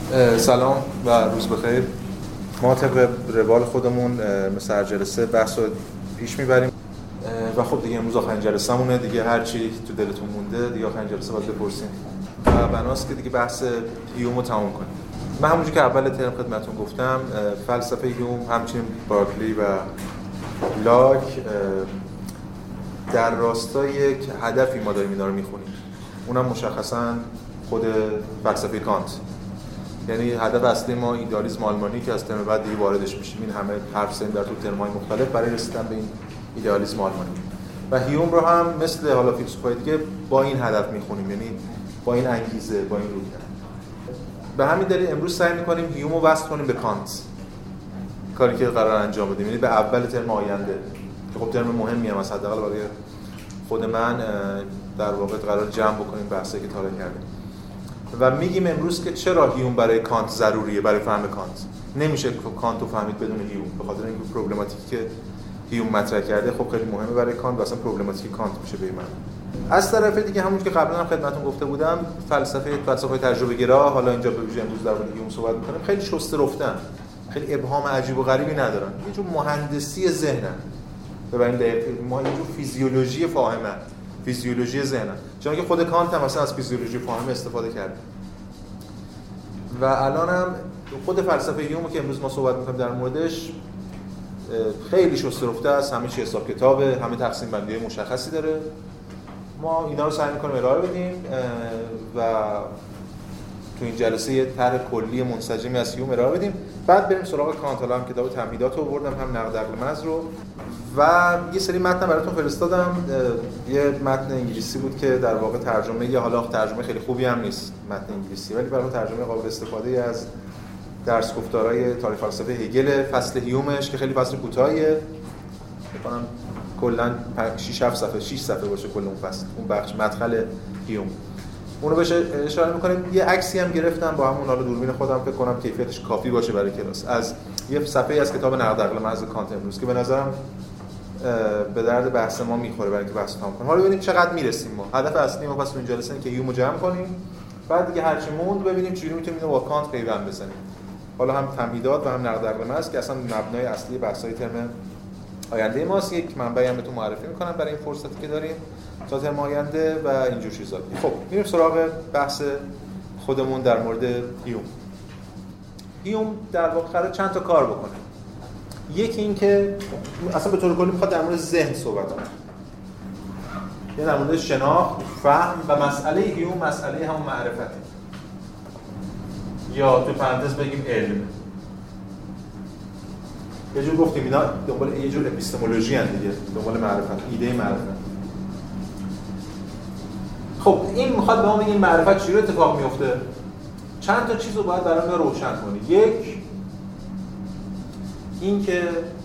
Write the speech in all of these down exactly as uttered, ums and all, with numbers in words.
سلام و روز بخیر. ما طبق روال خودمون مثل هر جلسه بحث رو پیش میبریم و خب دیگه امروز آخرین جلسه‌مونه دیگه، هر چی تو دلتون مونده دیگه آخرین جلسه باید بپرسیم و بناست که دیگه بحث هیوم رو تمام کنیم. من همونجوری که اول ترم خدمتتون گفتم فلسفه هیوم همچنین بارکلی و لاک در راستای یک هدفی ما داریم اینا رو میخونیم، اونم مشخصاً خود فلسفه کانت. یعنی هدف اصلی ما ایدئالیسم آلمانی که از ترم بعد دیگه واردش میشیم، این همه حرف زدیم در تو ترم‌های مختلف برای رسیدن به این ایدئالیسم آلمانی. و هیوم رو هم مثل حالا فیلسوفای دیگه با این هدف میخونیم، یعنی با این انگیزه، با این روحیه. به همین دلیل امروز سعی می‌کنیم هیوم رو وصل کنیم به کانت، کاری که قرار انجام بدیم، یعنی به اول ترم آینده که خب ترم مهمی هم است، حداقل برای خود من در واقع قرار جمع بکنیم بحثی که طارح کردیم. و میگیم امروز که چرا هیوم برای کانت ضروریه، برای فهم کانت. نمیشه کانت رو فهمید بدون هیوم، به خاطر اینکه پروبلماتیکی که هیوم مطرح کرده خب خیلی مهمه برای کانت و اصلا پروبلماتیک کانت میشه به من. از طرف دیگه همون که قبلا هم خدمتتون گفته بودم، فلسفه فلسفه تجربه گرا، حالا اینجا به ویژه امروز در مورد هیوم صحبت می‌کنیم، خیلی شسته رفتن، خیلی ابهام عجیب و غریبی ندارن، یه جور مهندسی ذهنن. ببینید دقیق ما یه جور فیزیولوژی فاهمه، فیزیولوژی ذهنن، چون که خود کانت هم مثلا از فیزیولوژی فاهمه استفاده کرده. و الان هم خود فلسفه هیوم که امروز ما صحبت می‌کنیم در موردش خیلی شسته رفته است، همه چی حساب کتابه، همه تقسیم بندی مشخصی داره. ما اینا رو سعی می‌کنیم ارائه بدیم و تو این جلسه یه طرح کلی منسجمی از هیوم ارائه بدیم، بعد بریم سراغ کانت. حالا هم کتاب تمهیدات رو آوردم، هم نقد عقل محض رو، و یه سری متن براتون فرستادم. یه متن انگلیسی بود که در واقع ترجمه، یا حالا ترجمه خیلی خوبی هم نیست متن انگلیسی، ولی برای ترجمه قابل استفاده از درس گفتارهای تاریخ فلسفه هگل، فصل هیومش که خیلی فصل کوتاهیه، فکر کنم کلا شش هفت صفحه شش صفحه باشه کل اون فصل، اون بخش مدخل هیوم، اونو بهش اشاره می‌کنیم. یه عکسی هم گرفتم با همون حالا دوربین خودم، فکر کنم کیفیتش کافی باشه برای کلاس، از یه صفحه از کتاب نقد عقل محض کانت امروز که به نظرم به درد بحث ما میخوره برای اینکه بحث تمام کنیم. حالا ببینیم چقدر میرسیم. ما هدف اصلی ما پس تو این جلسه اینه که هیوم رو جمع کنیم، بعد دیگه هر چی موند ببینیم چجوری میتونیم اینو با کانت پیوند بزنیم. حالا هم تمهیدات و هم نقد عقل محض که اصلا مبنای اصلی بحث‌های ترم آینده ماست، یک منبعی هم بهتون معرفی می‌کنم برای این فرصتی که داریم تا ترم آینده و اینجور چیزا. خب میریم سراغ بحث خودمون در مورد هیوم. هیوم در واقع قراره چند تا کار بکنه. یکی این که اصلا به طور کلی میخواد در مورد ذهن صحبت کنه، یعنی در مورد شناخت، فهم و مسئله هیوم مسئله همون معرفته، یا تو پرانتز بگیم علم. یه جور گفتیم اینا دنبال یه جور اپیستمولوژی هستند دیگه، دنبال معرفت، ایده معرفت. خب این میخواد به ما بگه این معرفت چجوری اتفاق میفته. چند تا چیز رو باید برای ما روشن کنی. یک، این که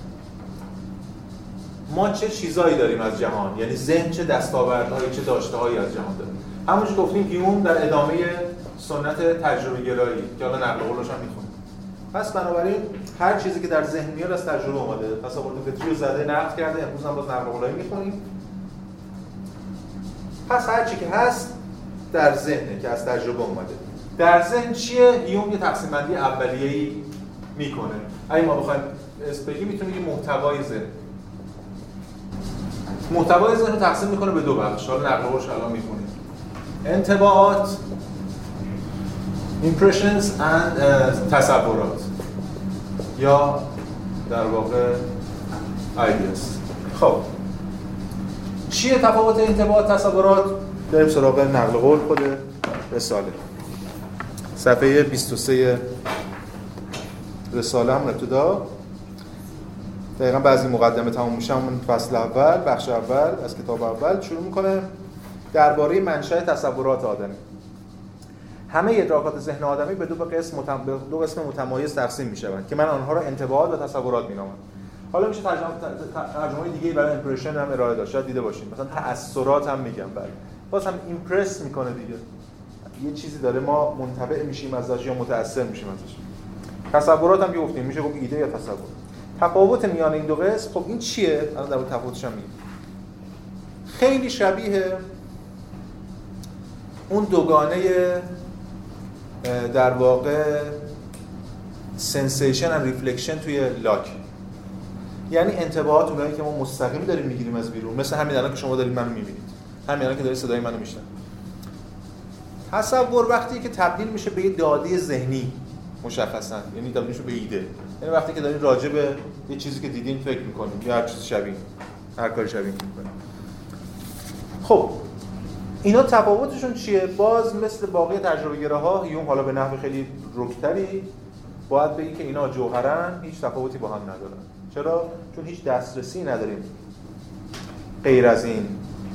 ما چه چیزایی داریم از جهان، یعنی ذهن چه دستاوردهایی، چه داشته‌هایی از جهان داره. همونش گفتیم هیوم در ادامه سنت تجربه گرایی که حالا نقل قولش هم میخونه. پس بنابراین هر چیزی که در ذهن میاد از تجربه اومده. پس آورده فطری رو زده نقد کرده، امروز هم باز نقل قولایی میخونیم. پس هر چی که هست در ذهنه که از تجربه اومده. در ذهن چیه؟ هیوم یه تقسیم بندی اولیه‌ای میکنه. اگه ما بخوایم اسم بگیم میتونیم بگیم محتوای ذهن. محتوای ذهن رو تقسیم میکنه به دو بخش. حالا نقل قولش الان میخونیم. انطباعات impressions and uh, تصورات یا در واقع ideas. خب چیه تفاوت انطباعات تصورات؟ بریم سراغ نقل قول خود رساله. صفحه بیست و سه رساله هم ابتدا دقیقاً بعضی مقدمه تموم میشه، همون فصل اول، بخش اول از کتاب اول شروع میکنه درباره منشأ تصورات آدمی. همه ادراکات ذهن آدمی به دو قسم متم... به دو قسم متمایز تقسیم میشوند که من آنها را انطباعات و تصورات مینامم. حالا میشه ترجمه ترجمه‌های دیگه برای ایمپرشن هم ارائه داشت، شاید دیده باشین، مثلا تأثیرات هم میگم، بله باز هم ایمپرس میکنه دیگه، یه چیزی داره ما منطبع میشیم ازش یا متأثر میشیم ازش. تصورات هم گفتیم میشه گفت ایده یا تصور. تفاوت میان این دو قسم خب این چیه؟ الان در مورد تفاوتش هم میگم. خیلی شبیه اون دوگانه در واقع سنسیشن اند ریفلکشن توی لاک، یعنی انطباعات اونایی که ما مستقیم داریم میگیریم از بیرون، مثل همین الان که شما دارید منو میبینید، همین الان که دارید صدای منو میشنوید. تصور وقتی که تبدیل میشه به یه داده ذهنی مشخصا، یعنی تبدیل میشه به ایده، یعنی وقتی که دارید راجع به یه چیزی که دیدین فکر میکنید یا هر چیز شبیه، هر کاری شبیه میکنید. خب اینا تفاوتشون چیه؟ باز مثل باقی تجربه گراها هیوم حالا به نحو خیلی رکتری باید بگی که اینا جوهرن هیچ تفاوتی با هم ندارن. چرا؟ چون هیچ دسترسی نداریم غیر از این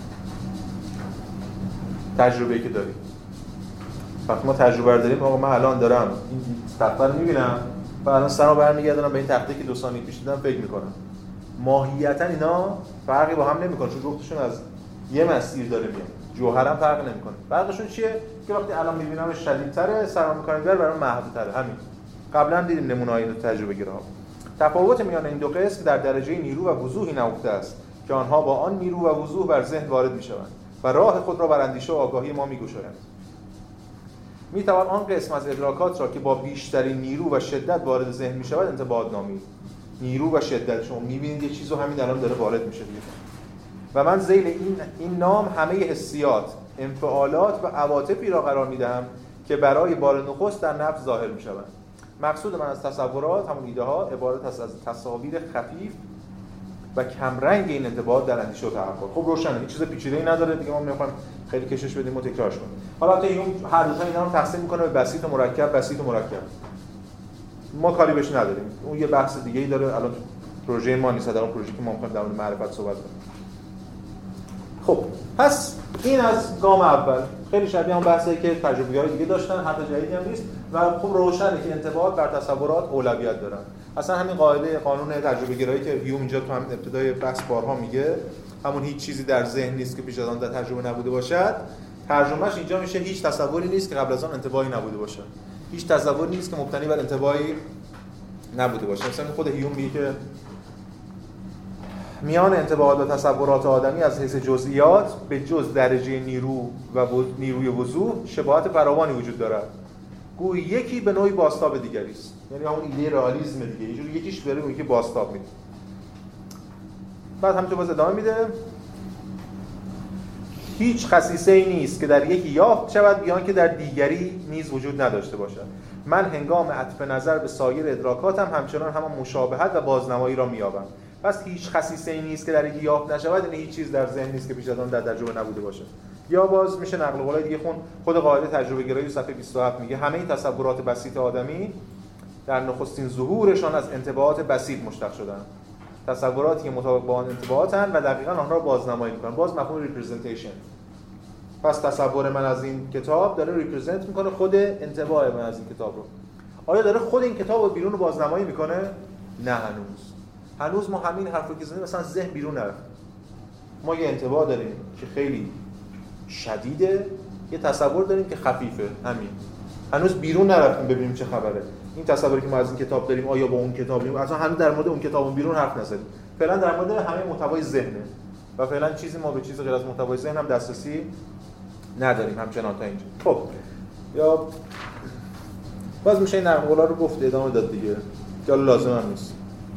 تجربه‌ای که داریم. وقتی ما تجربه رو داریم، آقا من الان دارم این تخته رو می‌بینم و الان سرمو برمیگردونم به این تخته که دو ثانیه پیش دیدم فکر می‌کنم. ماهیتاً اینا فرقی با هم نمی‌کنه، چون جفتشون از یه مسیر داره میاد. جوهرم فرق نمی‌کنه. فرقشون چیه؟ که وقتی الان می‌بینمش شدیدتره، سرمو می‌کنم بر برام محدودتره. همین. قبلا دیدیم نمونه‌های این تجربه گراها. تفاوت میان این دو قسم در درجه نیرو و وضوحی نهفته است که آنها با آن نیرو و وضوح بر ذهن وارد می‌شوند و راه خود را بر اندیشه و آگاهی ما می‌گشایند. می‌توان آن قسم از ادراکات را که با بیشترین نیرو و شدت وارد ذهن می‌شود انتباهات نامید. نیرو و شدت، شما می‌بینید یه چیزو همین الان داره وارد میشه دیگه. و من ذیل این این نام همه حسیات، انفعالات و عواطفی را قرار می‌دهم که برای بار نخست در نفس ظاهر می‌شوند. مقصود من از تصورات، همون ایده ها، عبارت است از تصاویر خفیف و کمرنگ این انطباعات در اندیشه و تفکر. خب روشنه، هیچ چیز پیچیده‌ای نداره دیگه، ما می‌خوایم خیلی کشش بدیم و تکرارش کنیم. حالا تا این هر دو تا اینا رو تقسیم می‌کنه به بسیط و مرکب، بسیط و مرکب. ما کاری بهش نداریم. اون یه بحث دیگه‌ای داره، الان پروژه ما نیست، در اون پروژه که ما می‌خوایم در مورد معرفت صحبت کنیم. خب پس این از گام اول خیلی شبیه هم بحثی که تجربیات دیگه داشتن، حتی جدیدی هم نیست و خب روشنه که انطباعات بر تصورات اولویت دارن. اصلا همین قاعده قانون تجربه گرایی که هیوم اینجا تو همین ابتدای بحث بارها میگه، همون هیچ چیزی در ذهن نیست که پیش از آن در تجربه نبوده باشد، ترجمهش اینجا میشه هیچ تصوری نیست که قبل از آن انطباعی نبوده باشد. هیچ تصوری نیست که مبتنی بر انطباعی نبوده باشه. مثلا خود هیوم میگه که میان انطباعات و تصورات آدمی از حیث جزئیات به جز درجه نیرو و نیروی وضوح شباهت فراوانی وجود دارد. گویی یکی به نوعی بازتاب دیگری است. یعنی همون ایده رئالیسم دیگه، یه جوری یکیش داره اون یکی بازتاب میده. بعد همینطور باز ادامه میده. هیچ خصیصه‌ای نیست که در یکی یافت شود بیان که در دیگری نیز وجود نداشته باشد. من هنگام عطف نظر به سایر ادراکاتم همچنان همان مشابهت و بازنمایی را می‌یابم. پس هیچ خصیصه‌ای نیست که در یکی یافت نشود، یعنی هیچ چیز در ذهن نیست که پیش از آن در تجربه نبوده باشه. یا باز میشه نقل قولای دیگه خون، خود قاعده تجربه گرایی صفحه بیست و هفت میگه همه این تصورات بسیط آدمی در نخستین ظهورشان از انطباعات بسیط مشتق شدن. تصوراتی که مطابق با آن انطباعاتن و دقیقاً آنها را بازنمایی می‌کنن. باز مفهوم ریپرزنتیشن. پس تصور من از این کتاب داره ریپرزنت میکنه خود انطباع من از این کتاب رو. آیا داره خود این کتاب رو بیرون رو بازنمایی میکنه؟ نه هنوز. هنوز ما همین حرفو که زدیم مثلا ذهن بیرون نرفت. ما یه انطباع داریم که خیلی شدیده، یه تصور داریم که خفیفه، همین. هنوز بیرون نرفتیم ببینیم چه خبره. این تصوری که ما از این کتاب داریم آیا با اون کتاب داریم؟ اصلا هنوز در مورد اون کتاب بیرون حرف نزدیم. فعلا در مورد همه محتوای ذهنه و فعلا چیزی ما به چیز غیر از محتوای ذهن هم دسترسی نداریم همچنان تا اینجا. خب یا باز میشه این نقل قولا رو گفت ادامه داد دیگه که لازم هم نیست.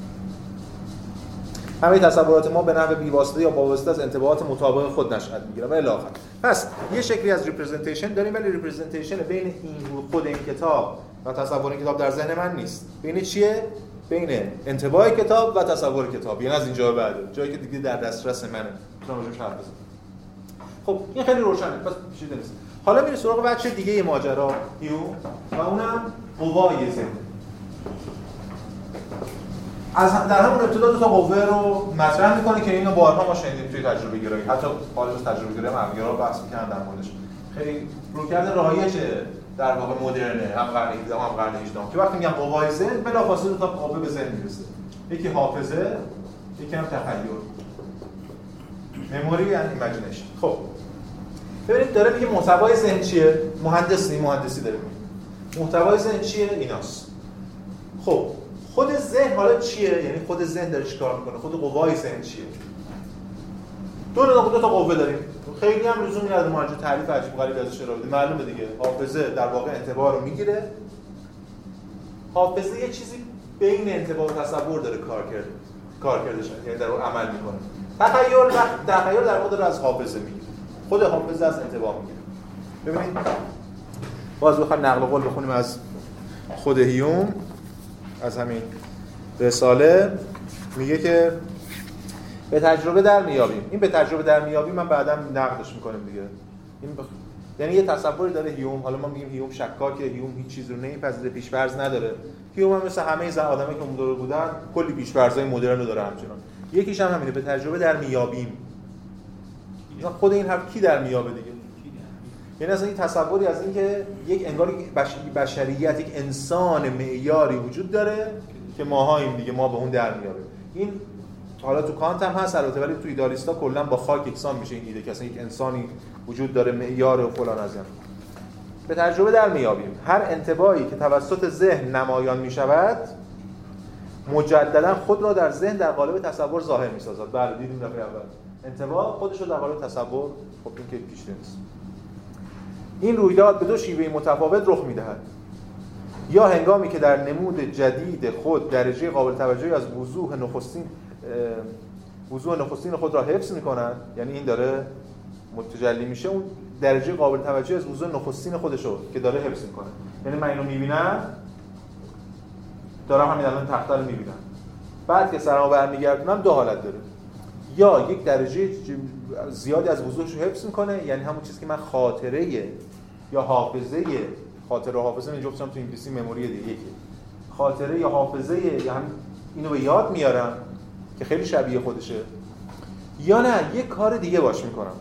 همه تصورات ما به نحو بی‌واسطه یا با واسطه از انطباعات مطابق خود نشأت میگیره و الی آخر. پس یه شکلی از ریپرزنتیشن داریم، ولی ریپرزنتیشن بین این خود این کتاب و تصور این کتاب در ذهن من نیست. بین چیه؟ بین انطباع کتاب و تصور کتاب. یعنی از اینجا بعد جایی که دیگه در دسترس منه میتونم روش حرف بزنم. خب این خیلی روشنه، پس چیزی نیست. حالا میریم سراغ بچه دیگه ماجرا هیوم و اونم قوای ذهن. از در همون ابتدا دو تا قوه رو مطرح میکنه که اینو بارها ما شنیدیم توی تجربه گرایی، حتی خارج از تجربه گرایی هم همگرا بحث می‌کردن در موردش. خیلی رویکرد رایج در واقع مدرنه، هم قرن هجدهم هم قرن هجدهم، که وقتی میگن قوای ذهن بلافاصله دو تا قوه به ذهن میرسه. یکی حافظه، یکی هم تخیل. مموری یعنی ایمیجینیشن. خب ببینید داره میگه محتوای ذهن چیه؟ مهندسی مهندسی داره میگه. محتوای ذهن چیه؟ ایناست. خب خود ذهن حالا چیه؟ یعنی خود ذهن داره چیکار میکنه؟ خود قوای ذهن چیه؟ دو تا دو تا قوه داریم. خیلی هم لزومی نداره ما اینجا تعریف عجیب غریب ازش رو بدیم. معلومه دیگه. حافظه در واقع انتباه رو میگیره. حافظه یه چیزی بین انتباه و تصور داره کار کرده. کار کردش یعنی در واقع عمل میکنه. تخیل وقت تخیل در واقع داره از حافظه میگیره. خود حافظه از انتباه میگیره. ببینید باز بخوایم نقل قول بخونیم از خود هیوم از همین رساله میگه که به تجربه در میابیم. این به تجربه در میابیم من بعداً نقدش میکنیم دیگه. این بخ... یعنی یه تصوری داره هیوم، حالا ما میگیم هیوم شکاکه، هیوم هیچ چیز رو نمیپذیره، پیش‌فرض نداره. هیوم هم مثل همه زن آدمایی که اون دوره بودن کلی پیش‌فرض‌های مدرن رو داره همچنان. یکیش هم همینه، به تجربه در میابیم. خود این حرف کی در میابه دیگه؟ یعنی اصلا این تصوری از این که یک انگار بش... بشریت، یک انسان معیاری وجود داره که ماهاییم دیگه، ما به اون در میابه. این حالا تو کانت هم هست البته، ولی تو ایدالیستا کلا با خاک یکسان میشه این ایده که اصلا یک انسانی وجود داره معیار و فلان از این. به تجربه در میابیم هر انطباعی که توسط ذهن نمایان میشود مجددا خود را در ذهن در قالب تصور ظاهر میسازد. بله دیدیم دفعه اول انطباع خودش رو در قالب تصور، خب این که پیش نیست. این رویداد به دو شیوه متفاوت رخ میدهد. یا هنگامی که در نمود جدید خود درجه قابل توجهی از وضوح نخستین وضوح نخستین خود را حفظ می‌کند، یعنی این داره متجلی میشه، اون درجه قابل توجهی از وضوح نخستین خودش رو که داره حفظ می‌کنه. یعنی من اینو می‌بینم، دارم همین الان تخته رو می‌بینم، بعد که سرمو برمیگردونم دو حالت داره. یا یک درجه زیادی از وضوحش رو حفظ می‌کنه، یعنی همون چیزی که من خاطره یا حافظه، خاطره و حافظه من جفتم تو انگلیسی مموری دیگه یکی، خاطره یا حافظه یا هم اینو به یاد میارم که خیلی شبیه خودشه، یا نه یک کار دیگه باش میکنم،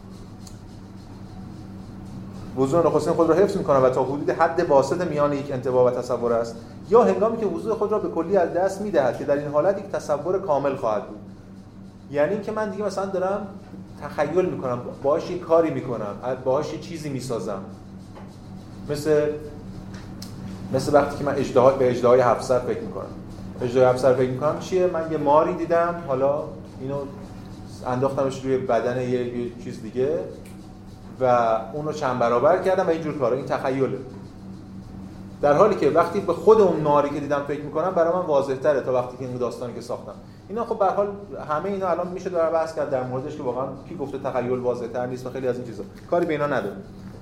وضوح نخستین خود را حفظ میکنم و تا حدود حد واسط میان یک انطباع و تصور است، یا هنگامی که وضوح خود را به کلی از دست میدهد که در این حالت یک تصور کامل خواهد بود. یعنی اینکه من دیگه مثلا دارم تخیل میکنم، باهاش یک کاری میکنم، باهاش چیزی میسازم، مثل مثل وقتی که من اژدها به اژدهای هفت سر فکر میکنم. اژدهای هفت سر فکر میکنم چیه؟ من یه ماری دیدم، حالا اینو انداختمش روی بدن یه, یه چیز دیگه و اونو چند برابر کردم و اینجور کارا. این تخیله. در حالی که وقتی به خود اون ماری که دیدم فکر میکنم برای من واضح تره تا وقتی که این داستانی که ساختم. اینا خب به هر حال همه اینا الان میشه داره بحث کرد در موردش که واقعا کی گفته تخیل واضح تر نیست و خیلی از این چیزا. کاری به اینا نداره.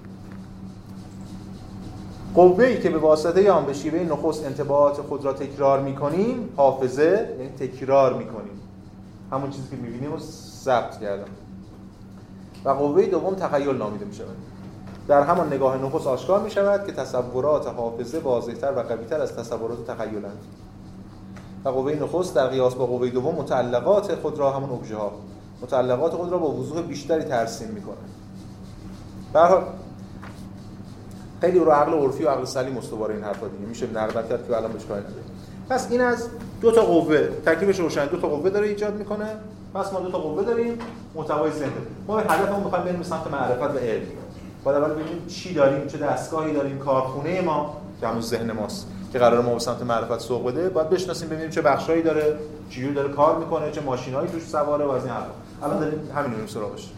قوه‌ای که به واسطه آن به شیوه نخست انطباعات خود را تکرار می‌کنیم، حافظه، یعنی تکرار می‌کنیم. همون چیزی که می‌بینیم رو ثبت کردم. و قوه دوم تخیل نامیده می‌شود. در همان نگاه نخست آشکار می‌شود که تصورات حافظه واضح‌تر و قوی‌تر از تصورات تخیل‌اند. و قوه نخست در قیاس با قوه دوم متعلقات خود را، همون ابژه‌ها، متعلقات خود را با وضوح بیشتری ترسیم می‌کند. به هر حال خیلی رو عقل عرفی و عقل سلیم استواره این حرفا دیگه میشه نقد کرد که الان بهش کاری نداره. پس این از دو تا قوه تکلیفش روشن، دو تا قوه داره ایجاد میکنه. پس ما دو تا قوه داریم، محتوای ذهن. ما به هدفمون میخوایم بریم سمت معرفت و علم. باید اول ببینیم چی داریم، چه دستگاهی داریم، کارخونه ما که همون ذهن ماست که قراره ما به سمت معرفت سوق بده. باید بشناسیم ببینیم چه بخشایی داره، چجوری داره کار میکنه، چه ماشینایی توش سواره و از این حرفا. الان داریم همین رو سراغش.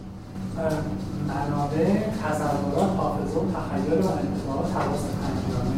منابع تصورات، حافظه و تخیل و انطباعات حواس پنجگانه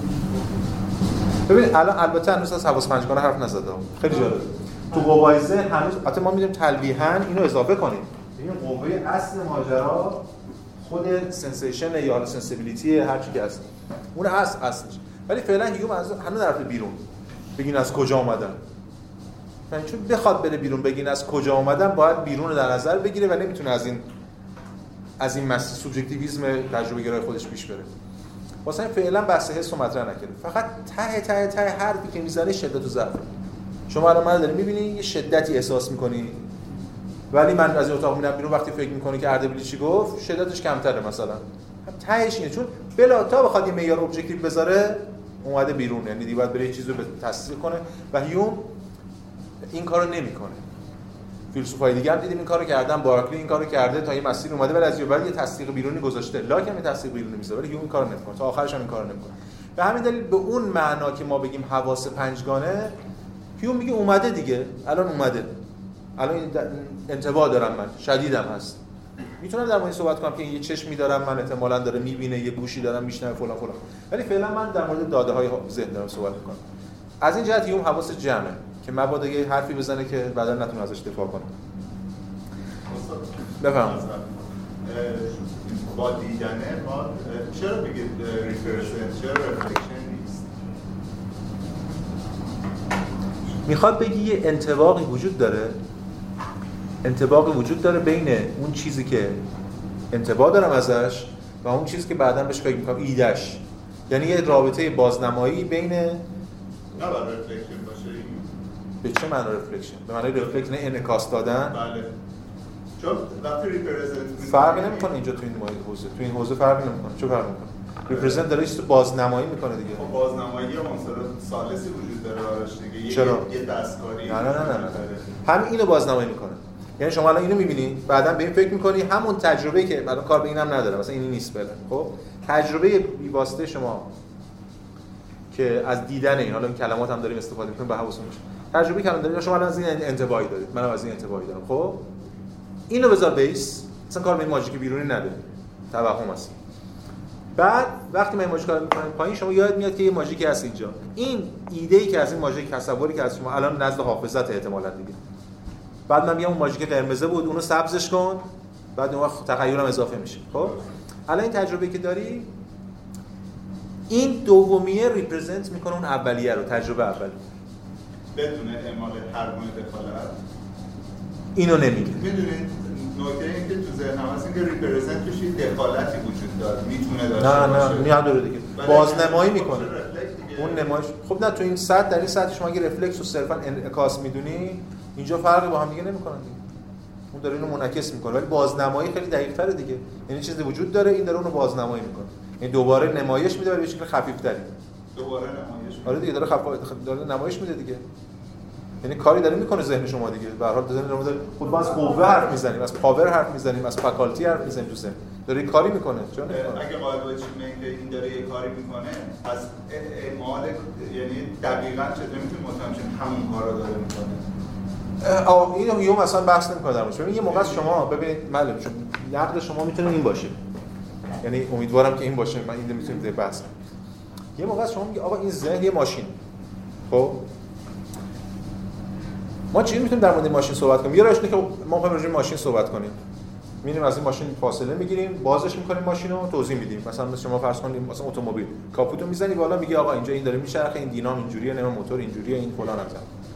میشه. ببین الان البته هنوز از حواس پنجگانه حرف نزده. خیلی جالب. تو قوای ذهن هنوز البته ما می‌دونیم تلویحاً اینو اضافه کنیم. این قوه اصل ماجرا خود سنسیشن یا حالا سنسیبیلیتی هر چی که هست. اون اصل اصلش. ولی فعلا هیوم از هنوز طرف بیرون. بگین از کجا اومدن. یعنی چون بخواد بره بیرون بگین از کجا اومدن باید بیرون رو در نظر بگیره و نمیتونه از این از این مس سوبژکتیویسم تجربه گرای خودش پیش بره. واسه این فعلا بحث حس رو مطرح نکرده. فقط ته ته ته حرفی که میزنه شدت و ضعف. شما الان من دارید میبینی یه شدتی احساس میکنی، ولی من از این اتاق میرم بیرون وقتی فکر میکنی که اردبیلی چی گفت شدتش کمتره مثلا. تهش اینه چون بلا تا بخواد یه معیار ابجکتیو بذاره اومده بیرون، یعنی دیگه باید بره یه چیزی رو تصدیق کنه و هیوم این کارو نمیکنه. فیلسوفای دیگه هم دیدیم این کارو کردن، بارکلی این کارو کرده تا یه مسیر اومده ولی از یه بعد یه تصدیق بیرونی گذاشته، لاکن یه تصدیق بیرونی میذاره ولی هیوم این کارو نمیکنه، تا آخرش هم این کارو نمیکنه. به همین دلیل به اون معنا که ما بگیم حواس پنجگانه، هیوم میگه اومده دیگه، الان اومده. الان انتباه دارم من، شدیدم هست. میتونم در مورد صحبت کنم که این یه چشمی دارم من احتمالاً داره میبینه، یه گوشی دارم میشنوه فلان فلان. ولی فعلا من در مورد داده‌های ذهن دارم صحبت میکنم. از این جهت هیوم حواس جمعه که مبادا یه حرفی بزنه که بعدا نتونه ازش دفاع کنه. بفهم. با دیدنه ما چرا بگید ریپرزنت، چرا رفلکشن نیست؟ میخواد بگی یه انطباقی وجود داره، انطباقی وجود داره بین اون چیزی که انطباع دارم ازش و اون چیزی که بعداً بهش فکر میکنم ایدهش، یعنی یه رابطه بازنمایی بین نه با رفلکشن باشه. به چه معنی رفلکشن؟ به معنی رفلکشن انعکاس دادن؟ بله. چون وقتی ریپرزنت فرقی نمیکنه اینجا تو این حوزه، تو این حوزه فرقی نمیکنه. چه فرقی میکنه؟ ریپرزنت داره چیزو بازنمایی میکنه دیگه. خب بازنمایی عنصر ثالثی وجود داره براش دیگه. چرا؟ یه دستکاری. نه نه نه نه نه. همین اینو بازنمایی میکنه. یعنی شما الان اینو می‌بینی، بعداً به این فکر می‌کنی همون تجربه‌ای که الان کار به اینم نداره، مثلا اینی نیست فعلا. خب تجربه بی‌واسطه شما که از دیدن این، حالا این کلمات هم داریم استفاده می‌کنیم، به حواستون باشه. تجربه که الان دارید، شما الان از این انطباعی دارید، منم از این انطباعی دارم. خب اینو بذار بیس، مثلا کار به این ماژیک بیرونی نداره. توهم است. بعد وقتی من این ماژیک کار می‌کنم پایین، شما یاد میاد که یه ماژیکی هست اینجا. این ایده‌ای که از این ماژیک، تصوری که از شما الان نزد حافظت احتمالاً دیگه. بعد من میگم اون ماژیک قرمزه بود، اونو سبزش کن، بعد اون وقت تغییرم اضافه میشه. خب الان این تجربه‌ای که داری، این دومیه ریپرزنت میکنه اون اولیه رو، تجربه اولی، بدون اعمال هر گونه دخالت. اینو نمیگه. میدونید نکته این که تو ذهن هست این که ریپرزنت توش دخالتی وجود داره، میتونه داشته باشه. نه نه نداره دیگه. بازنمایی میکنه. اون نمایش خب نه تو این سطح، در این سطح شما اگه رفلکس رو صرفا انعکاس میدونی، اینجا فرقی با هم دیگه نمیکنن دیگه. اون داره اینو منعکس میکنه، ولی بازنمایی خیلی دقیق‌تره دیگه. یعنی چیزی وجود داره، این داره اونو بازنمایی میکنه. یعنی دوباره نمایش میده ولی به شکل خفیف‌تری. دوباره نمایش میده. آره دیگه داره خف... داره نمایش میده دیگه. یعنی کاری داره میکنه ذهن شما دیگه. به هر حال ذهن شما داره خود ما از قوه حرف میزنیم، از پاور حرف میزنیم، از فکالتی حرف میزنیم تو ذهن. داره کاری میکنه. چون اگه قائل باشیم که این داره یه کاری میکنه، از اعمال یعنی دقیقاً چه نمیتونیم مطمئن شیم همون کارو داره میکنه. آ اینو یوم اصلا بحث نمی‌کنه در موردش. ببین یه موقع شما ببینید معلومه چون نقد شما میتونه این باشه. یعنی امیدوارم که این باشه، من این نمیتونم بحث کنم. یه موقع شما میگه آقا این ذهن یه ماشین. خب ما چی میتونیم در مورد ماشین صحبت کنیم؟ یه راهش اینه که ما می‌خوایم راجع به ماشین صحبت کنیم. می‌ریم از این ماشین فاصله میگیریم، بازش می‌کنیم ماشین رو توضیح میدیم. مثلا مثل شما فرض کنید مثلا اتومبیل، کاپوتو میزنی بالا میگی آقا اینجا این داره میچرخه، این دینام اینجوریه، نه موتور اینجوریه، این فلان هم.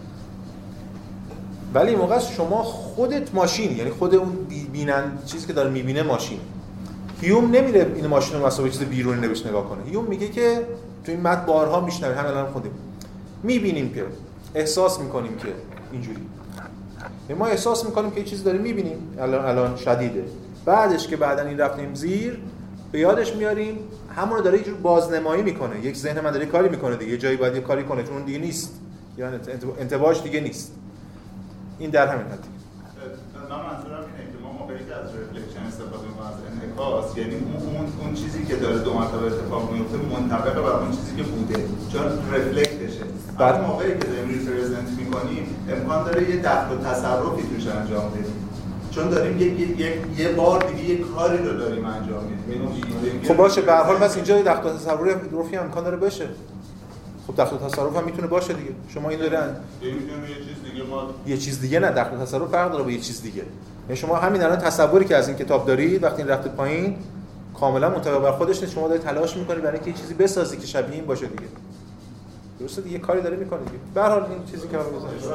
ولی این موقع شما خودت ماشین، یعنی خود اون بینن چیزی که داره میبینه ماشین. هیوم نمیره این ماشین رو مثلا چیز بیرونی نبش نگاه کنه. هیوم میگه که تو این متن بارها میشنویم، همین الان خوندیم، میبینیم که احساس میکنیم که اینجوری، یعنی ما احساس میکنیم که یه چیزی داریم میبینیم الان الان شدیده. بعدش که بعدن این رفتیم زیر به یادش میاریم همون رو داره یه جور بازنمایی میکنه. یک ذهن من داره کاری میکنه دیگه، یه جایی باید یه کاری کنه چون اون دیگه نیست، یعنی انتباهش دیگه نیست. این در همین حد. من منظورم اینه که ما موقعی که از رفلکشن استفاده می‌کنیم از انعکاس، یعنی اون اون چیزی که داره دو مرتبه اتفاق میفته منطبق بر اون چیزی که بوده، چون رفلکتشه. بعد موقعی که داریم ریپرزنت می‌کنیم امکان داره یه دفع و تصرفی توش انجام بدیم، چون داریم یک یک یه بار دیگه یه کاری رو داریم انجام میدیم. خب باشه، به هر حال پس اینجا دفع و تصرفی امکان داره بشه. خب دخل و تصرف هم میتونه باشه دیگه. شما این دارین یه چیز دیگه ما یه چیز دیگه نه، دخل و تصرف فرق داره با یه چیز دیگه. یعنی شما همین الان تصوری که از این کتاب دارید وقتی این رفته پایین کاملا منطبق بر خودش نیست، شما دارید تلاش میکنید برای اینکه یه چیزی بسازی که شبیه این باشه دیگه. درسته دیگه، کاری داره میکنه دیگه. به هر حال این چیزی که حالا بزنید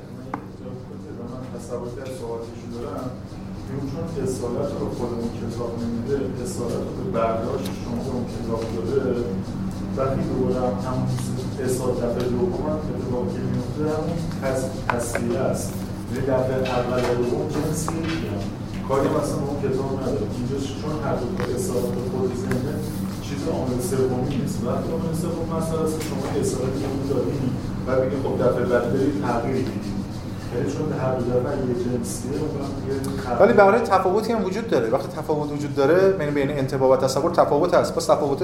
من تصور در صحبتشون دارم چون اصالت رو خود اون کتاب نمیده، اصالت رو به برداشت شما اون کتاب داده. وقتی دوباره همون اصالت دفعه دوم هم اتفاقی که میفته همون تصویه است. یعنی دفعه اول و دوم جنسی میگم کاری مثلا اون کتاب نداره. اینجا چون هر دو تا اصالت خود ذهنه چیز عامل سومی نیست. وقتی عامل سوم مثلا است که شما اصالت رو دارید و بگید خب دفعه بعد برید تغییری بدید. چون هر دو دفعه یه جنسیه اون ولی برای تفاوتی هم وجود داره. وقتی تفاوت وجود داره بین بین انطباع و تصور تفاوت هست. پس تفاوت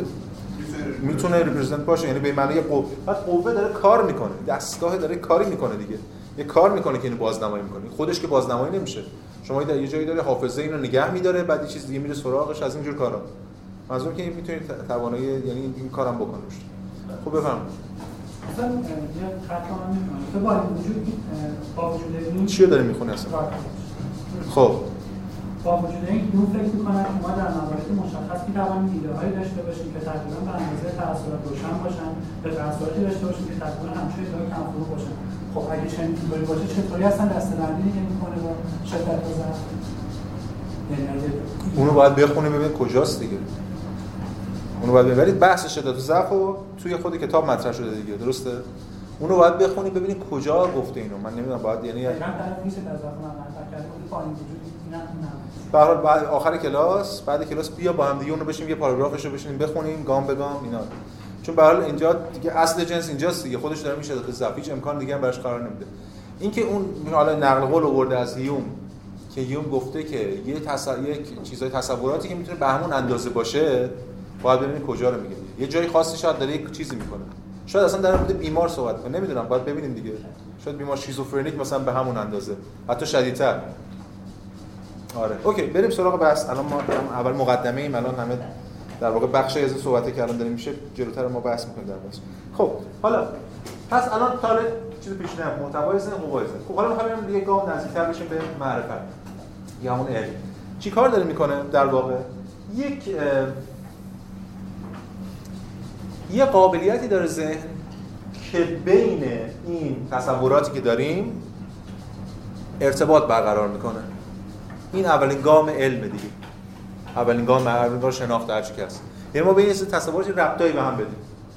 میتونه ریپرزنت باشه، یعنی به معنی قوه. بعد قوه داره کار میکنه، دستگاه داره کاری میکنه دیگه. یه کار میکنه که اینو بازنمایی میکنه. خودش که بازنمایی نمیشه. شما در یه جایی داره حافظه اینو نگه میداره، بعد یه چیز دیگه میره سراغش، از اینجور کارا. منظورم که میتونید توانایی یعنی این کارم بکنه. خب بفهم. مثلا یه خط من می‌کنم. تو با وجود با وجود این چیو داره میخونه اصلا؟ خب با وجود این دو فکر می‌کنم که ما در موارد مشخص می‌توانیم ایده‌هایی داشته باشیم که تقریباً به اندازه تأثیرات روشن باشن، به تأثیراتی داشته باشیم که تقریباً همچون ایده‌های کم‌فرو باشن. خب اگه چنین اینطوری باشه چطوری اصلا دسته‌بندی نمی‌کنه با شدت و ضعف؟ یعنی اگه اونو باید بخونیم ببینیم کجاست دیگه. اونو باید ببینید بحث شدت و ضعف رو توی خود کتاب مطرح شده دیگه، درسته؟ اونو باید بخونیم ببینیم کجا گفته اینو. من نمیدونم باید یعنی من طرف نیست در ضعف من مطرح کردم اون پایین وجود اینا نه. به هر حال بعد آخر کلاس بعد کلاس بیا با هم دیگه اونو بشیم یه پاراگرافش رو بشینیم بخونیم گام به گام اینا. چون به هر حال اینجا دیگه اصل جنس اینجاست دیگه، خودش داره میشه شدت ضعف، هیچ امکان دیگه هم براش قرار نمیده. اینکه اون حالا نقل قول آورده از هیوم که هیوم گفته که یه تصور یک چیزای تصوراتی که میتونه به همون اندازه باشه، باید ببینید کجا رو میگه. یه جای خاصی شاید داره یک چیزی میکنه، شاید اصلا در مورد بیمار صحبت کنه، نمیدونم، باید ببینیم دیگه. شاید بیمار شیزوفرنیک مثلا به همون اندازه، حتی شدیدتر. آره اوکی، بریم سراغ بحث. الان ما اول مقدمه ایم، الان همه در واقع بخشی از صحبتی که الان داریم میشه جلوتر ما بحث میکنیم در بحث. خب حالا پس الان تا چیز پیش نمیاد، محتوای ذهن، حقوق ذهن. خب حالا میخوایم دیگه گام نزدیکتر بشیم به معرفت یا همون علم. چی کار داره میکنه در واقع؟ یک یه قابلیتی داره ذهن که بین این تصوراتی که داریم ارتباط برقرار میکنه. این اولین گام علم دیگه، اولین گام اولین گام شناخت هر چی که هست. یعنی ما بین این تصوراتی ربطایی به هم بدیم.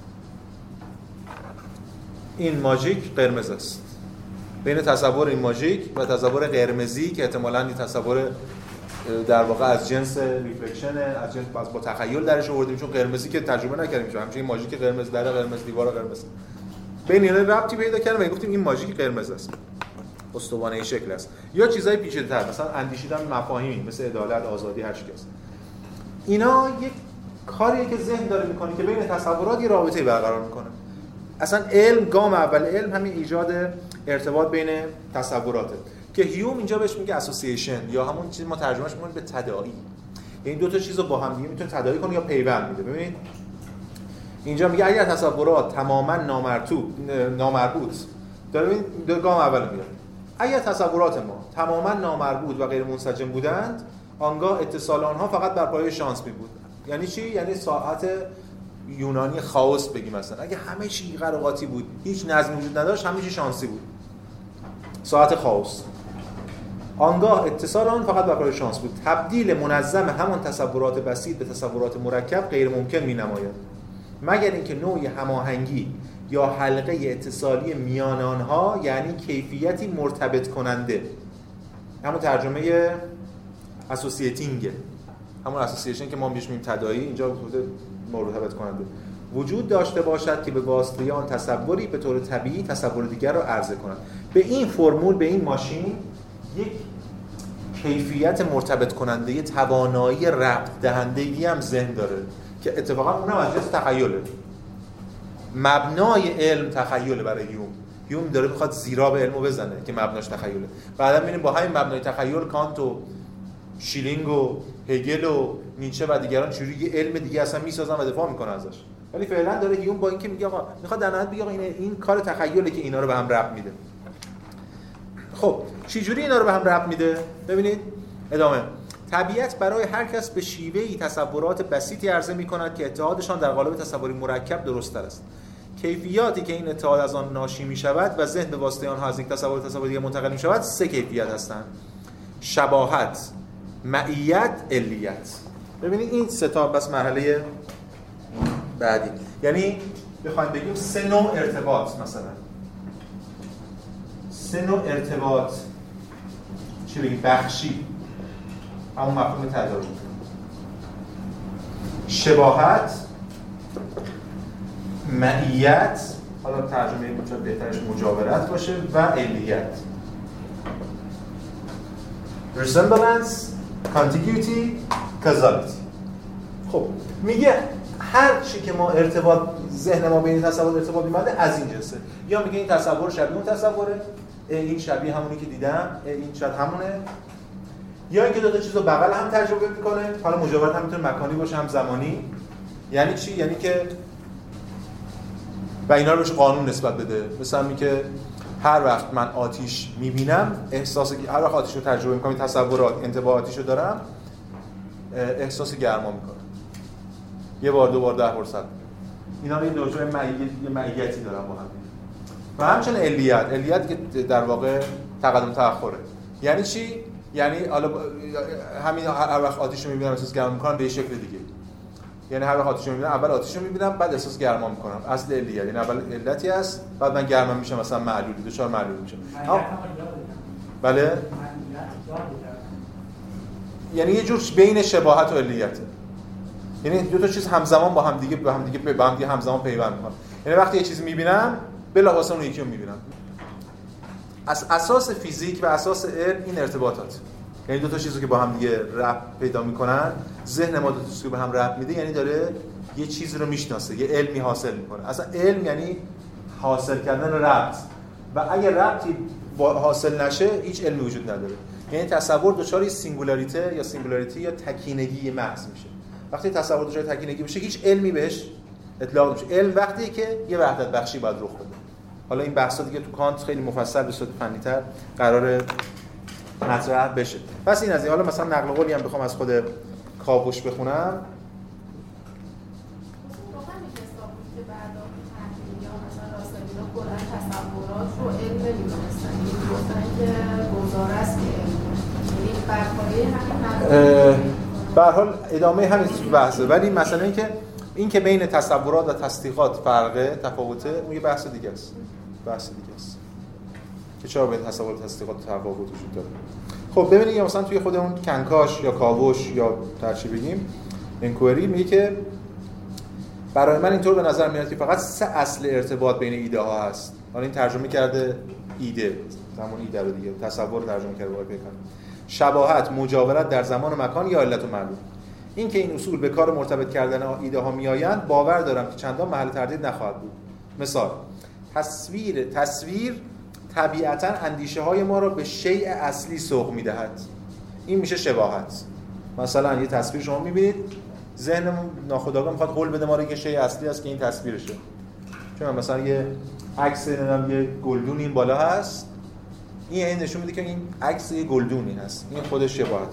این ماژیک قرمز است. بین تصور این ماژیک و تصور قرمزی که احتمالاً این تصور در واقع از جنس ریفلکشن، از جنس باز با تخیل درش آوردیم، چون قرمزی که تجربه نکردیم، چون همچنین ماژیک قرمز در قرمز دیوار قرمز. بین اینا ربطی پیدا کردیم و گفتیم این ماژیک قرمز است، استوانه این شکل است. یا چیزای پیچیده‌تر مثلا اندیشیدن مفاهیمی مثل عدالت، آزادی، هر چیزی است. اینا یک کاریه که ذهن داره میکنه که بین تصورات یه رابطه‌ای برقرار میکنه. اصلا علم، گام اول علم همین ایجاد ارتباط بین تصوراته که هیوم اینجا بهش میگه اسوسییشن، یا همون چیزی ما ترجمهش می‌کنیم به تداعی. این دو تا چیزو با هم دیگه میتونه تداعی کنه یا پیوند میده. ببینید اینجا میگه اگر تصورات تماما نامرتوب نامربوط، داره این دو گام اول میاد. اگر تصورات ما تماما نامربوط و غیر منسجم بودند، آنگاه اتصال آنها فقط بر پایه شانس می بود. یعنی چی؟ یعنی ساعت یونانی خاوس بگیم مثلا. اگه همه چی قراقاتی بود، هیچ نظمی وجود نداشت، همه چی شانسی بود. ساعت خاوس. آنگاه اتصال آن فقط بر پایه شانس بود. تبدیل منظم همان تصورات بسیط به تصورات مرکب غیر ممکن می‌نماید. مگر اینکه نوعی هماهنگی یا حلقه اتصالی میان آنها، یعنی کیفیتی مرتبط کننده، همون ترجمه اسوسییتینگ، همون اسوسییشن که ما بهش میگیم تداعی، اینجا مرتبط کننده، وجود داشته باشد که به واسطه آن تصوری به طور طبیعی تصور دیگر را عرضه کند. به این فرمول، به این ماشین یک کیفیت مرتبط کننده، توانایی ربط دهندگی هم ذهن داره که اتفاقا اونم از جنس تخیله. مبنای علم تخیله برای هیوم. هیوم داره میخواد زیرا به علمو بزنه که مبناش تخیله. بعدا میبینیم با همین مبنای تخیل کانت و شیلینگ و هگل و نیچه و دیگران چجوری یه علم دیگه اصلا میسازن و دفاع میکنن ازش. ولی فعلا داره هیوم با اینکه میگه آقا میخواد در نهایت بگه آقا این این کار تخیله که اینا رو به هم ربط میده. خب چه جوری اینا رو به هم ربط میده؟ ببینید ادامه. طبیعت برای هر کس به شیوهی تصورات بسیطی عرضه می‌کند که اتحادشان در قالب تصوری مرکب درست‌تر است. کیفیاتی که این اتحاد از آن ناشی می‌شود و ذهن به واسطه آنها از یک تصور تصور دیگر منتقل می‌شود، سه کیفیت هستند: شباهت، معیت، علیت. ببینید این سه تا بس مرحله بعدی. یعنی بخوایم بگیم سه نوع ارتباط، مثلا سه نوع ارتباط چی بگیم؟ بخشی، همون مفهوم تداعی، شباهت، معیت، حالا ترجمه این بهترش مجاورت باشه، و علیت. resemblance، contiguity، causality. خب میگه هر چی که ما ارتباط ذهن ما بین تصور ارتباط می‌بنده از این جنسه. یا میگه این تصور شبیه اون تصوره، این شبیه همونی که دیدم، این شاید همونه. یا اینکه دو تا چیزو بغل هم تجربه میکنه، حالا مجاورت هم میتونه مکانی باشه هم زمانی. یعنی چی؟ یعنی که و اینا رو بهش قانون نسبت بده. مثلا اینکه هر وقت من آتیش میبینم، احساس هر وقت آتیش رو تجربه میکنم، تصورات انطباع آتیش رو دارم، احساس گرما میکنم. یه بار، دو بار، ده بار، صد. اینا رو یه دوجه معیتی دارن با هم. و همچنین علیت، علیت که در واقع تقدم تأخره. یعنی چی؟ یعنی حالا همین هر وقت آتیش رو میبینم احساس گرما میکنم به شکل دیگه. یعنی هر وقت آتیش رو میبینم، اول آتیش رو میبینم بعد احساس گرما میکنم. اصل علیت یعنی اول علتی است، بعد من گرما میشم، مثلا معلولی، دچار معلول میشم. بله؟ یعنی یه جور بین شباهت و علیته. یعنی دو تا چیز همزمان با هم دیگه با هم دیگه با هم دیگه همزمان پیوند میکنن. یعنی وقتی یه چیزی میبینم بلافاصله اون یکی رو میبینم. از اساس فیزیک و اساس علم این ارتباطات، یعنی دو تا چیزی که با هم دیگه ربط پیدا میکنن، ذهن ما دو تا چیزی که به هم ربط میده، یعنی داره یه چیزی رو میشناسه، یه علمی حاصل میکنه. اصلا علم یعنی حاصل کردن ربط، و اگه ربطی حاصل نشه هیچ علمی وجود نداره. یعنی تصور دچار سینگولاریته یا سینگولاریتی یا تکینگی محض میشه. وقتی تصور دچار تکینگی بشه هیچ علمی بهش اطلاق نمیشه. علم وقتیه که یه وحدت بخشی باید رخ بده. حالا این بحثا دیگه تو کانت خیلی مفصل به صورت فنی‌تر قراره مطرح بشه. پس این از این. حالا مثلا نقل قولی هم بخوام از خود کاوش بخونم، به هر حال ادامه همین بحثه. ولی مثلا اینکه این که بین تصورات و تصدیقات فرقه، تفاوته، اون یه بحث دیگه است. بحث دیگه است که چرا بین تصورات و تصدیقات تفاوت وجود داره. خب ببینید مثلا توی خود اون کنکاش یا کاوش یا هرچی بگیم انکوئری میگه که برای من اینطور به نظر میاد که فقط سه اصل ارتباط بین ایده ها هست. حالا این ترجمه کرده ایده، زمان ایده رو دیگه تصور ترجمه کرده باید بکنم. شباهت، مجاورت در زمان و مکان یا علت و معلول. این که این اصول به کار مرتبط کردن ایده ها میآیند، باور دارم که چندان محل تردید نخواهد بود. مثال، تصویر تصویر طبیعتاً اندیشه های ما را به شیء اصلی سوق میدهد. این میشه شباهت. مثلا یه تصویر شما میبینید، ذهنمون ناخودآگاه میخواد قول بده ما رو که شیء اصلی است که این تصویرشه. چون مثلا یه عکس نمیدونم یه گلدون این بالا هست، این این نشون میده که این عکس یه گلدونی هست. این خودش شباهته.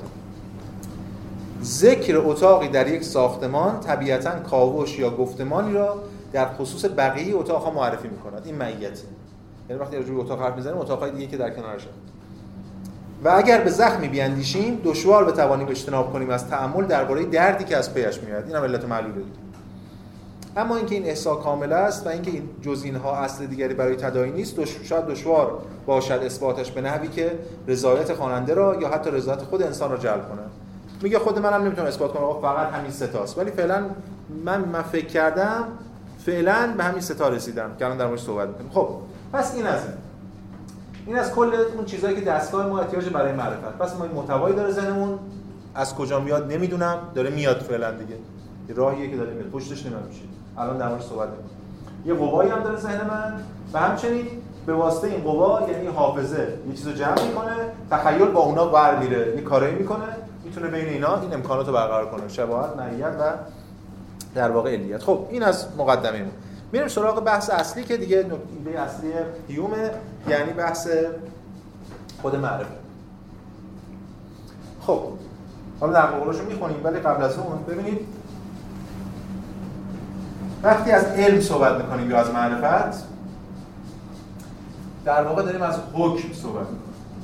ذکر اتاقی در یک ساختمان طبیعتاً کاوش یا گفتمانی را در خصوص بقیه اتاق‌ها معرفی می‌کند. این معیته. یعنی وقتی راجع به اتاق حرف می‌زنیم، اتاق‌های دیگه که در کنارش. و اگر به زخمی بیاندیشیم، دشوار بتوانیم اجتناب کنیم از تأمل درباره دردی که از پیش میاد. این هم علت معلوله دیگه. اما اینکه این احساس کامل است و اینکه این جز اینها اصل دیگری برای تداعی نیست، دش... شاید دشوار باشد اثباتش به نحوی که رضایت خواننده را یا حتی رضایت خود انسان را جلب کنه. میگه خود منم نمیتونم اثبات کنم فقط همین سه تاست، ولی فعلا من من فکر کردم فعلا به همین سه تا رسیدم که الان در موردش صحبت می‌کنیم. خب پس این از این این از کل اون چیزایی که دستگاه ما احتیاج برای معرفت. پس ما این محتوایی داره ذهنمون، از کجا میاد نمیدونم، داره میاد فعلا دیگه. یه راهیه که داره میاد، پشتش نمیشه. الان در موردش صحبت می‌کنیم. یه قوایی هم داره ذهن من و همچنین به واسطه این قوا یعنی حافظه یه چیزو جمع می‌کنه، تخیل با اونا بر میره، این کارایی می‌کنه، میتونه بین اینا این امکانات رو برقرار کنه، شباهت، معیت و در واقع علیت. خب این از مقدمه‌مون. میریم سراغ بحث اصلی که دیگه ایده اصلی هیومه، یعنی بحث خود معرفت. خب حالا در قولاشو میخونیم، ولی قبل از اون ببینید وقتی از علم صحبت میکنیم یا از معرفت، در واقع داریم از حکم صحبت میکنیم.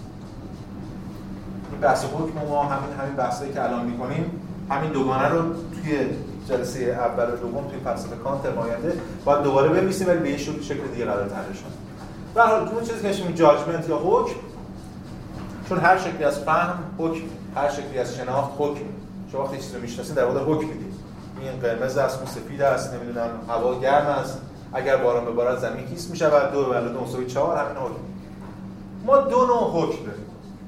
این بحث حکم ما همین همین بحثایی که الان میکنیم، همین دوگانه رو توی جلسه اول و دوم توی فلسفه کانت آینده باید دوباره بنویسیم، ولی به یه شکل دیگه قرار طرح شه. به هر حال اون چیزی که اسمش جاجمنت یا حکم، چون هر شکلی از فهم حکم، هر شکلی از شناخت حکم. شما وقتی چیزی رو میشناسید در واقع حکم میدید. این قرمز است، اون سفید است، نمیدونم هوا گرم است، اگر باران ببارد زمین خیس میشود، دو به علاوه دو مساوی چهار، همین حکم. ما دو نوع حکم داریم.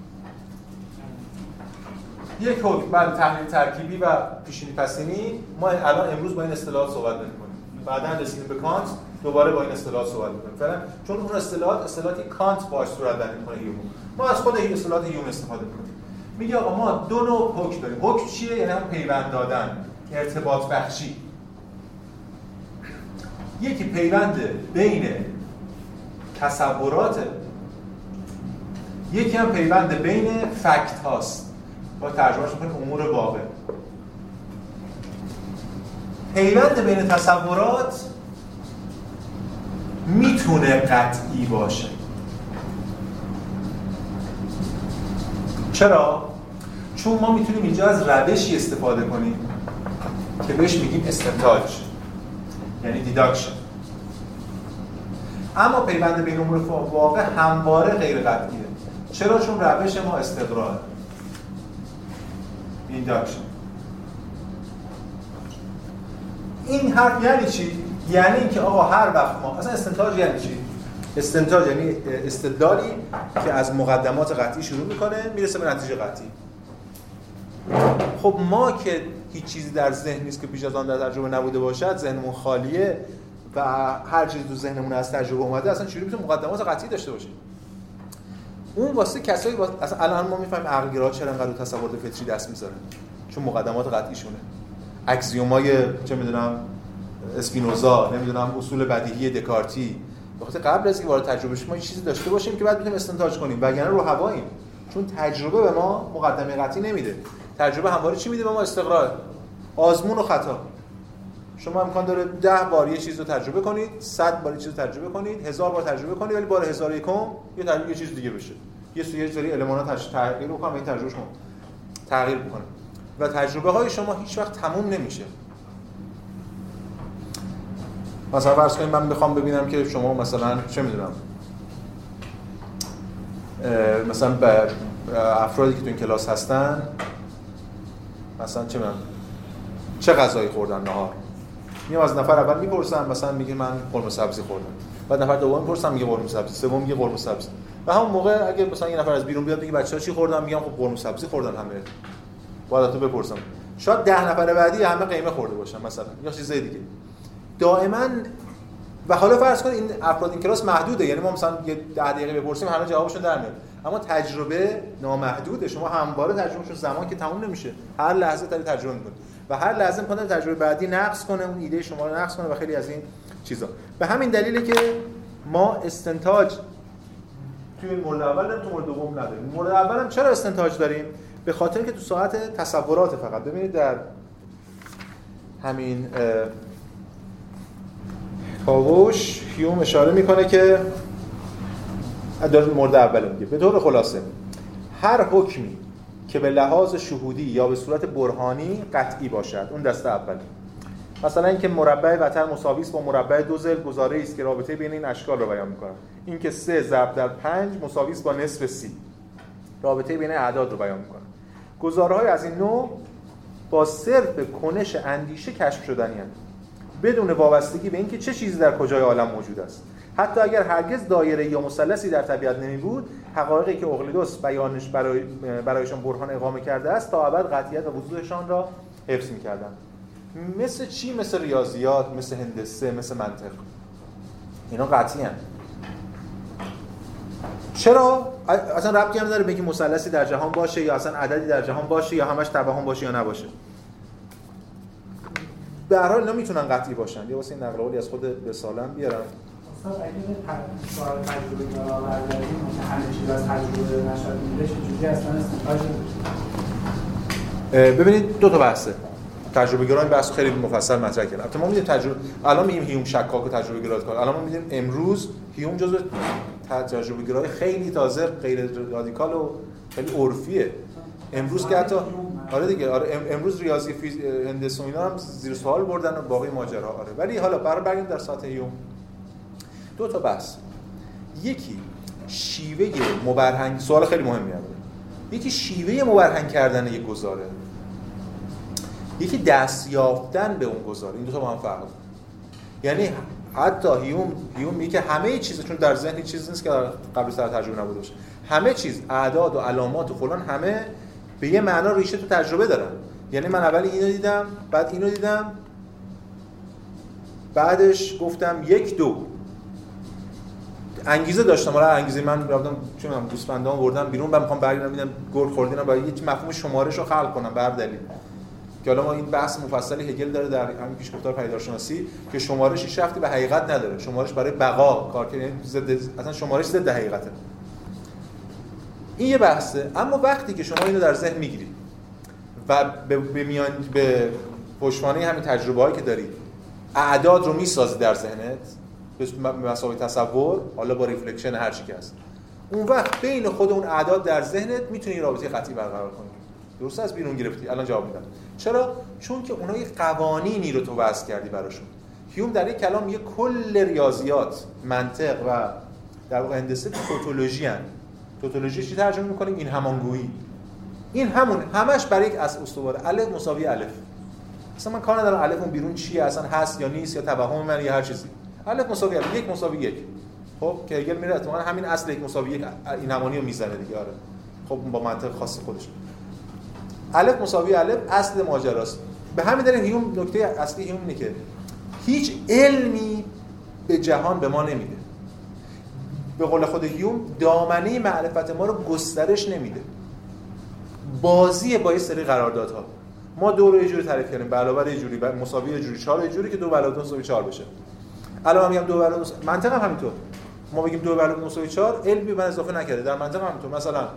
یک حکم بر تحلیل ترکیبی و پیشینی پسینی. ما الان امروز با این اصطلاحات صحبت نمی‌کنیم. بعداً رسیدیم به کانت دوباره با این اصطلاحات صحبت می‌کنیم فعلا، چون اون اصطلاحات اصطلاحاتی کانت باش صورت بندی می‌کنه هیوم. ما از خود اصطلاحات هیوم استفاده می‌کنیم. میگه آقا ما دو نوع حکم داریم. حکم چیه؟ یعنی هم پیوند دادن، ارتباط بخشی. یکی پیوند بین تصورات، یکی هم پیوند بین فکت هاست. با ترجمهش می‌کنیم امور واقع. پیوند بین تصورات میتونه قطعی باشه. چرا؟ چون ما میتونیم اینجا از روشی استفاده کنیم که بهش میگیم استنتاج، یعنی دیداکشن. اما پیوند بین امور واقع همواره غیر قطعیه. چرا؟ چون روش ما استقرار، اینداکشن. این حرف یعنی چی؟ یعنی اینکه آقا هر وقت ما اصلا استنتاج یعنی چی؟ استنتاج یعنی استدلالی که از مقدمات قطعی شروع میکنه میرسه به نتیجه قطعی. خب ما که هیچ چیزی در ذهن نیست که پیش از آن در تجربه نبوده باشد، ذهنمون خالیه و هر چیزی تو ذهنمون از تجربه اومده، اصلا چجوری میتونیم مقدمات قطعی داشته باشیم؟ اون واسه کسایی واسه اصلا الان ما میفهمیم عقلگراها چرا انقدر رو تصورات فطری دست میذارن، چون مقدمات قطعیشونه. اکسیومای چه میدونم اسپینوزا، نمیدونم اصول بدیهی دکارتی، بخاطر قبل از اینکه وارد تجربه شما یه چیزی داشته باشیم که بعد بتونیم استنتاج کنیم، وگرنه رو هواییم. چون تجربه به ما مقدمه قطعی نمیده. تجربه همواره چی میده به ما؟ استقرار، آزمون و خطا. شما امکان داره ده بار یه چیز رو تجربه کنید، صد بار یه چیز رو تجربه کنید، هزار بار تجربه کنید، ولی بار هزار و یکم یه تجربه یه چیز دیگه بشه. یه سری سری المان‌ها تغییر بکنه و این تجربه شما تغییر بکنه. و تجربه های شما هیچ وقت تموم نمیشه. مثلا فرض کنید من بخوام ببینم که شما مثلا چه میدونم مثلا به افرادی که تو این کلاس هستن مثلا چه میدونم چه غذایی خوردن نهار، میام از نفر اول میپرسم، مثلا میگه من قرمه سبزی خوردم، بعد نفر دوم میپرسم میگه قرمه سبزی، سوم میگه قرمه سبزی. و همون موقع اگه مثلا یه نفر از بیرون بیاد میگه بچه‌ها چی خوردن، میگم خب قرمه سبزی خوردن همه. باید تو بپرسم، شاید ده نفر بعدی همه قیمه خورده باشن مثلا یا چیزای دیگه. دائما و حالا فرض کن این افراد این کلاس محدوده، یعنی ما مثلا یه ده دقیقه بپرسیم همه جوابشون در میاد، اما تجربه نامحدوده. شما همواره تجربهشون زمان که تموم نمیشه، هر لحظه داری تجربه می‌کنی و هر لحظه امکانه تجربه بعدی نقص کنه، اون ایده شما رو نقص کنه و خیلی از این چیزا. به همین دلیله که ما استنتاج توی این مورد اول داریم، تو مورد دوم نداریم. مورد اول هم چرا استنتاج داریم؟ به خاطر اینکه تو ساعت تصورات فقط. ببینید در همین کاوش هیوم اشاره میکنه که در مورد اول میگه به طور خلاصه هر حکمی که به لحاظ شهودی یا به صورت برهانی قطعی باشد، اون دسته اولی. مثلا اینکه مربع وتر مساوی است با مربع دو ضلع، گزاره‌ای است که رابطه بین این اشکال رو بیان می‌کند. اینکه سه ضرب در پنج مساوی است با نصف سی، رابطه بین اعداد رو بیان می‌کند. گزاره‌های از این نوع با صرف کنش اندیشه کشف شدنی‌اند، بدون وابستگی به اینکه چه چیزی در کجای عالم موجود است. حتی اگر هرگز دایره یا مثلثی در طبیعت نمی بود، حقایقی که اقلیدس بیانش برای برایشان برهان اقامه کرده است تا ابد قطعیت و وضوحشان را حفظ می‌کردند. مثل چی؟ مثل ریاضیات، مثل هندسه، مثل منطق. اینا قطعی هستند. چرا؟ اصلا ربطی هم نداره به اینکه مثلثی در جهان باشه یا اصلا عددی در جهان باشه یا همش توهم باشه یا نباشه. به هر حال اینا میتونن قطعی باشن. یا واسه این نقل قولی از خود رساله هم بیارم. اصلا اگه سوال تجربه دارا برداریم که همه چیز از تجربه نشد میشه چجوری اصلا استنتاج نمیشه؟ ببینید دو تا بحثه. تجربه گرا این بحث خیلی مفصل مطرح کرد. البته ما می‌دونیم تجربه الان میگیم هیوم شکاک و تجربه گرا کار. الان ما می‌دونیم امروز هیوم جزو تجربه گرای خیلی تازه، غیر رادیکال و خیلی عرفیه. امروز که حتی آره دیگه آره امروز ریاضی هندسه و اینا هم زیر سوال بردن و باقی ماجرا آره. ولی حالا برای برگردیم در ساعت هیوم دو تا بحث. یکی شیوه مبرهنگ، سوال خیلی مهمی بود. یکی شیوه مبرهنگ کردن یک گزاره، یکی دست یافتن به اون گزاره. این دو تا با هم فرق داره. یعنی حتی هیوم هیوم میگه همه چیز، چون در ذهن چیزی نیست که قبل از تجربه نبوده باشه، همه چیز اعداد و علامات و فلان همه به یه معنا ریشه تو تجربه دارن. یعنی من اول اینو دیدم، بعد اینو دیدم، بعدش گفتم یک دو انگیزه داشتم. حالا انگیزه من رفتم چون من گوسفندام آوردم بیرون و میخوام برگردم ببینم گرگ خوردینا برای یک مفهوم شمارش رو خلق کنم بر دلیل که حالا ما این بحث مفصلی هگل داره در همین پیشگفتار پدیدارشناسی که شمارش هیچ ربطی به حقیقت نداره. شمارش برای بقا کار کنه، ضد اصلا شمارش ضد حقیقته. این یه بحثه. اما وقتی که شما اینو در ذهن میگیری و به میان به پشتوانه همین تجربه‌هایی که داری اعداد رو میسازی در ذهنت به مسابقه تصور، حالا با ریفلکشن هر چی که هست، اون وقت بین خود اون اعداد در ذهنت میتونی رابطه قطعی برقرار کنی. درست از بیرون گرفتی. الان جواب میدم. چرا؟ چون که اونها یه قوانینی رو تو وضع کردی براشون. هیوم در یک کلام یه کل ریاضیات، منطق و در واقع هندسه توتولوژی ان. توتولوژی چی ترجمه می‌کنیم؟ این همانگویی. این همون همش برای یک اصل استواره. الف مساوی الف. مثلا من کار ندارم الف اون بیرون چیه، اصلا هست یا نیست یا توهم من یا هر چیزی. الف مساوی الف، یک مساوی یک. خب که هگل میره اتفاقا همین اصل یک مساوی یک این همانی رو میزنه دیگه. آره. خب با منطق خاص خودش. الف مساوی الف اصل ماجراست. به همین دلیل هیوم نکته اصلی هیوم اینه که هیچ علمی به جهان به ما نمیده. به قول خود هیوم دامنه معرفت ما رو گسترش نمیده. بازی با یه سری قراردادها. ما دو رو یه جوری تعریف کردیم، به علاوه یه جوری مساوی یه جوری چهار یه جوری که دو به علاوه دو مساوی چهار بشه. الان من میگم دو به علاوه منطق هم همینطور. ما بگیم دو به علاوه مساوی چهار علمی من اضافه نکرده. در منطق هم همینطور. مثلا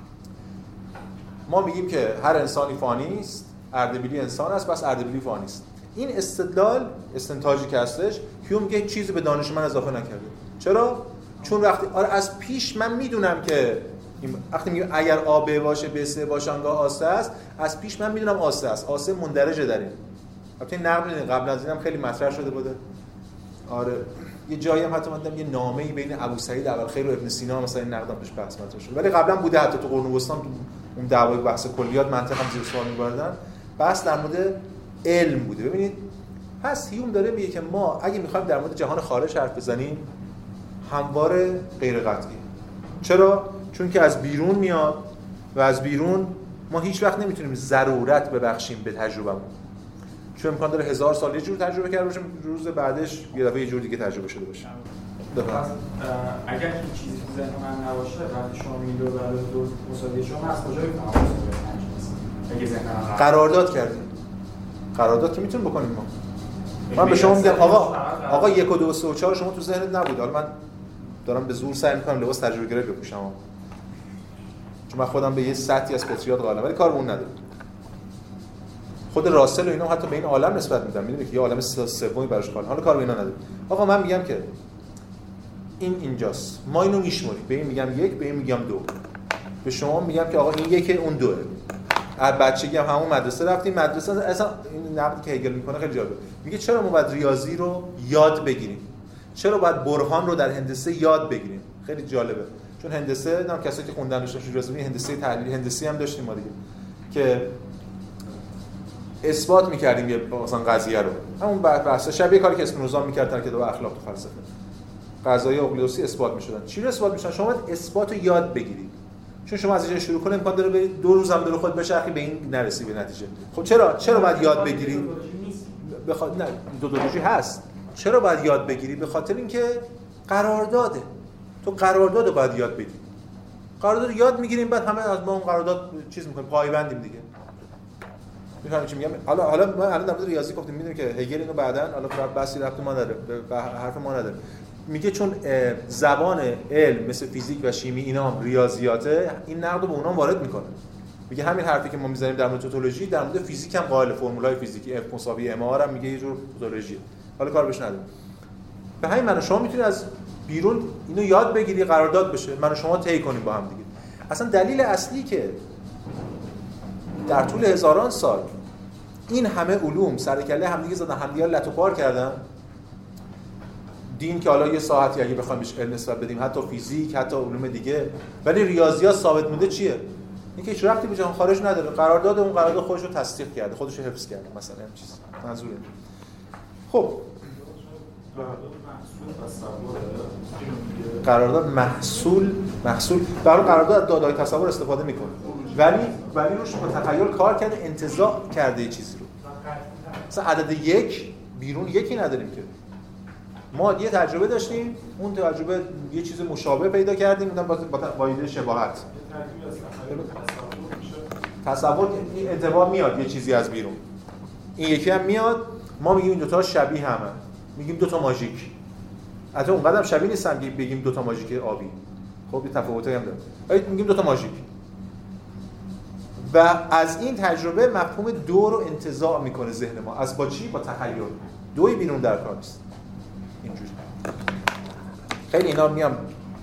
ما میگیم که هر انسانی فانی است، اردبیلی انسان است، پس اردبیلی فانی است. این استدلال استنتاجی که هستش، هیوم میگه چیزی به دانش من اضافه نکرده. چرا؟ چون وقتی آره از پیش من میدونم که وقتی میگم اگر آ ب باشه ب سه باشه آنگاه آسه است، از پیش من میدونم آسه است. آسه مندرجه در این. البته این نقد قبل از اینم خیلی مطرح شده بوده. آره یه جایی هم حتی من دیدم یه نامه‌ای بین ابو سعید اولخیر و ابن سینا مثلا این نقدم بهش بحث مطرح شد. ولی قبلا بوده حتی تو قرون وسطا اون دعوای بحث کلیات منطق هم زیر سوال می‌بردن. بحث در مورد علم بوده. ببینید پس هیوم داره میگه که ما اگه می‌خوایم در مورد جهان خارج حرف بزنیم همواره غیر قطعی. چرا؟ چون که از بیرون میاد و از بیرون ما هیچ وقت نمیتونیم ضرورت ببخشیم به تجربهمون. چون امکان داره هزار سال یه جور تجربه کرده باشیم، روز بعدش یه دفعه یه جور دیگه تجربه شده باشه. اگر این چیزی تو ذهن من نباشه، وقتی شما میگید دو برابر دو مساوی شما از کجا بفهمم؟ اگه ذهن من قرارداد کردیم. قرارداد که میتونیم بکنیم ما. من به شما میگم آقا آقا یک و دو و سه و چهار شما تو ذهنت نبود. حالا من دارم به زور سعی می‌کنم لباس تجربه گرایی بپوشم. چون من خودم به یه سطحی از فطریات قائلم، ولی کار اون نداره. خود راسل و اینا حتی به این عالم نسبت میدن، میدونی که یه عالم سومی براش قائل. حالا کار به اینا نداره. آقا من میگم که این اینجاست. ما اینو میشمریم. به این میگم یک، به این میگم دو. به شما میگم که آقا این یکه اون دوه. از بچگی هم همون مدرسه رفتیم. مدرسه اصلا این نقدی که هگل میکنه خیلی جالبه. میگه چرا ما باید ریاضی رو یاد بگیریم؟ چرا باید برهان رو در هندسه یاد بگیریم؟ خیلی جالبه. چون هندسه نام کسایی که خوندن داشتن ریاضی هندسه تحلیلی هندسی هم داشتیم ما دیگه که اثبات می‌کردیم یه مثلا قضیه رو. همون بحث شبیه کاری که اسپینوزا می‌کرد در کتاب اخلاق تو فلسفه. قضایای اقلیدوسی اثبات می‌شدن. چی رو اثبات می‌شدن؟ شما باید اثبات رو یاد بگیرید. چون شما از اینجا شروع کنید امکان داره برید دو روز هم داره خود بچرخی به این نرسی به نتیجه. خب چرا چرا باید یاد بگیری؟ بخاطر نه دودولوژی هست. چرا باید یاد بگیری؟ به خاطر اینکه قرارداده. تو قرارداد رو باید یاد بگیری. قرارداد یاد میگیریم بعد همه از ما اون قرارداد چیز می‌کنیم پایبندیم دیگه. می‌فهمید چی میگم؟ حالا حالا ما الان در مورد ریاضی گفتیم می‌دونیم که هگل اینو بعداً حالا بحثی رفت ما نداره به حرف ما نداره. میگه چون زبان علم مثل فیزیک و شیمی اینا هم ریاضیاته، این نقد رو به اونها وارد میکنه. میگه همین حرفی که ما میزنیم در مورد توتولوژی در مورد فیزیک هم قائل، فرمولای فیزیکی F مساوی ام آر هم میگه یه جور توتولوژیه. حالا کار بهش نداره. به همین معنی شما میتونید از بیرون اینو یاد بگیری، قرارداد بشه، من و شما طی کنیم با هم دیگه. اصلا دلیل اصلی که در طول هزاران سال این همه علوم سر کله همدیگه زدن، همدیگه رو لتو پار کردن، دین که حالا یه ساعتی اگه بخوایم بهش علم نسبت بدیم، حتی فیزیک، حتی علوم دیگه، ولی ریاضیات ثابت مونده چیه؟ اینکه هیچ ربطی به جهان خارج نداره. قرارداد اون قرارداد خودش رو تصدیق کرده، خودش رو حفظ کرده، مثلا همین چیز. منظوره. خب قرارداد محصول محصول برای قرارداد دادای تصور استفاده میکنه، ولی ولی روش با تخیل کار کرده، انتزاع کرده چیزی رو. مثلا عدد یک بیرون یکی نداریم که ما یه تجربه داشتیم، اون تجربه یه چیز مشابه پیدا کردیم، اونم با با ایده شباهت. تصور این انطباع میاد یه چیزی از بیرون. این یکی هم میاد، ما میگیم این دو تا شبیه همه. میگیم دو تا ماژیک. البته اونقدر شبیه نیستن که بگیم دو تا ماژیک آبی. خب یه تفاوتی هم داره. ولی میگیم دو تا ماژیک. و از این تجربه مفهوم دو رو انتزاع میکنه ذهن ما. از با چی؟ با تخیل. دوی بیرون در کار نیست. اینجوری. خیلی اینا میام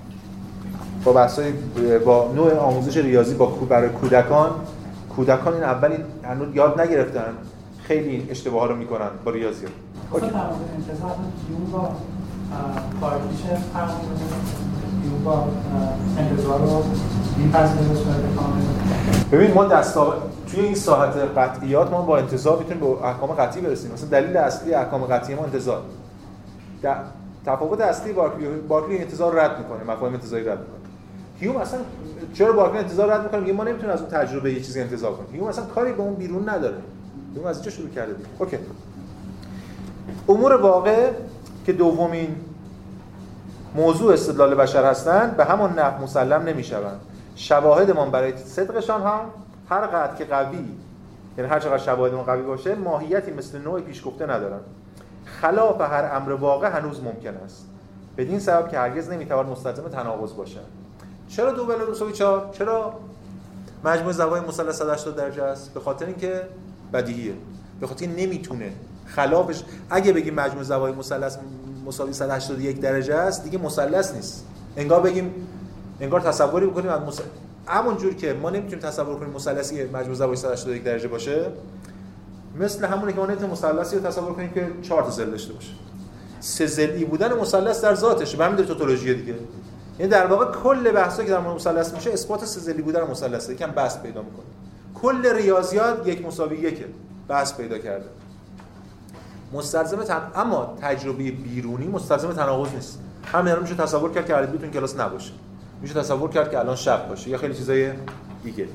با بحثای با نوع آموزش ریاضی با برای کودکان کودکان این اولی هنوز یاد نگرفتن، خیلی این اشتباه‌ها رو میکنن با ریاضیات. اوکی. در مورد انتزاع یون با پارکیش فرق یون با انتزاع رو می‌پذیره به صورت کامل. ببین ما دستا توی این ساحت قطعیات ما با انتزاع میتونیم به احکام قطعی برسیم. مثلا دلیل اصلی احکام قطعی ما انتزاع. در تفاوت اصلی بارکلی بارکلی انتزاع رد میکنه، مفاهیم انتزاعی رد میکنه. هیوم اصلا چرا بارکلی انتزاع رد میکنه؟ میگه ما نمیتونیم از اون تجربه یه چیزی انتزاع کنیم. هیوم اصلا کاری به اون بیرون نداره. هیوم از اینجا شروع کرده بود. اوکی. امور واقع که دومین موضوع استدلال بشر هستند به همان نحو مسلم نمیشوند. شواهدمان برای صدقشان هم هر قدر که قوی، یعنی هر چقدر شواهدمان قوی باشه، ماهیتی مثل نوع پیشگفته ندارند. خلاف هر امر واقع هنوز ممکن است. بدین سبب که هرگز نمیتواند مستلزم تناقض باشد. چرا دو بلا مساوی چهار؟ چرا مجموع زوایای مثلث صد و هشتاد درجه است؟ به خاطر اینکه بدیهیه. به خاطر اینکه نمیتونه خلافش، اگه بگیم مجموع زوایای مثلث مساوی صد و هشتاد و یک درجه است، دیگه مثلث نیست. انگار بگیم انگار تصوری بکنیم از مثلث، همون جور که ما نمیتونیم تصور کنیم مثلثی مجموع زوایای صد و هشتاد و یک درجه باشه، مثل همونه که ما نمیتونیم مثلثی رو تصور کنیم که چهار تا ضلع داشته باشه. سه ضلعی بودن مثلث در ذاتشه، به همین دلیل توتولوژی دیگه. یعنی در واقع کل بحثایی که در مورد مثلث میشه اثبات سه ضلعی بودن مثلثه، یکم بحث پیدا میکنه. کل ریاضیات یک مساوی یکه، بحث پیدا کرده. مستلزم تن... اما تجربه بیرونی مستلزم تناقض نیست. همین رو میشه تصور کرد که علیبیتون کلاس نباشه. میشه تصور کرد که الان شب باشه یا خیلی چیزای دیگه.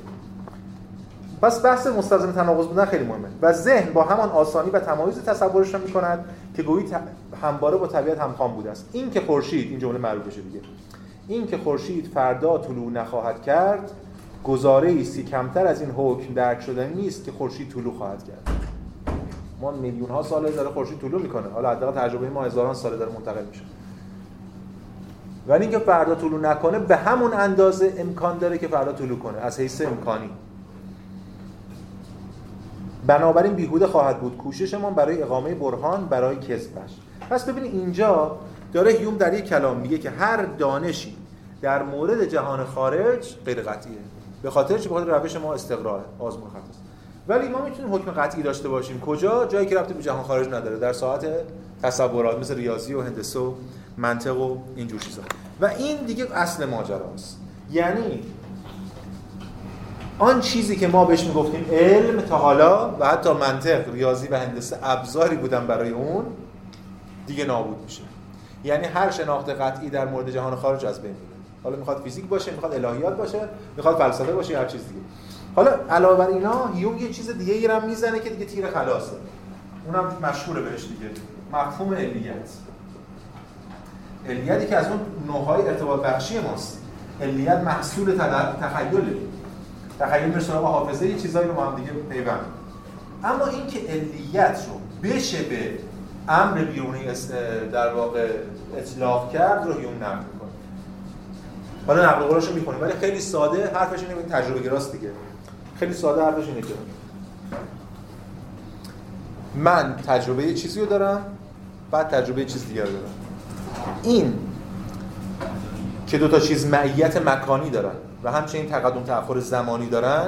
پس بحث مستلزم تناقض بودن خیلی مهمه و ذهن با همان آسانی و تمایز تصورش رو می‌کند که گویی همواره با طبیعت همخوان بوده است. این که خورشید، این جمله معروف بشه دیگه، این که خورشید فردا طلوع نخواهد کرد، گزاره‌ای است که کمتر از این حکم درک شدنی نیست که خورشید طلوع خواهد کرد. ما میلیون ها ساله داره خورشید طلوع میکنه، حالا حداقل تجربه ما هزاران ساله داره منتقل میشه. ولی اینکه فردا طلوع نکنه به همون اندازه امکان داره که فردا طلوع کنه از حیث امکانی. بنابراین بیهوده خواهد بود کوششمان برای اقامه برهان برای کذبش. پس ببینید اینجا داره هیوم در یک کلام میگه که هر دانشی در مورد جهان خارج غیر قطعیه. به خاطر چه؟ به خاطر روش ما استقرار آزمون خطاست. ولی ما میتونیم حکم قطعی داشته باشیم. کجا؟ جایی که رابطه به جهان خارج نداره، در ساعت تصورات مثل ریاضی و هندسه و منطق و این جور چیزا. و این دیگه اصل ماجراست. یعنی آن چیزی که ما بهش میگفتیم علم تا حالا و حتی منطق، ریاضی و هندسه ابزاری بودن برای اون، دیگه نابود میشه. یعنی هر شناخت قطعی در مورد جهان خارج از بین میره. حالا میخواد فیزیک باشه، میخواد الهیات باشه، میخواد فلسفه باشه، هر چیز دیگه. حالا علاوه بر اینا هیوم یه چیز دیگه ای هم میزنه که دیگه تیر خلاصه. اونم مشهوره بهش دیگه، مفهوم علیت. علیتی که از اون نوع‌های ارتباط بخشی ماست. علیت محصول تخیله. تخیل میشه سراغ حافظه یه چیزایی رو با هم دیگه پیوند. اما این که علیت رو بشه به امر بیرونی در واقع اطلاق کرد رو هیوم نقد میکنه. حالا نقل قولش رو میخونیم ولی خیلی ساده حرفش اینه، این تجربه گراست دیگه. خیلی ساده حرفش اینه که من تجربه یه چیزی رو دارم، بعد تجربه یه چیز دیگه رو دارم. این که دو تا چیز معیت مکانی دارن و همچنین تقدم تأخر زمانی دارن،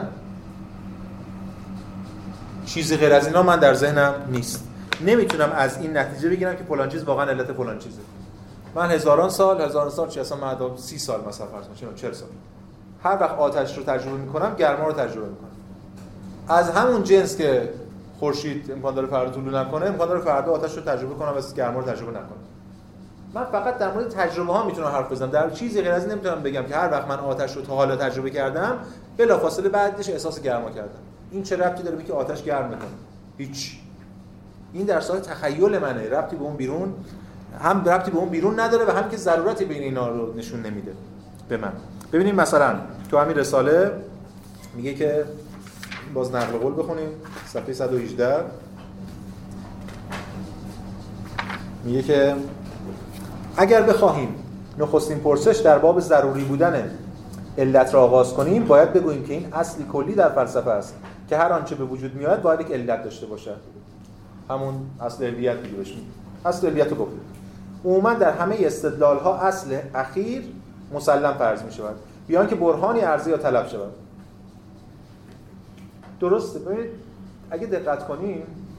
چیزی غیر از اینا من در ذهنم نیست. نمیتونم از این نتیجه بگیرم که فلان چیز واقعا علت فلان چیزه. من هزاران سال هزاران سال چه اصلا من سی سال مثلا فرض کنم چهل سال هر وقت آتش رو تجربه میکنم گرما رو تجربه میکنم. از همون جنس که خورشید امکان داره فردا طلوع نکنه، امکان داره فردا آتش رو تجربه کنم و گرما رو تجربه نکنم. من فقط در مورد تجربه ها میتونم حرف بزنم، در چیزی غیر از این نمیتونم بگم که هر وقت من آتش رو تا حالا تجربه کردم بلافاصله بعدش احساس گرما کردم. این چه ربطی داره به که آتش گرم میکنه؟ هیچ. این در ساحت تخیل منه، ربطی به اون بیرون هم ربطی به اون بیرون نداره و هم که ضرورتی بین اینا رو نشون نمیده به من. ببینیم مثلا تو همین رساله میگه که باز نقل قول بخونیم صفحه صد و هجده میگه که اگر بخواهیم نخستین پرسش در باب ضروری بودن علت را آغاز کنیم باید بگوییم که این اصلی کلی در فلسفه است که هر آنچه به وجود میاد باید یک علت داشته باشه. همون اصل علیت دیگه بهش میگیم. اصل علیت رو گفتیم. عموما در همه استدلال ها اصل اخیر مسلم فرض می شود بیان که برهانی عرضی یا طلب شود. درسته. ببینید اگه دقت کنیم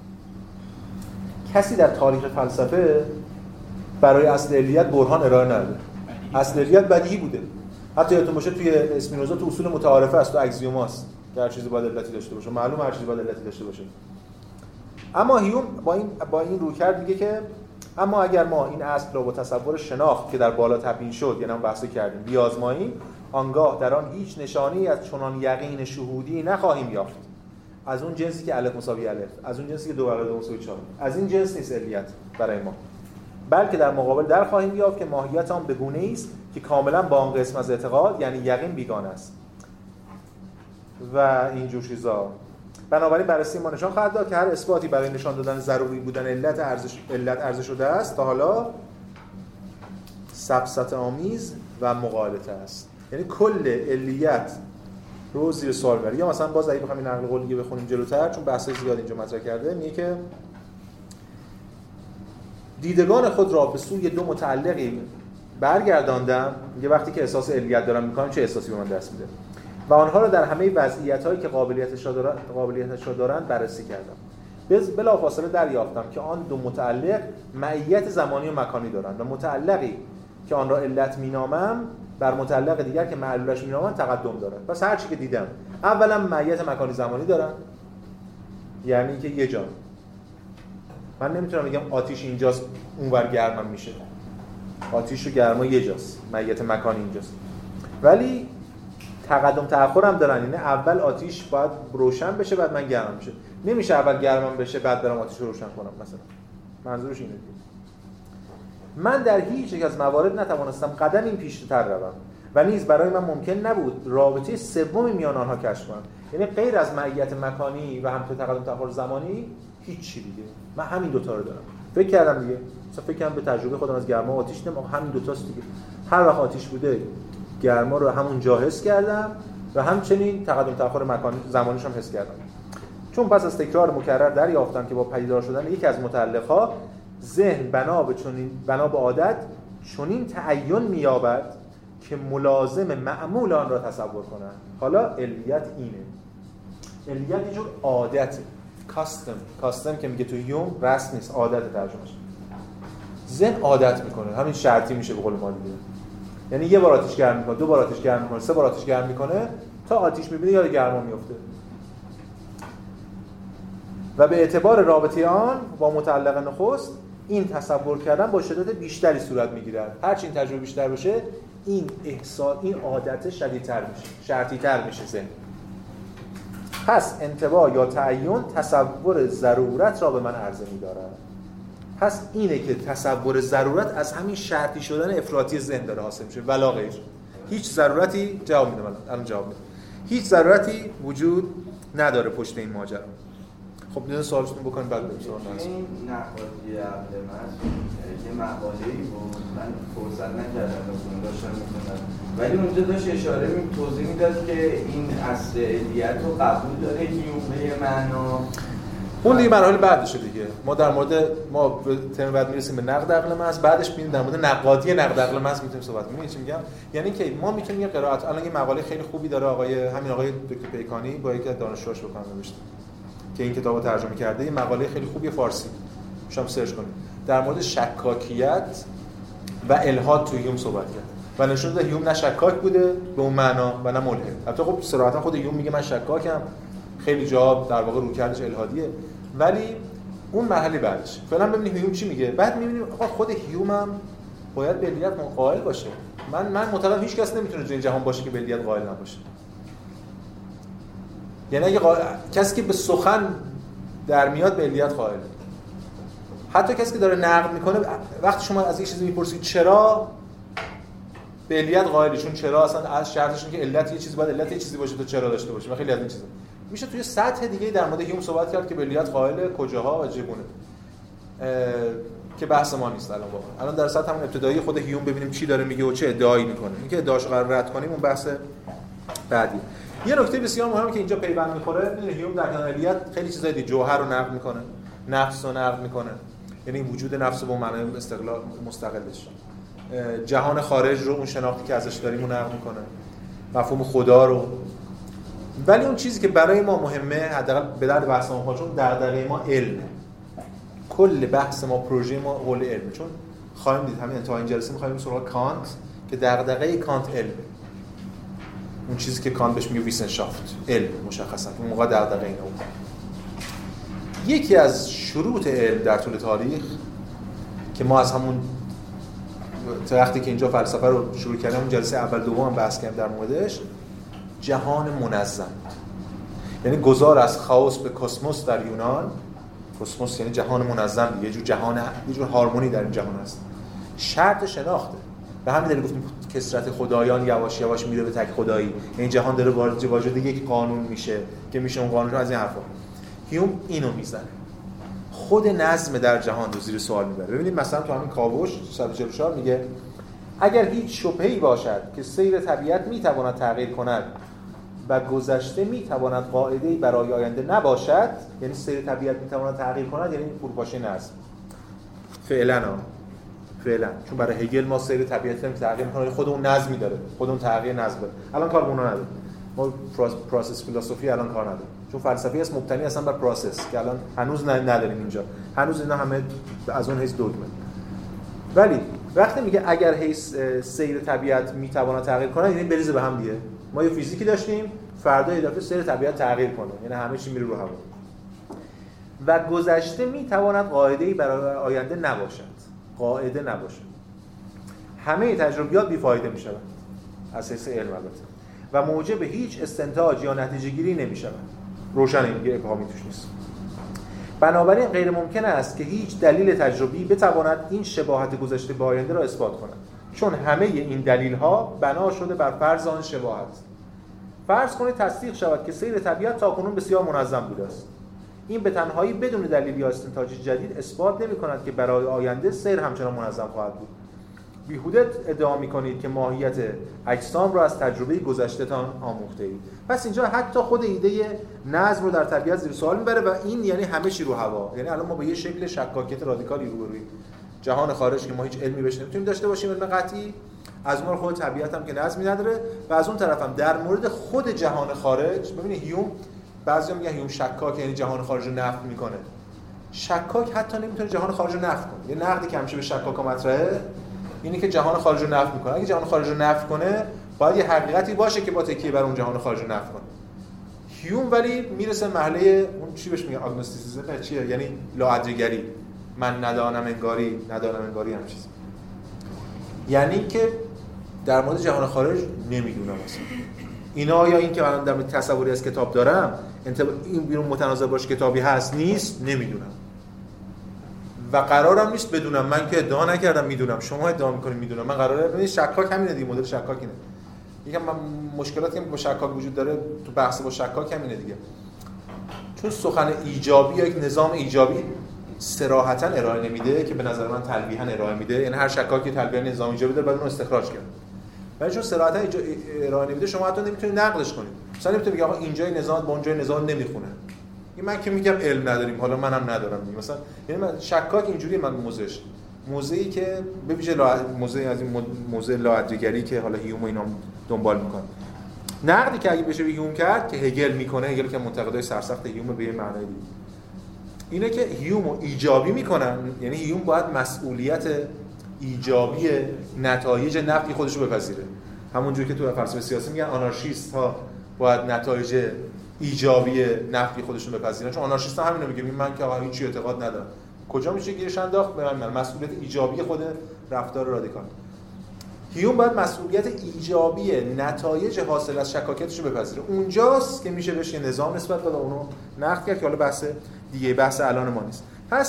کسی در تاریخ فلسفه برای اصل علیت برهان ارائه نداده. اصل علیت بدیهی بوده. حتی یادتون باشه توی اسپینوزا تو اصول متعارفه است، تو اکسیوماست که هر چیزی باید علتی داشته باشه. معلومه هر چیزی باید علتی داشته باشه. اما هیوم با این با این رویکرد میگه که اما اگر ما این اصل را با تصور شناخت که در بالا تبیین شد، یعنی هم بحث کردیم، بیازماییم، آنگاه در آن هیچ نشانی از چنان یقین شهودی نخواهیم یافت. از اون جنسی که الف مساوی الف، از اون جنسی که دو برابر دو مساوی چهار، از این جنس نیست علیت برای ما. بلکه در مقابل در خواهیم یافت که ماهیت آن به گونه‌ای است که کاملا با آن قسم از اعتقاد یعنی یقین بیگانه است. و اینجور چیزا. بنابراین بررسی ما نشان خواهد داد که هر اثباتی برای نشان دادن ضروری بودن علت ارزش علت عرضه شده است تا حالا سبست آمیز و مغالطه است. یعنی کل علیت رو زیر سوال بره. یا مثلا باز اگه بخوایم این نقل قول دیگه بخونیم جلوتر چون بحثای زیاد اینجا مطرح کرده، میگه که دیدگان خود را به سوی دو متعلقی برگرداندم. میگه وقتی که احساس علیت دارم میکنم چه احساسی به من دست میده و آنها را در همه وضعیت‌هایی که قابلیتش را دارند قابلیتش را دارند بررسی کردم. بلافاصله دریافتم که آن دو متعلق معیت زمانی و مکانی دارند و متعلقی که آن را علت مینامم بر متعلق دیگر که معلولش مینامم تقدم دارد. پس هر چی که دیدم اولا معیت مکانی زمانی دارن، یعنی که یه جا من نمیتونم بگم آتیش اینجاست اونور گرمم میشه. آتیش و گرما یه جاست، معیت مکانی اینجاست. ولی تقدم تأخر هم دارن، یعنی اول آتیش باید روشن بشه بعد من گرمم بشه. نمیشه اول گرمم بشه بعد برم آتیش رو روشن کنم مثلا. منظورش اینه. من در هیچ یک از موارد نتوانستم قدمی پیشتر روم و نیز برای من ممکن نبود رابطه سومی میان آنها کشف کنم. یعنی غیر از معیت مکانی و همینطور تقدم تأخر زمانی هیچ چی دیگه. من همین دو تا رو دارم. فکر کردم دیگه. مثلا فکر کردم به تجربه خودم از گرما و آتیش دیدم همین دو تاست دیگه. هر وقت آتیش بوده گرما رو همون جا حس کردم و همچنین تقدم تأخر مکانی زمانیش هم حس کردم. چون پس از تکرار مکرر دریافتم که با پدیدار شدن یکی از متعلق‌ها ذهن بنا به چنین بنا به عادت چنین تعین می‌یابد که ملازم معمول آن را تصور کنند. حالا علیت اینه. علیت یه جور عادته. کاستم کاستم که میگه تو هیوم رسم نیست، عادت ترجمهش. ذهن عادت میکنه، همین شرطی میشه به قول ما دیگه. یعنی یه بار آتیش گرم میکنه، دو بار آتیش گرم میکنه، سه بار آتیش گرم میکنه تا آتیش میبینه یاد گرما میفته. و به اعتبار رابطه آن با متعلق نخست این تصور کردن با شدت بیشتری صورت میگیرد. هر چی این تجربه بیشتر باشه این احساس این عادت شدیدتر میشه، شرطی‌تر میشه ذهن. پس انطباع یا تعین تصور ضرورت را به من عرضه می‌دارد. پس اینه که تصور ضرورت از همین شرطی شدن افراطی ذهن داره حاصل میشه ولا غیر. هیچ ضرورتی جواب میده. من الان جواب میدم. هیچ ضرورتی وجود نداره پشت این ماجرا. خب دیگه سوالتون بکنید بعد بریم سوال نهایی. این نقادی عقل محض یه مقاله‌ای بود، من فرصت نکردم بخونم، داشتم می‌خوندم. ولی اونجا داشت اشاره می توضیح میداد که این اصل علیت رو قبول داره هیوم به معنا. اون دیگه مرحله بعدشه دیگه. ما در مورد ما به ترم بعد میرسیم به نقد عقل محض، بعدش می‌بینیم در مورد نقادی نقد عقل محض میتونیم صحبت کنیم. چی میگم؟ یعنی که ما میتونیم یه قرائت الان یه مقاله خیلی خوبی داره آقای همین آقای دکتر پیکانی با یکی از دانشجوهاش بکنم نوشته که این کتابو ترجمه کرده. یه مقاله خیلی خوبی فارسی شما سرچ کنید در مورد شکاکیت و الحاد تو هیوم صحبت کرد و نشون داد هیوم نه شکاک بوده به اون معنا و نه ملحد. البته خب صراحتا خود هیوم میگه من شکاکم، خیلی جا در واقع روکردش الحادیه، ولی اون مرحله بعدش. فعلا ببینیم هیوم چی میگه، بعد میبینیم آقا خود هیوم هم باید به علیت قائل باشه. من من معتقدم هیچ کس نمیتونه تو این جهان باشه که به علیت قائل نباشه. یعنی اگه قا... کسی که به سخن در میاد به علیت قائل، حتی کسی که داره نقد میکنه وقتی شما از این چیزی میپرسید چرا به علیت قائلی، چون چرا اصلا از شرطش اینه که علت یه چیزی باید علت یه چیزی باشه تا چرا داشته باشه و خیلی از این چیزا میشه توی سطح دیگه در مورد هیوم صحبت کرد که به علیت قائل کجاها و چگونه که بحث ما نیست الان واقعا. الان در سطح همون ابتدایی خود هیوم ببینیم چی داره میگه و چه ادعایی میکنه. اینکه ادعاشو قرار رد کنیم اون بحث بعدی. یه نکته بسیار مهمه که اینجا پیوند میخوره، ببینید هیوم در کنار علیت خیلی چیزای دیگه، جوهر رو نقد میکنه، نفس رو نقد میکنه، یعنی وجود نفس رو به معنای استقلال مستقلش، جهان خارج رو، اون شناختی که ازش داریم رو نقد میکنه، مفهوم خدا رو. ولی اون چیزی که برای ما مهمه، حداقل به درد بحث ما، چون دغدغه ما علمه، کل بحث ما پروژه ما حول علمه، چون خواهیم دید همین انتهای این جلسه می‌خوایم سراغ کانت که دغدغه کانت علمه، اون چیزی که کانت بهش میگه ویسنشافت، علم مشخصا اون موقع دغدغه اینا بود. یکی از شروط علم در طول تاریخ که ما از همون وقتی که اینجا فلسفه رو شروع کردیم، اون جلسه اول دوم هم بحث کردیم در موردش، جهان منظم، یعنی گذار از خاوس به کسموس در یونان. کسموس یعنی جهان منظم، یه جور جهان، یه جور هارمونی در این جهان هست. شرط شناخته. به همین دلیل گفتیم کثرت خدایان یواش یواش میره به تک خدایی، یعنی جهان داره وارد واژه یک قانون میشه که میشه اون قانون رو از این حرفا. هیوم اینو میزنه، خود نظم در جهان رو زیر سوال میبره. ببینید مثلا تو همین کاوش صد و چهل و چهار میگه اگر هیچ شبهه‌ای باشد که سیر طبیعت میتواند تغییر کند و گذشته میتواند قاعده‌ای برای آینده نباشد، یعنی سیر طبیعت میتواند تغییر کند، یعنی فروپاشی نظم. فعلا ها فعلا چون برای هگل ما سیر طبیعت رو تغییر می‌کنه، خود اون نظمی داره، خود اون تغییر نظم داره. الان کار به اونها نداره، ما پروسس فیلسوفی الان کار نداره، چون فلسفی است مبتنی اصلا بر پروسس که الان هنوز نداریم اینجا، هنوز اینا همه از اون حیث دوگمه. ولی وقتی میگه اگر حیث سیر طبیعت میتواند تغییر کنه، یعنی بریزه به هم دیگه. ما یه فیزیکی داشتیم، فردا یه دفعه سیر طبیعت تغییر کنه، یعنی همه چی میره رو هوا. و گذشته میتواند قاعده‌ای برای آینده نباشد، قاعده نباشد. همه تجربیات بی‌فایده میشوند از حیث علم البته و موجب هیچ استنتاج یا نتیجه گیری نمیشوند. روشن میگه ابهامی توش نیست. بنابراین غیر ممکن است که هیچ دلیل تجربی بتواند این شباهت گذشته به آینده را اثبات کند، چون همه این دلیل‌ها بنا شده بر فرض آن شباهت. فرض کنید تصدیق شود که سیر طبیعت تاکنون بسیار منظم بوده است. این به تنهایی بدون دلیل یا استنتاج جدید اثبات نمی‌کند که برای آینده سیر همچنان منظم خواهد بود. بیهوده ادعا می‌کنید که ماهیت اجسام را از تجربه گذشته‌تان آموخته‌اید. پس اینجا حتی خود ایده نظم رو در طبیعت زیر سوال می‌بره و این یعنی همه چی رو هوا. یعنی الان ما با یه شکل شکاکیت رادیکالی روبرویم. جهان خارج که ما هیچ علمی بهش نمی‌تونیم داشته باشیم، علم قطعی، از اون خود طبیعت هم که نظمی نداره، و از اون طرف هم در مورد خود جهان خارج ببینید هیوم، بعضیا میگن هیوم شکاک یعنی جهان خارج رو نفی می‌کنه. شکاک حتی نمی‌تونه جهان خارج رو نفی کنه. یه نقدی که همیشه به شکاکا مطرحه اینی که جهان خارج رو نفی میکنه. اگه جهان خارج رو نفی کنه باید یه حقیقتی باشه که با تکیه بر اون جهان خارج رو نفی کنه. هیوم ولی میرسه مرحله اون چی بهش میگن آگنوستیسیسم، چیه؟ یعنی لاادریگری، من ندانم انگاری، ندانم انگاری هم چیز. یعنی که در مورد جهان خارج نمیدونم اصلا. اینا یا این که من در تصوری از کتاب دارم، این بیرون متناظر باشه کتابی هست نیست، نمیدونم. و قرارم نیست بدونم، من که ادعا نکردم میدونم، شما ادعا میکنید میدونم، من قراره ببینید شکاک همینه دیگه، مدل شکاک اینه. یکم من مشکلاتی که با شکاک وجود داره تو بحث با شکاک همینه دیگه، چون سخن ایجابی یا یک نظام ایجابی صراحتاً ارائه نمیده که به نظر من تلویحاً ارائه میده، یعنی هر شکاکی تلویح نظام ایجابی داره بعد اون استخراج کرد، ولی چون صراحتاً ارائه نمیده شما حتی نمیتونید نقدش کنید. مثلا نمیتونید بگید آقا اینجای نظام با اونجای نظام نمیخونه. این من که میگم علم نداریم، حالا منم ندارم دیگه. مثلا یعنی من شکاک اینجوری، من موزش موزه‌ای که به ویژه لا... موزه از این موزه لاادریگری که حالا هیوم و اینا دنبال میکنه. نقدی که اگه بشه به هیوم کرد که هگل میکنه، هگل که منتقدای سرسخت هیوم به این معنی دیگه، اینه که هیومو ایجابی میکنن، یعنی هیوم باید مسئولیت ایجابی نتایج نفی خودش رو بپذیره. همونجوری که تو فلسفه سیاسی میگن آنارشیست ها باید نتایج ایجابی نفی خودشون بپذیرن، چون آنارشیست‌ها همینو میگه، من که آقا هیچ اعتقاد ندارم. کجا میشه گیرش انداخت؟ به من مسئولیت ایجابی خود رفتار رادیکال. هیوم باید مسئولیت ایجابی نتایج حاصل از شکاکیتش رو بپذیره. اونجاست که میشه بهش یه نظام نسبت داد، اونو نقد کرد که حالا بحث دیگه، بحث الان ما نیست. پس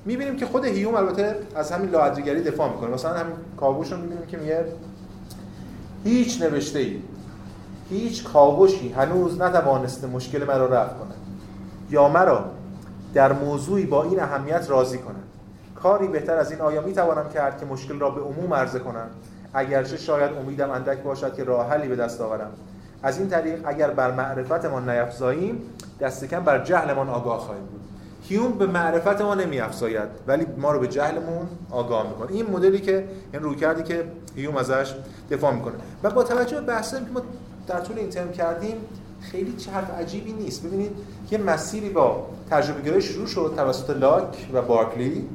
می‌بینیم که خود هیوم البته از همین لاحدریگری دفاع می‌کنه. مثلا همین کاوش رو می‌بینیم که میگه هیچ نوشته‌ای، هیچ کاوشی هنوز نتوانسته مشکل مرا رفع کند یا مرا در موضوعی با این اهمیت راضی کند. کاری بهتر از این آیا می‌توانم کرد که مشکل را به عموم عرضه کنم، اگرچه شاید امیدم اندک باشد که راه حلی به دست آورم. از این طریق اگر بر معرفتمان نیفزاییم، دست کم بر جهلمان آگاه خواهیم بود. هیوم به معرفت ما نمی‌افزاید ولی ما رو به جهلمون آگاه میکنه. این مدلی که این رویکردی که هیوم ازش دفاع میکنه و با توجه به بحثی که ما در طول این ترم کردیم خیلی چه حرف عجیبی نیست. ببینید یه مسیری با تجربه گرایی شروع شد توسط لاک و بارکلی،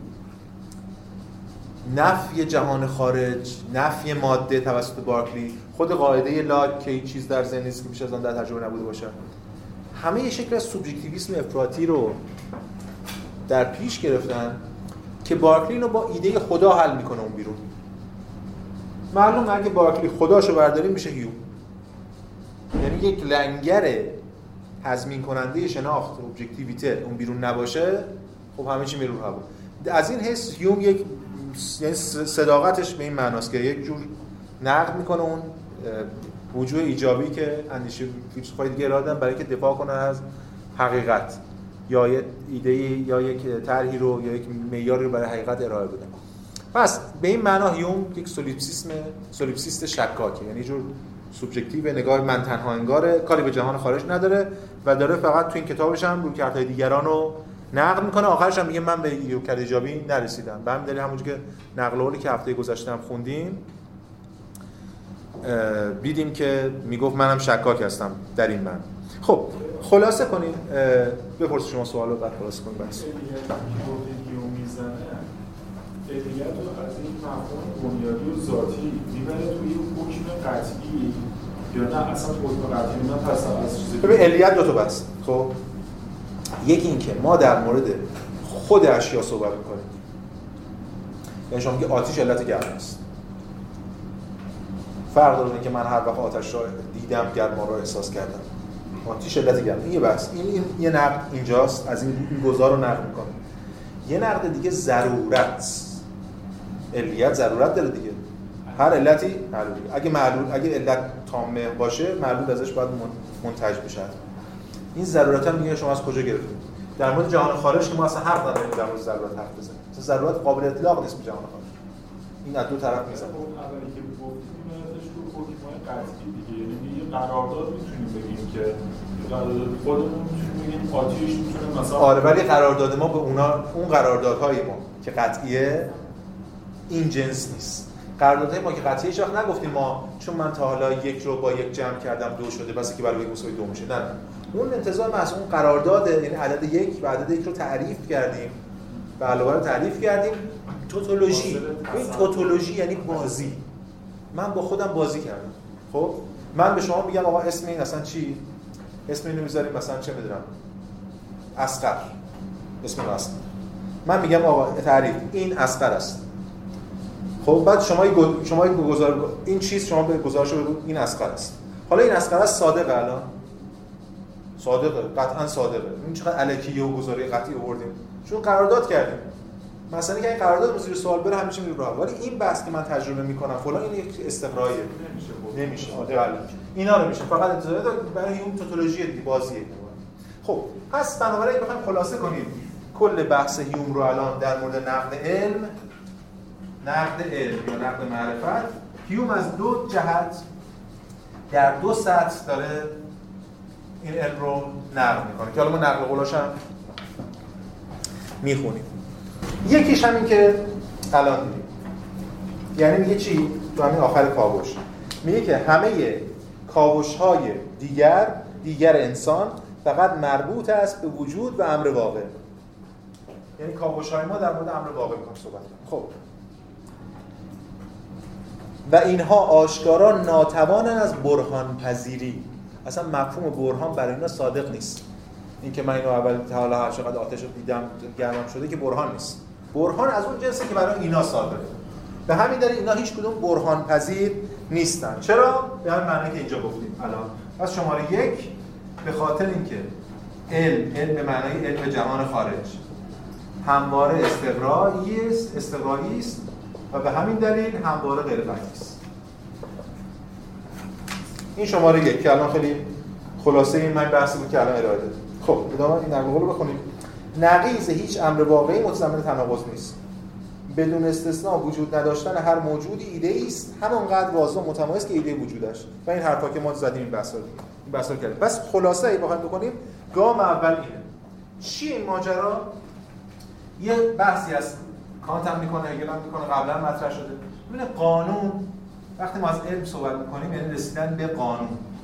نفی جهان خارج، نفی ماده توسط بارکلی، خود قاعده لاک که هیچ چیز در ذهن نیست که بیش از آن در تجربه نبوده باشه، همه یه شکل از سوبژکتیویسم افراطی رو در پیش گرفتن که بارکلی رو با ایده خدا حل میکنه اون بیرون. معلومه اگه بارکلی خداشو برداریم میشه هیوم، یعنی یک لنگر تضمین کننده شناخت ابجکتیویته اون بیرون نباشه، خب همه چی میره رو هوا. از این حیث هیوم یک یعنی صداقتش به این معناست که یک جور نقد میکنه اون وجوه ایجابی که اندیشه فیلسوفای دیگه ارائه دادن برای اینکه دفاع کنه از حقیقت یا یک ایده یا یک طرحی رو یا یک معیاری رو برای حقیقت ارائه بدن. پس به این معنا هیوم یک سولیپسیسم سولیپسیست شکاکه، یعنی جور سوبژکتیو نگاه من تنها انگاره، کاری به جهان خارج نداره و داره فقط تو این کتابش هم رویکردهای دیگران رو نقد میکنه. آخرش هم میگه من به رویکرد ایجابی نرسیدم. به همین دلیل همونجوری که نقل قولی که هفته گذشته هم خوندیم دیدیم که میگفت منم شکاک هستم در این من. خب خلاصه کنیم، بپرسید شما سوالو بعد خلاصه کنیم بحث. علیت رو از این مفهوم بنیادی و ذاتی میبره توی حکم قطعی یا نه اصلا حکم قطعی نه پس از چیزی؟ ببین علیت دو تا بحث. خب یکی این که ما در مورد خود اشیا صحبت میکنیم، یعنی شما میگه آتش علت گرما است. فرق داره اینکه من هر وقت آتش را دیدم گرما را احساس کردم. آتش علت گرما این یه بحث. این, این یه نقد اینجاست، از این گزار رو نقد میکنه. یه نقد دیگه ضرورت. علیت ضرورت داره دیگه. هر علتی معلول. اگه معلول اگه علت تامه باشه معلول ازش باید منتج بشه. این ضرورت هم میگه شما از کجا گرفتید؟ در مورد جهان خارج که ما اصلا حق نداریم در مورد ضرورت حرف بزنیم. مثلا ضرورت قابل اطلاق نیست به جهان خارج. این از دو طرف میزنه. اون اولی که گفتیم میادش تو حکمای قطعی دیگه، یعنی یه قرارداد میتونیم بگیم که قرارداد خودمون میتونیم بگیم آتیش میتونه مثلا آره، ولی قرارداد ما به اونا اون قراردادهای ما که قطعیه این جنس نیست. قراردادهای ما که قطعیه هیچ وقت نگفتیم ما چون من تا حالا یک رو با یک جمع کردم دو شده بس که برای یک مساوی دو میشه. نه نه، اون انتظار ما از اون قرارداد، یعنی عدد یک و عدد یک رو تعریف کردیم و علاوه بر تعریف کردیم توتولوژی. این توتولوژی یعنی بازی. من با خودم بازی کردم. خب من به شما میگم آقا اسم این اصلا چی؟ اسم اینو میذاریم مثلا چه میدونم اصغر، اسم اینو اصغر. من میگم آقا تعریف این اصغر است. خب بعد شما شما گزار این چیز شما به گزارش بگو این اصغر است. حالا این اصغر است صادقه، الان صادقه، قطعا صادقه. این چقدر الکیه و گزاره قطعی آوردیم چون قرارداد کردیم. مثلا اینکه این قرارداد زیر سوال بره همیشه میره راه. ولی این بحث که من تجربه میکنم فلان این یک استقرایه نمیشه نمیشه آره اینا رو میشه فقط انتظار برای اون توتولوژی دیگه بازیه. خب پس بنابراین بخوایم خلاصه کنیم کل بحث هیوم رو الان در مورد نقد علم، نقد علم یا نقد معرفت، هیوم از دو جهت در دو سطح داره این علم رو نقد میکنه که حالا ما نقل قولش هم میخونیم. یکیش همین که الان دیدیم، یعنی میگه چی؟ تو همین آخر کاوش میگه که همه کاوش‌های دیگر دیگر انسان فقط مربوط است به وجود و امر واقع. یعنی کاوش‌های ما در مورد امر واقع میخوام صحبت کنیم. خب و اینها آشکارا ناتوانند از برهان پذیری. اصلا مفهوم برهان برای اینا صادق نیست. این که من اینو اول تا حالا هر چقدر آتش رو دیدم گرمم شده که برهان نیست. برهان از اون جنسه که برای اینا صادقه. به همین دلیل اینا هیچ کدوم برهان پذیر نیستن. چرا؟ به همین معنی که اینجا گفتیم الان. پس شماره یک به خاطر اینکه علم علم به معنای علم جهان خارج همواره استقرایی است، استقرایی است و به همین دلیل همواره غیر قطعی است. این شماره یک که الان خیلی خلاصه این من بحثی بود که الان ارائه دادم. خب ادامه این نقل قول رو بخونیم. نقیض هیچ امر واقعی متضمن تناقض نیست. بدون استثناء وجود نداشتن هر موجودی ایده است، همانقدر واضح و متمایز که ایده وجودش. و این حرفا که ما زدیم این بحثا رو این بحثا رو کردیم. پس خلاصه ای بخوایم بکنیم، گام اول اینه. چی این ماجرا؟ یه بحثی از کانت هم میکنه، هگل هم میکنه، قبلا مطرح شده. ببین قانون، وقتی ما از علم صحبت میکنیم یعنی رسیدن به قانون.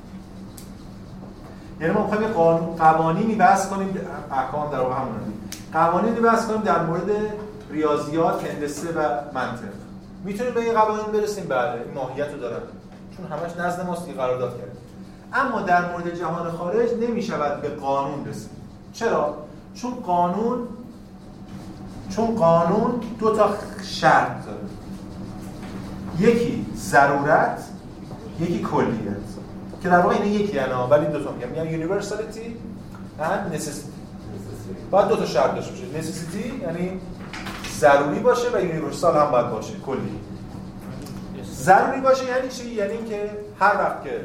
یعنی ما میخوایم قانون قوانینی بحث کنیم، احکام در واقع همونه. قوانینی بحث کنیم در مورد ریاضیات، هندسه و منطق. میتونیم به این قوانین برسیم؟ بله، این ماهیت رو دارن. چون همش نزد ماست قرارداد کرده. اما در مورد جهان خارج نمیشود به قانون رسید. چرا؟ چون قانون چون قانون دو تا شرط داره. یکی ضرورت، یکی کلیت. که در واقع این یکی انا ولی دو تا میگم. میگم یونیورسالیتی و نسسیتی. باید دو تا شرط داشته باشه. نسسیتی یعنی ضروری باشه و یونیورسال هم باید باشه، کلی. ضروری باشه یعنی چی؟ یعنی که هر وقت که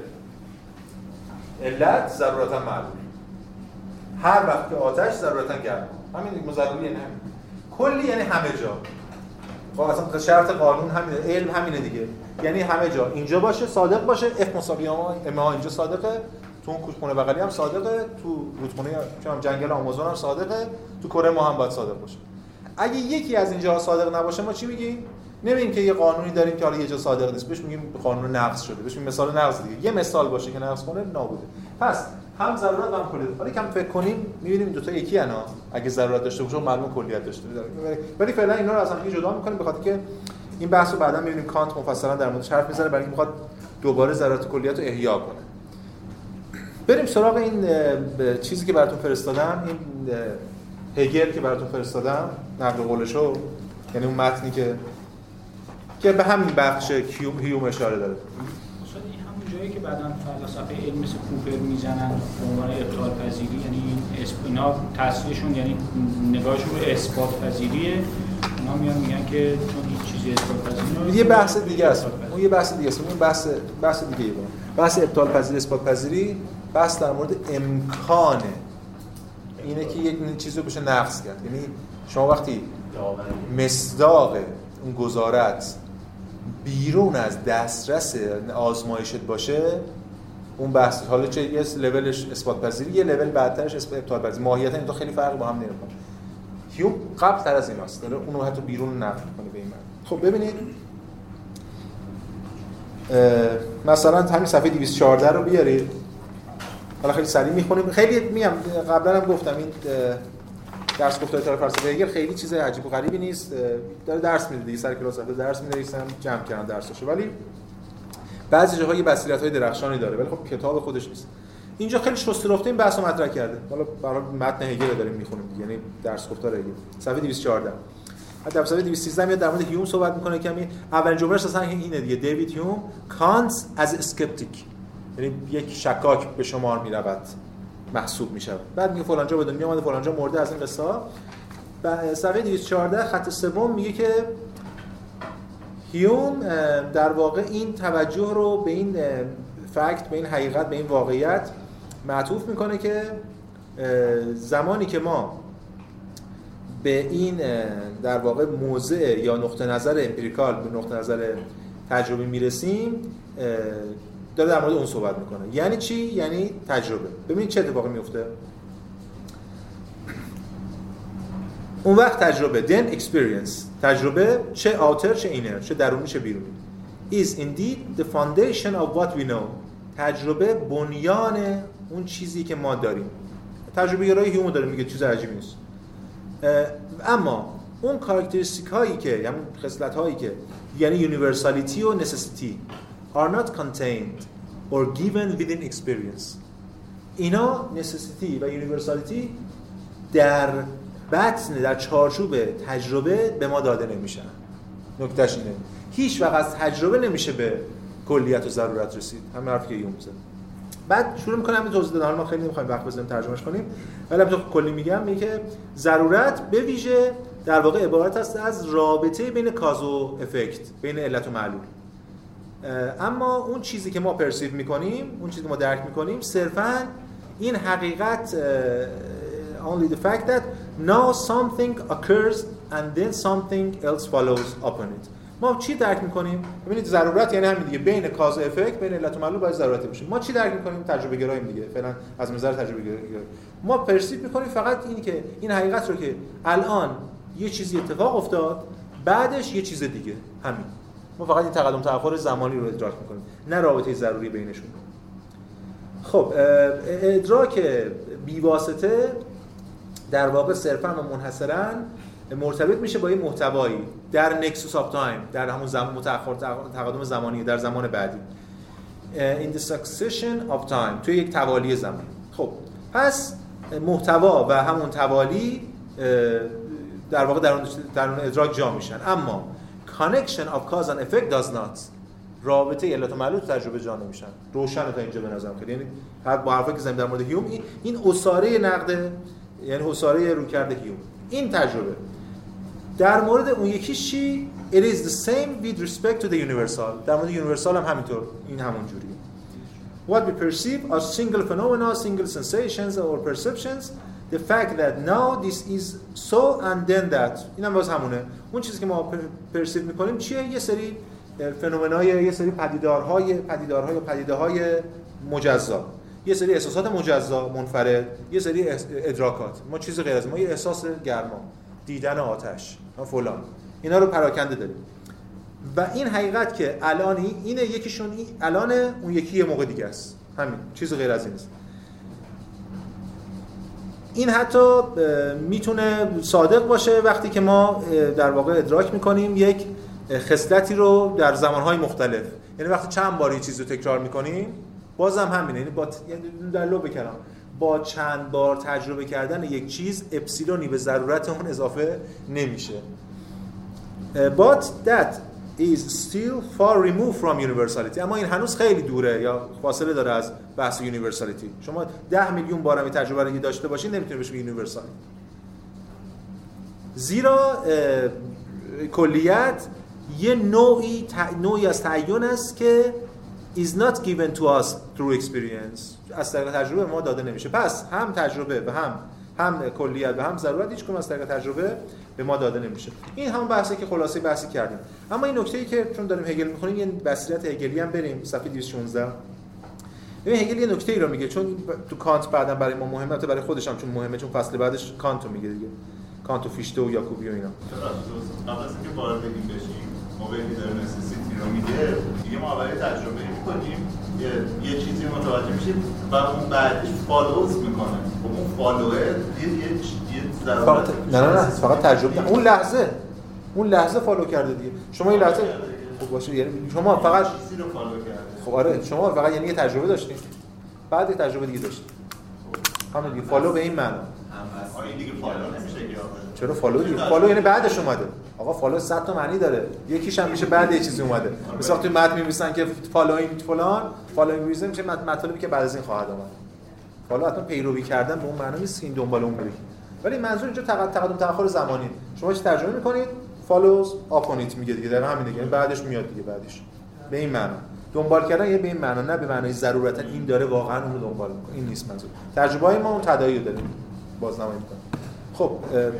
علت ضرورتا معلوم، هر وقت که آتش ضرورتا گرم. همین دیگه ضروری یعنی همین. کلی یعنی همه جا. خب اصلا شرط قانون همینه، علم همینه دیگه. یعنی همه جا اینجا باشه، صادق باشه، اف مساوی ام ها اینجا صادقه، تو اون کوچخونه بغلی هم صادقه، تو رودخونه چون جنگل آمازون هم صادقه، تو کره ما هم باید صادق باشه. اگه یکی از اینجاها صادق نباشه ما چی میگیم؟ نمیگیم که یه قانونی داریم که حالا یه جا صادق نیست، بهش میگیم قانون نقض شده، بهش میگیم مثال نقض دیگه. یه مثال باشه که نقض کنه نابوده. پس هم ضرورت و هم کلیت. حالا کم فکر کنیم می‌بینیم این دو تا یکی انا. اگه ضرورت داشته باشه معلوم کلیت داشته باشه. ولی فعلا اینا رو از هم جدا می‌کنیم به خاطر که این بحثو بعدا می‌بینیم کانت مفصلا در موردش حرف می‌زنه، برای اینکه می‌خواد دوباره ضرورت کلیت رو احیا کنه. بریم سراغ این چیزی که براتون فرستادم، این هگل که براتون فرستادم، نقل قولشو، یعنی اون متنی که که به همین بخش هیوم اشاره داره. مثلا این همون جایی که بعداً فلسفه علم مثل کوپر میزنن به عنوان ابطال پذیری، یعنی اینا تاثیرشون یعنی نگاهشون به اثبات پذیریه. اونا میان میگن که چون هیچ چیزی اثبات پذیری نیست. یه بحث دیگه است. اون یه بحث دیگه است. اون بحث بحث دیگه ای بود. بحث ابطال پذیری، اثبات پذیری، بحث در مورد امکانه. اینه که یک چیزی رو بشه نقض کرد. یعنی شما وقتی مصداق اون گزارت بیرون از دسترس آزمایشت باشه، اون بحث حالا چه یه لولش اثبات پذیری، یه لول بعدترش ابطال پذیری. ماهیتا این دو خیلی فرق با هم نمیکنه. هیوم قبل تر از ایناست، داره اونو حتی بیرون نقد میکنه به این معنی. خب ببینید مثلا همین صفحه دویست و چهارده رو بیارید. حالا خیلی سریع میخونیم. خیلی میگم قبلا هم گفتم این درس گفتار تاریخ فلسفه هگل خیلی چیز عجیب و غریبی نیست. داره درس میده دیگه، سر کلاس رفته درس می‌نویسن، جمع کردن درساشو، ولی بعضی جاها یه بصیرت‌های درخشانی داره، ولی خب کتاب خودش نیست. اینجا خیلی شسته رفته این بحثو مطرح کرده. حالا برای متن هگل داریم میخونیم دیگه، یعنی درس گفتار هگل صفحه دویست و چهارده. حتی در صفحه دویست و سیزده میاد در مورد هیوم صحبت میکنه. کمی اولین جملهش اصلا اینه دیگه، دیوید هیوم کانت از اسکپتیک، یعنی یک شکاک به شمار میرود، محسوب میشه. بعد میگه فلان جا به دنیا اومده، فلان جا مرده، از این قصه ها. بعد صفحه دویست و چهارده خط سوم میگه که هیوم در واقع این توجه رو به این فکت، به این حقیقت، به این واقعیت معطوف میکنه که زمانی که ما به این در واقع موضع یا نقطه نظر امپریکال، به نقطه نظر تجربی میرسیم، داره در مورد اون صحبت میکنه. یعنی چی؟ یعنی تجربه. ببینید چه اتفاقی میفته. اون وقت تجربه then experience، تجربه چه outer چه inner، چه درونی چه بیرونی، is indeed the foundation of what we know. تجربه بنیان اون چیزی که ما داریم. تجربه گرایی هیوم داره میگه چیز عجیبی نیست. اما اون کاراکتریستیک هایی که یعنی خصلت هایی که یعنی یونیورسالیتی و نسسیتی are not contained or given within experience، اینا نسسیتی و یونیورسالیتی در بطن، در چارچوب تجربه به ما داده نمیشن. نکتهش اینه هیچ وقت از تجربه نمیشه به کلیت و ضرورت رسید. همین حرفی که یوم زد. بعد شروع می‌کنه همین توضیح دادن. ما خیلی نمی‌خوایم وقت بذاریم ترجمهش کنیم، ولی البته کلی میگم میگه که ضرورت به ویژه در واقع عبارت است از رابطه بین کاز و افکت، بین علت و معلول. اما اون چیزی که ما پرسیو می‌کنیم، اون چیزی که ما درک می‌کنیم صرفاً این حقیقت only the fact that now something occurs and then something else follows upon it. ما چی درک می‌کنیم؟ ببینید ضرورت یعنی همین دیگه، بین کاز و افکت، بین علت و معلول باید ضرورت باشه. ما چی درک می‌کنیم؟ تجربه گراییم دیگه. فعلا از نظر تجربه گرایی ما پرسیو می‌کنیم فقط این که این حقیقت رو که الان یه چیزی اتفاق افتاد، بعدش یه چیز دیگه، همین. ما فقط این تقدم تأخر زمانی رو ادراک می‌کنیم، نه رابطه ضروری بینشون. خب ادراک بی‌واسطه در واقع صرفاً و منحصراً مرتبط میشه با این محتوایی در نکسوس آف تایم، در همون زمان متأخر تقدم زمانی، در زمان بعدی. in the succession of time، توی یک توالی زمانی. خب پس محتوا و همون توالی در واقع در اون در اون ادراک جا میشن، اما connection of cause and effect does not، رابطه علت و معلول تجربه جا نمیشن. روشن تا اینجا به نظرم که یعنی هر با حرفی که زدیم در مورد هیوم، این اساره نقد، یعنی اساره رویکرد هیوم، این تجربه. در مورد اون یکی چی؟ it is the same with respect to the universal. در مورد یونیورسال هم همینطور، این همون جوریه. what we perceive as single phenomena, single sensations or perceptions, the fact that now this is so and then that، این هم باز همونه. اون چیزی که ما پرسیو میکنیم چیه؟ یه سری فنومنای، یه سری پدیدارهای پدیدارهای پدیده‌های مجزا، یه سری احساسات مجزا منفرد، یه سری ادراکات. ما چیزی غیر از ما، یه احساس گرما، دیدن آتش، فلان، اینا رو پراکنده داریم. و این حقیقت که الانی اینه، یکیشون این الانه، اون یکی یه موقع دیگه است، همین، چیز غیر از این است. این حتی میتونه صادق باشه وقتی که ما در واقع ادراک میکنیم یک خصلتی رو در زمانهای مختلف، یعنی وقتی چند بار یه چیز رو تکرار میکنیم بازم همینه، یعنی با یعنی در لو بکنم با چند بار تجربه کردن یک چیز اپسیلونی به ضرورت اون اضافه نمیشه. but that is still far removed from universality. اما این هنوز خیلی دوره یا فاصله داره از بحث یونیورسالیتی. شما ده میلیون بار این تجربه رو داشته باشین نمیتونه بشه یونیورسال، زیرا کلیت یه نوعی نوعی از تعین است که is not given to us through experience، از طریق تجربه ما داده نمیشه. پس هم تجربه و هم هم کلیت و هم ضرورت هیچ کدوم از طریق تجربه به ما داده نمیشه. این همون بحثی که خلاصه بحثی کردیم. اما این نکته‌ای که چون داریم هگل می‌خونیم، یه بصیرت هگلی هم بریم صفحه دویست و شانزده. ببین هگل یه نکته‌ای رو میگه، چون تو کانت بعداً برای ما مهمه، البته برای خودش هم چون مهمه، چون فصل بعدش کانت رو میگه دیگه، کانت و فیشته و یاکوبی و اینا. قبل از اینکه وارد این بشیم، موقعی که داره نسیسیتی رو میگه، دیگه ما برای تجربه می‌کنیم، یه یه چیزی متوجه میشیم و اون بعدش فالوز میکنه. و اون فالوه یه یه ضرورت نه نه نه فقط تجربه، اون لحظه اون لحظه فالو کرده دیگه. شما این لحظه خب باشه، یعنی شما فقط چیزی رو فالو کرده. خب آره، شما فقط یعنی یه تجربه داشتین، بعد یه تجربه دیگه داشتین، همین دیگه. فالو به این معنا. آره این دیگه فالو نمیشه که چرا فالو دیگه؟ فالو یعنی بعدش اومده. آقا فالو صد تا معنی داره. یکیش هم میشه بعد یه چیزی اومده. مثلا تو متن می‌نویسن که فالوینگ فلان، فالوینگ ریزن میشه مطلبی که بعد از این خواهد اومد. فالو حتما پیروی کردن به اون معنا نیست که این دنبال اون بری. ولی منظور اینجا تقدم تأخر زمانی. شما چه ترجمه می‌کنید؟ فالوز آپونیت میگه دیگه، در همین دیگه. یعنی بعدش میاد دیگه، بعدش. به این معنا. دنبال کردن یه به این معنا، نه به معنای ضرورتا این داره واقعا اون رو دنبال می‌کنه. این نیست منظور. تجربه‌های ما اون تداعی رو داریم. بازنمایی می‌کنه. خب بریم.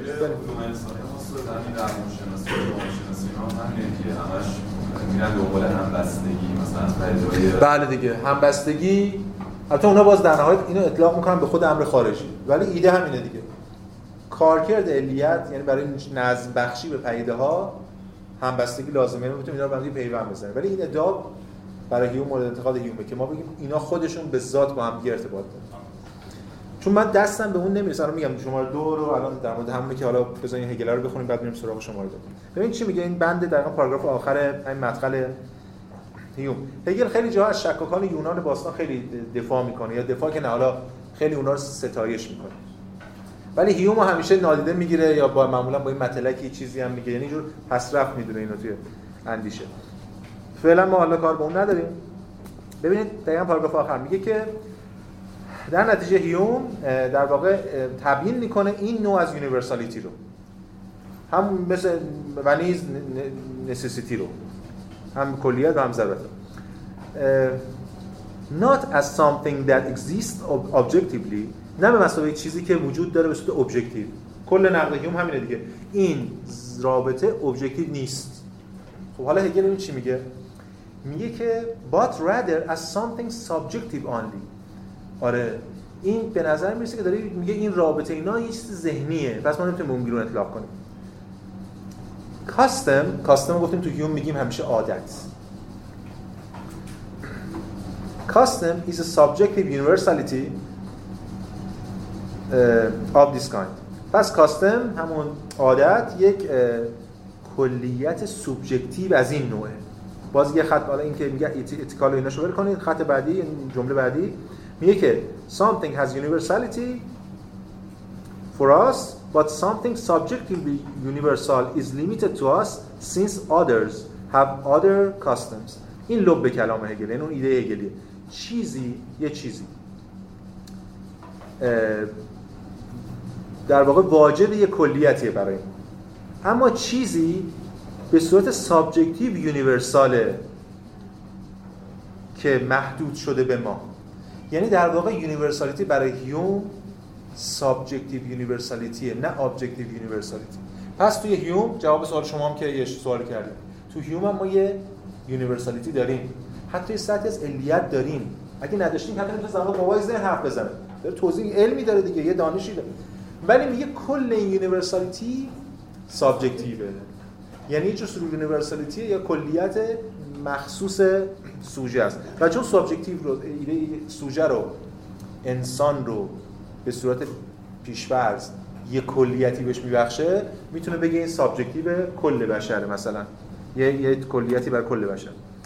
همین روانشناسی و روانشناسی اینا همینه که همش میرن دنبال همبستگی، مثلا بله دیگه، همبستگی. البته اونا باز در نهایت اینو اطلاق میکنن به خود امر خارجی، ولی ایده همینه دیگه. کارکرد علیت یعنی برای نظم بخشی به پدیده ها همبستگی لازمه، یعنی میتونیم اینا رو با هم پیوند بزنیم. ولی این ادعا برای هیوم مورد انتقاد هیومه که ما بگیم اینا خودشون به ذات با هم دیگه ارتباط دارن. چون من دستم به اون نمیرسه. الان میگم شماره دو رو الان در مورد همونی که حالا بزنین هگل رو بخونیم بعد میریم سراغ شماره دو. ببین چی میگه این بند دقیقاً پاراگراف آخر این مدخل هیوم. هگل خیلی جاها از شکاکان یونان باستان خیلی دفاع میکنه، یا دفاع که نه حالا خیلی اونا رو ستایش میکنه. ولی هیوم همیشه نادیده میگیره یا با معمولا با این مطلقی چیزی هم میگه، یعنی جور پس رفت میدونه اینو توی اندیشه. فعلا ما حالا کار با اون نداریم. ببینید دقیقاً پاراگراف آخر میگه که در نتیجه هیوم در واقع تبیین میکنه این نوع از یونیورسالیتی رو، هم مثل و نیز نسیسیتی رو، هم کلیت و هم ضرورت. not as something that exists objectively، نه به مسابقه چیزی که وجود داره به صورت ابجکتیو. کل نقد هیوم همینه دیگه، این رابطه ابجکتیو نیست. خب حالا هگل این چی میگه؟ میگه که but rather as something subjective only. آره این به نظر میرسه که داره میگه این رابطه اینا یه چیز ذهنیه، پس ما نمیتونیم اون بیرون اطلاق کنیم. کاستم کاستم گفتیم تو هیوم میگیم همیشه عادت. Custom is a subjective universality uh, of this kind. پس کاستم همون عادت یک uh, کلیت سوبژکتیو از این نوعه. باز یه خط حالا این که میگه اتیکال اینا شو بکنید، خط بعدی این جمله بعدی میگه که something has universality for us but something subjectively universal is limited to us since others have other customs. این لب کلام هگل، این اون ایده هگلیه. چیزی یه چیزی در واقع واجد یه کلیتیه برای این، اما چیزی به صورت سابجکتیو یونیورساله که محدود شده به ما. یعنی در واقع یونیورسالیتی برای هیوم سابجکتیو یونیورسالیتیه، نه ابجکتیو یونیورسالیتی. پس توی هیوم جواب سوال شما هم که یه سوال کردیم، تو هیوم هم ما یه یونیورسالیتی داریم، حتی سطحی از علیت داریم. اگه نداشتیم حتی نمیتونه زمان بابای ذهن حرف بزنه، داره توضیح علمی داره دیگه، یه دانشی داره، ولی میگه کل این یونیورسالیتی سابجکتیوه. یعنی یه جور یونیورسالیتی یا کلیت مخصوص سوژه است و چون سابجکتیو رو ایده سوژه رو انسان رو به صورت پیش‌فرض یه کلیتی بهش میبخشه، میتونه بگه این سابجکتیو کل بشره، مثلا یه یه کلیتی بر کل بشر،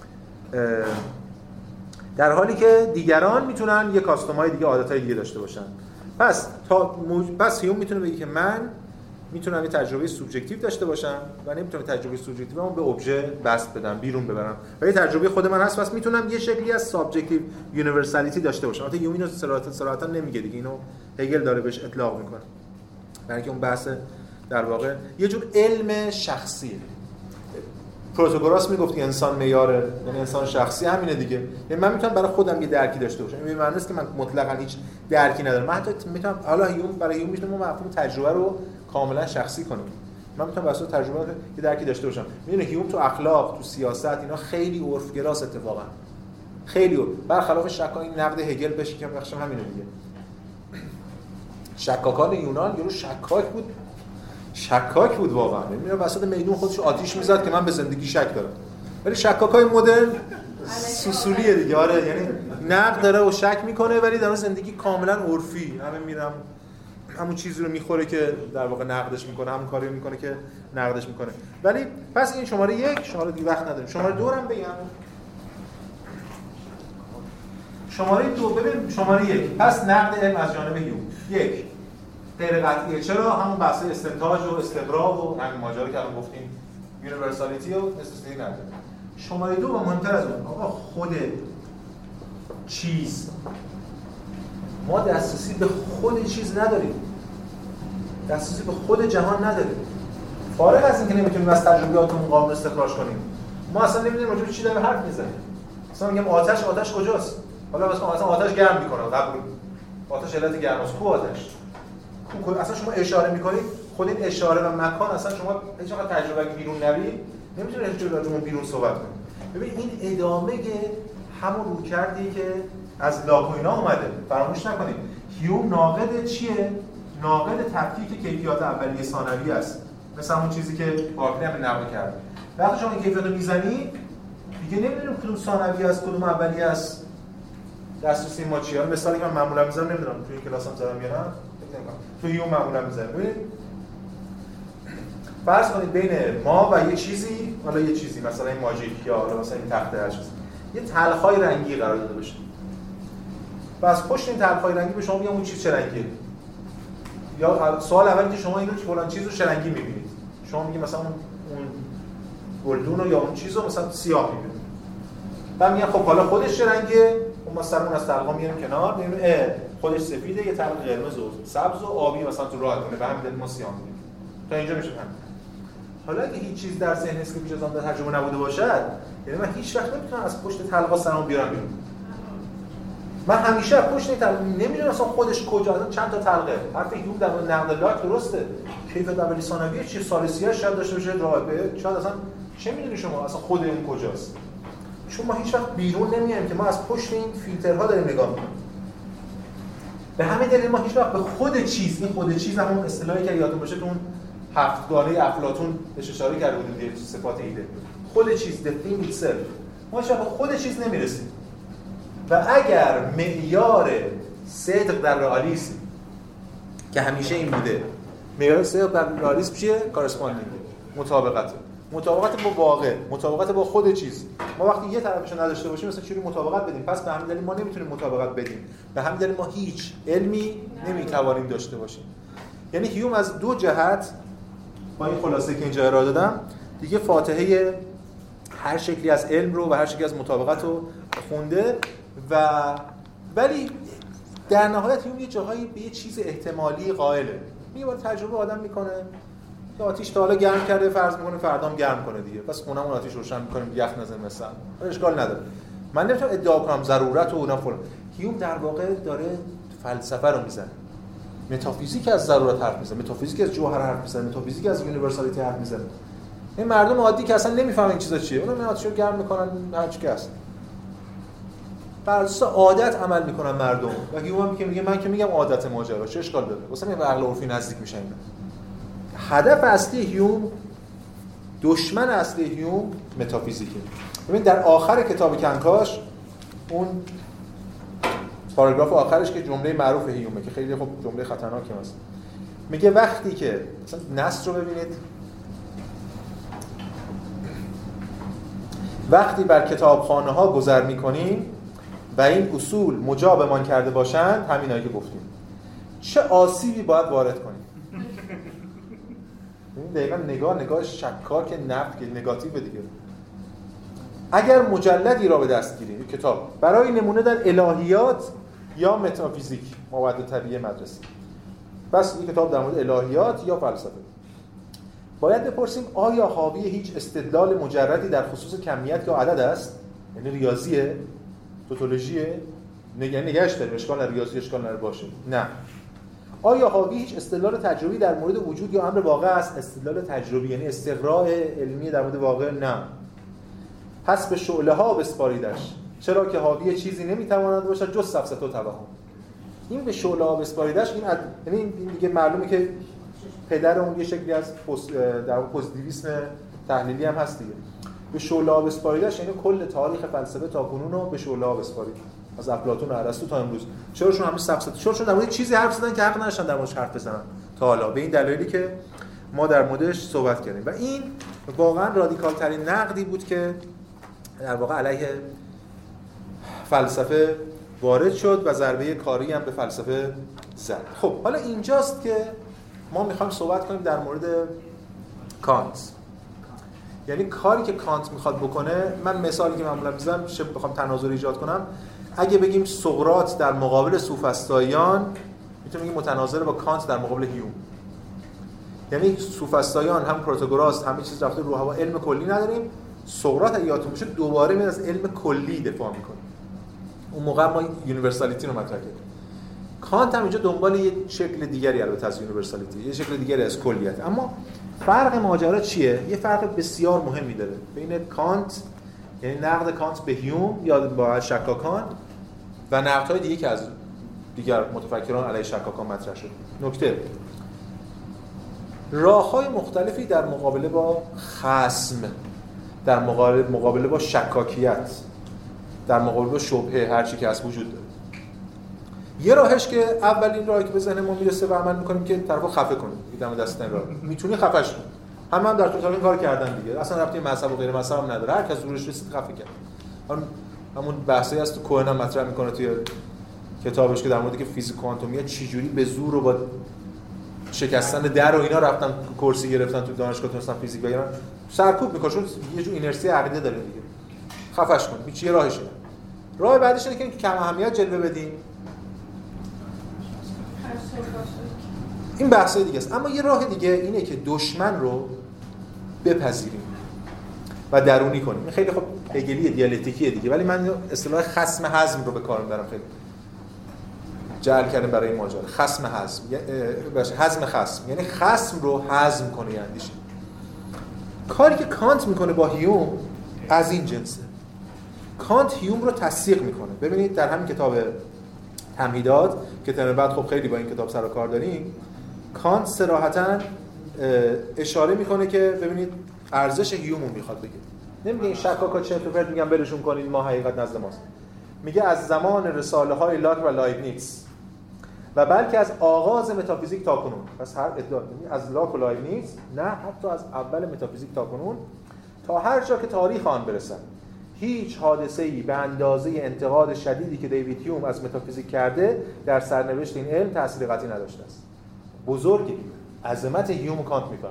در حالی که دیگران میتونن یه کاستومای دیگه، عادتای دیگه داشته باشن. پس تا موج... پس هیوم میتونه بگه که من میتونم یه تجربه سوبژکتیو داشته باشم و نمیتونم تجربه سوبژکتیومو به ابژه بسط بدم، بیرون ببرم، و یه تجربه خود من هست، پس میتونم یه شکلی از سابجکتیو یونیورسالیتی داشته باشم. البته هیوم اینو صراحتا صراحتا نمیگه دیگه، اینو هگل داره بهش اطلاق میکنه، برای اینکه اون بحث در واقع یه جور علم شخصیه. پروتاگوراس میگفت انسان معیاره، یعنی انسان شخصی همینه دیگه. یعنی من میتونم برای خودم یه درکی داشته باشم، این معنی نیست که من مطلقاً هیچ درکی ندارم. من حتی میتونم، حالا هیوم برای هیوم میتونم مفهوم تجربه رو کاملا شخصی کنم. من میتونم واسه تجربه یه درکی داشته باشم. میدونه هیوم تو اخلاق، تو سیاست اینا خیلی عرفگراست اتفاقا. خیلی عرف. برخلاف شکاک این نقد هگل بشه که بخشم همینه دیگه. شکاکان یونان یارو شکاک بود. شکاک بود واقعا. میره وسط میدون خودش آتیش میزد که من به زندگی شک دارم. ولی شکاکای مدرن سوسولیه دیگه. آره یعنی نقد داره و شک میکنه ولی در زندگی کاملا عرفی. همه میرم همون چیزی رو میخوره که در واقع نقدش میکنه، همون کاری رو میکنه که نقدش میکنه. ولی پس این شماره یک، شماره دیگه وقت نداریم. شماره دو رو هم بگم. شماره دو ببین شماره یک. پس نقد علم از جانب هیوم. یک غیر قطعیه. چرا؟ همون بحث استنتاج و استقرار و همین ماجرا که الان گفتیم یونیورسالیتی و نسبتی نداره. شماره دو و مهمتر از اون، آقا خود چیز، ما دسترسی به خود چیز نداریم، دسترسی به خود جهان نداریم. فارغ از اینکه نمیتونیم از تجربیاتمون قابل استخراج کنیم، ما اصلا نمیدونیم راجع به چی داریم حرف میزنیم. مثلا میگم آتش، آتش کجاست؟ حالا مثلا مثلا آتش گرم میکنه، قبول. آتش علت گرماست، کو آتش؟ کو اصلا شما اشاره میکنید، خود این اشاره و مکان اصلا شما هیچ وقت تجربه بیرون نری، نمیتونید هیچ جوری راجع به بیرون صحبت کنید. ببین این ادامه همون روکردی که از لاکوینا اومده. فراموش نکنید هیوم ناقد چیه؟ ناقد تفکیک کیفیات اولیه ثانویه است. مثل همون چیزی که باکلی هم نقل کرد. وقتی شما این کیفیات رو میزنی دیگه نمیدونیم کدوم ثانویه است کدوم اولیه است. دسترسی ما چیه؟ مثالی که من معمولا میذارم، نمیدونم توی کلاسم زدم یا نه، تو هیوم معمولا میذارم. ببینید فرض کنید بین ما و یه چیزی، حالا یه چیزی مثلا این ماژیک یا حالا مثلا این تخته هر چیزی، یه تلخای رنگی قرار داده بشه. پس پشت این تلخای رنگی به شما میگم اون چیز چه رنگیه؟ یا سوال اولی که شما اینو که فلان چیز رو چه رنگی می‌بینید؟ شما میگید مثلا اون گلدون رو یا اون چیز رو مثلا سیاه می‌بینید. بعد میگن خب حالا خودش چه رنگه؟ ما سرمون از تلقا میاریم کنار، میبینیم اه خودش سفیده، یه تلق قرمز و سبز و آبی مثلا تو راه کنه، به همین دلیل ما سیاه می‌بینیم. تا اینجا میشه فهمید. حالا اگه هیچ چیز در ذهن است که پیش از آن در تجربه نبوده باشد، یعنی من هیچ وقت نمیتونم از پشت تلقا سرمو بیارم بیرون. من همیشه پشت تلقا نمیدونم اصلا خودش کجاست، چند تا تلقه. حتی هیوم در مورد نقد لاک درسته. کیف دبلی ثانویه چه ثالثیه شاید داشته باشه راهبه، شاید اصلا چه میدونی شما اصلا خود اون کجاست. چون ما هیچ وقت بیرون نمیایم که ما از پشت این فیلترها داریم نگاه میکنیم. به همین دلیل ما هیچ وقت به خود چیز، این خود چیز همون اصطلاحی که یادتون باشه تو اون هفتگانه افلاطون بهش اشاره کرده بودیم دیگه، صفات ایده. خود چیز the thing itself. ما هیچ وقت به خود چیز نمیرسیم. و اگر معیار صدق در رئالیسم که همیشه این بوده، معیار صدق در رئالیسم چیه؟ کارسپاندینگ، مطابقت. مطابقت با واقع، مطابقت با خود چیز. ما وقتی یه طرفش رو نداشته باشیم مثلا چجوری مطابقت بدیم؟ پس به همین دلیل ما نمیتونیم مطابقت بدیم. به همین دلیل ما هیچ علمی نمیتوانیم داشته باشیم. یعنی هیوم از دو جهت با این خلاصه که اینجا ارائه دادم دیگه فاتحه هر شکلی از علم رو و هر شکلی از مطابقت رو خونده و ولی در نهایت هیوم یه جاهایی به یه چیز احتمالی قائله. میگه باید تجربه آدم میکنه که آتیش تا حالا گرم کرده، فرض میکنه فردا هم گرم کنه دیگه، پس اونم اون آتیش روشن میکنیم یخ نزنه مثلا، اشکال نداره. من نمیتونم ادعا کنم ضرورت و اونم فلان. هیوم در واقع داره فلسفه رو میزنه، متافیزیک از ضرورت حرف میزنه، متافیزیک از جوهر حرف میزنه، متافیزیک از یونیورسالیتی حرف میزنه. این مردم عادی که اصلا نمیفهمن این چیزا چیه، اونا آتیشو گرم میکنن هر چی که هست. بر اساس عادت عمل میکنن مردم. و هیوم میگه میگه من که میگم عادت ماجرا چه اشکال داره؟ واسه من به عقل عرفی نزدیک میشن اینا. هدف اصلی هیوم، دشمن اصلی هیوم متافیزیکه. ببین در آخر کتاب کنکاش اون پاراگراف آخرش که جمله معروف هیومه که خیلی خب جمله خطرناکی هست، میگه وقتی که مثلا نص رو ببینید، وقتی بر کتابخانه ها گذر میکنیم و این اصول مجابمان کرده باشند، همینایی که گفتیم، چه آسیبی باید وارد کنیم. این دقیقا نگاه نگاه شکاک نفت که نگاتیو دیگه. اگر مجلدی را به دست گیریم، کتاب برای نمونه در الهیات یا متافیزیک، مواد طبیعی مدرسه، بس این کتاب در مورد الهیات یا فلسفه، باید بپرسیم آیا حاوی هیچ استدلال مجردی در خصوص کمیت یا عدد است؟ یعنی ریاضیه، توتولوژیه، یعنی نگهش داریم اشکال نه ریاضی اشکال نه باشه. نه. آیا حاوی هیچ استدلال تجربی در مورد وجود یا امر واقع است؟ استدلال تجربی یعنی استقراء علمی در مورد واقع؟ نه. پس به شعله ها بسپاریدش، چرا که حاوی چیزی نمیتواند باشد جز سفسطه و توهم. این به شعله ها بسپاریدش، این اد... یعنی این دیگه معلومه که پدر اون یه شکلی از پوز... در پوزیتیویسم تحلیلی هم هست دیگه. به شعله ها بسپاریدش یعنی کل تاریخ فلسفه تا کنون رو به شعله ها بسپارید، از افلاطون و ارسطو تا امروز. چراشون همین سفسطه، چراشون در مورد چیزی حرف زدن که حق نداشتن در موردش حرف بزنن تا حالا، به این دلایلی که ما در موردش صحبت کردیم. و این واقعا رادیکال ترین نقدی بود که در واقع علیه فلسفه وارد شد و ضربه کاری هم به فلسفه زد. خب حالا اینجاست که ما میخوایم صحبت کنیم در مورد کانت. یعنی کاری که کانت میخواد بکنه، من مثالی که معمولا میزنم چه بخوام تناظر ایجاد کنم، اگه بگیم سقراط در مقابل سوفسطائیان، میتونیم بگیم متناظر با کانت در مقابل هیوم. یعنی سوفسطائیان هم پروتاگوراس همه چیز رفته رو هوا، علم کلی نداریم. سقراط اگه یادتون باشه دوباره میاد از علم کلی دفاع میکنه. اون موقع ما یونیورسالیتی رو مطرح کردیم. کانت هم اینجا دنبال یه شکل دیگری البته از یونیورسالیتی، یه شکل دیگری از کلیت. اما فرق ماجرا چیه؟ یه فرق بسیار مهمی داره بین کانت، یعنی نقد کانت به هیوم یا با شکاکان، و نقدهای دیگه که از دیگر متفکران علیه شکاکان مطرح شد. نکته، راه‌های مختلفی در مقابله با خصم، در مقابله مقابله با شکاکیت، در مقابله با شبهه، هر چی که هست وجود داره. یه راهش که اولین راهی که به ذهن ما میرسه و عمل می‌کنیم که طرفو خفه کنیم، دم دست این راه میتونی خفش کنی. همه هم در طول تاریخ کار کردن دیگه، اصلا ربطی به مذهب و غیر مذهب هم نداره، هر کس زورش رسید خفه کرد. همون همون بحثی است تو کوهن هم مطرح میکنه توی کتابش که در مورد که فیزیک کوانتومیه چه جوری به زور و با شکستن در و اینا رفتن کرسی گرفتن تو دانشگاه تونستن فیزیک بگیرن. سرکوب میکنه چون یه جور اینرسی عقیده داره دیگه. خفش کنیم. هیچ یه راهشه. راه بعدش اینه که کم اهمیت جلوه بدیم. این بحث دیگه است. اما یه راه دیگه اینه که دشمن رو بپذیریم و درونی کنیم. این خیلی خب هگلی دیالکتیکیه دیگه، ولی من اصطلاح خصم حزم رو به کار میبرم. خیلی جعل کردم برای این ماجرا. خصم حزم، باشه حزم خصم، یعنی خصم رو حزم کنه. یعنی اندیشه. کاری که کانت میکنه با هیوم از این جنسه. کانت هیوم رو تصدیق میکنه. ببینید در همین کتاب تمهیدات که ترم بعد خب خیلی با این کتاب سر و کار داریم، کانت صراحتاً اشاره میکنه که ببینید ارزش هیوم رو میخواد بگه. نمیگه این شکاکا چرت و پرت میگن برشون کنید ما حقیقت نزد ماست. میگه از زمان رساله های لاک و لایبنیتس و بلکه از آغاز متافیزیک تا کنون، پس هر ادعا از لاک و لایبنیتس، نه حتی از اول متافیزیک تا کنون، تا هر جا که تاریخ آن برسد، هیچ حادثه‌ای به اندازه انتقاد شدیدی که دیوید هیوم از متافیزیک کرده در سرنوشت این علم تأثیر قطعی نداشته است. بزرگی عظمت هیوم کانت میکنه.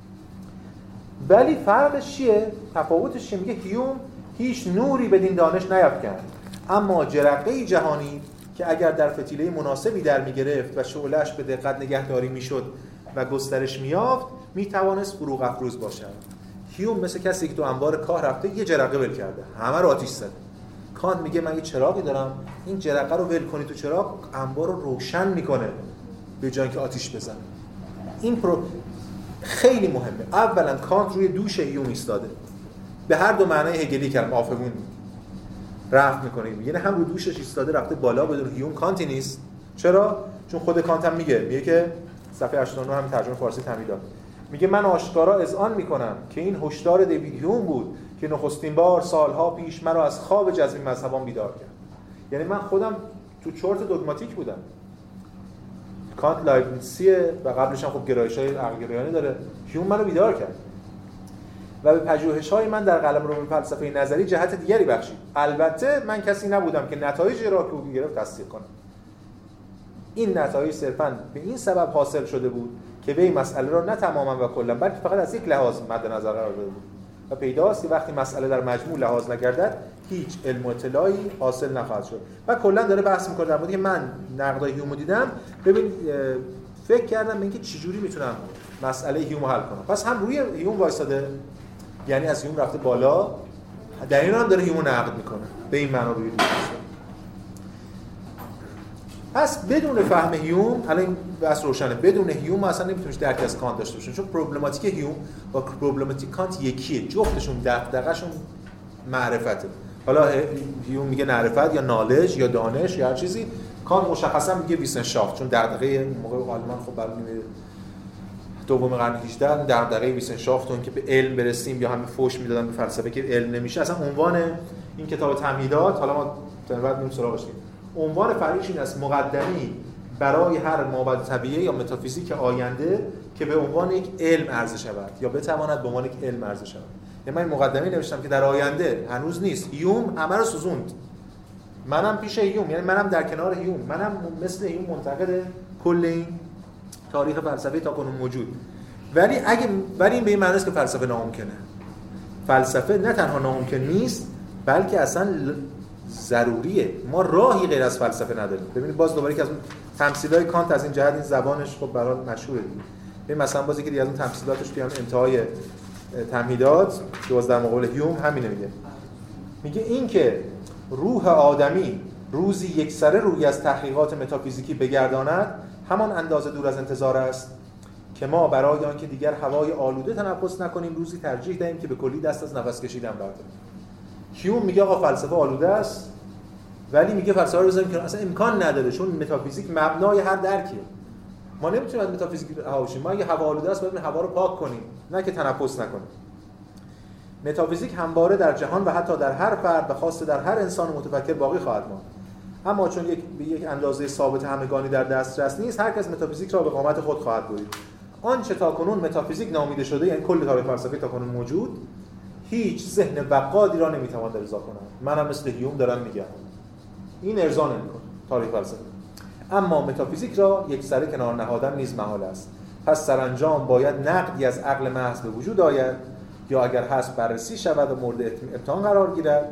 ولی فرقش چیه؟ تفاوتش چیه؟ میگه هیوم هیچ نوری بدین دانش نیافکند، اما جرقه‌ای جهانی که اگر در فتیله مناسبی در میگرفت و شعله‌اش به دقت نگهداری میشد و گسترش میافت، میتوانست فروغ افروز باشد. هیوم مثل کسی که تو انبار کاه رفته یه جرقه ول کرده، همه رو آتش زده. کانت میگه من یه چراغی دارم، این جرقه رو ول کنی تو چراغ، انبار رو روشن میکنه به جای اینکه آتش بزنه. این پرو خیلی مهمه. اولا کانت روی دوش هیوم ایستاده، به هر دو معنای هگلی کلمه آفمون رفت میکنه. یعنی هم رو دوشش ایستاده رفته بالا، بدون هیوم کانتی نیست. چرا؟ چون خود کانت هم میگه میگه که صفحه هشتاد و نه هم ترجمه فارسی تمهیدات میگه من آشکارا اذعان میکنم که این هشدار دیوید هیوم بود که نخستین بار سالها پیش مرا از خواب جزمی مذهبان بیدار کرد. یعنی من خودم تو چرت دوگماتیک بودم. کانت لایبنیتسیه و قبلش هم خب گرایش‌های عقل‌گرایانه داره. هیوم منو بیدار کرد و به پژوهش‌های من در قلمرو فلسفه نظری جهت دیگری بخشید. البته من کسی نبودم که نتایجی را که او گرفت تصدیق کنم. این نتایج صرفاً به این سبب حاصل شده بود که به این مسئله را نه تماماً و کلاً بلکه فقط از یک لحاظ مد نظر قرار داده بود و پیداست که وقتی مسئله در مجموع لحاظ نگردد هیچ علم و اطلاعی حاصل نخواهد شد. و کلاً داره بحث می‌کنه در موردی که من نقدای هیوم دیدم، ببین فکر کردم به اینکه چجوری میتونم مسئله هیوم حل کنم. پس هم روی هیوم وایساده، یعنی از هیوم رفته بالا، در این هم داره هیوم نقد میکنه به این معنا روی دوست. پس بدون فهم هیوم، الان این بحث روشنه، بدون هیوم اصلا نمیتونیش درک از کانت داشته باشین، چون پروبلماتیک هیوم با پروبلماتیک کانت یکیه، جفتشون دغدغه‌شون معرفته. حالا هیوم میگه معرفت یا نالج یا دانش یا هر چیزی، کانت مشخصا میگه ویسنشافت، چون دغدغه موقع آلمان خب برای دوم قرن هجدهم دغدغه ویسنشافت اون که به علم برسیم یا همین فوش میدادن به فلسفه که علم نمیشه. اصلا عنوان این کتاب تمهیدات، حالا ما در بعد میریم سراغش، عنوان فرعیش این است: مقدمی برای هر مابعد طبیعی یا متافیزیک آینده که به عنوان یک علم عرضه شود یا بتواند به عنوان یک علم عرضه شود. یعنی من مقدمی نوشتم که در آینده هنوز نیست. هیوم همه رو سوزوند، منم پیش هیوم، یعنی منم در کنار هیوم، منم مثل هیوم منتقد کل این تاریخ فلسفه تا کنون موجود. ولی اگه ولی این به این معنی است که فلسفه ناممکنه. فلسفه نه تنها ناممکن نیست بلکه اصلا ضروریه. ما راهی غیر از فلسفه نداریم. ببینید باز دوباره که از اون تمثیلای کانت از این جهت این زبانش خب برای مشهوره دیگه. ببین مثلا بازی که دیگه از اون تمثیلاتش توی انتهای تمهیدات که باز در مقابل هیوم همین میگه. میگه این که روح آدمی روزی یک سره روی از تحقیقات متافیزیکی بگرداند همان اندازه دور از انتظار است که ما برای آنکه دیگر هوای آلوده تنفس نکنیم روزی ترجیح دهیم که به کلی دست از نفس کشیدن برداریم. هیوم میگه آقا فلسفه آلوده است، ولی میگه فلسفه رو بذاریم که اصلا امکان نداره، چون متافیزیک مبنای هر درکیه. ما نمیتونیم از متافیزیک رها باشیم. ما اگه هوا آلوده است باید هوا رو پاک کنیم، نه که تنفس نکنیم. متافیزیک همواره در جهان و حتی در هر فرد و خاصه در هر انسان متفکر باقی خواهد ماند. اما چون یک به یک اندازه ثابت همگانی در دسترس نیست، هر کس متافیزیک را به قامت خود خواهد برید. آنچه تاکنون متافیزیک نامیده شده، یعنی کل تاریخ فلسفه تاکنون موجود، هیچ ذهن وقادی را نمیتواند ارضا کند. منم مثل هیوم دارم میگم این ارضا نمیکنه تاریخ فلسفه. اما متافیزیک را یک سره کنار نهادن نیز محال است. پس سرانجام باید نقدی از عقل محض به وجود آید، یا اگر هست بررسی شود و مورد امتحان قرار گیرد،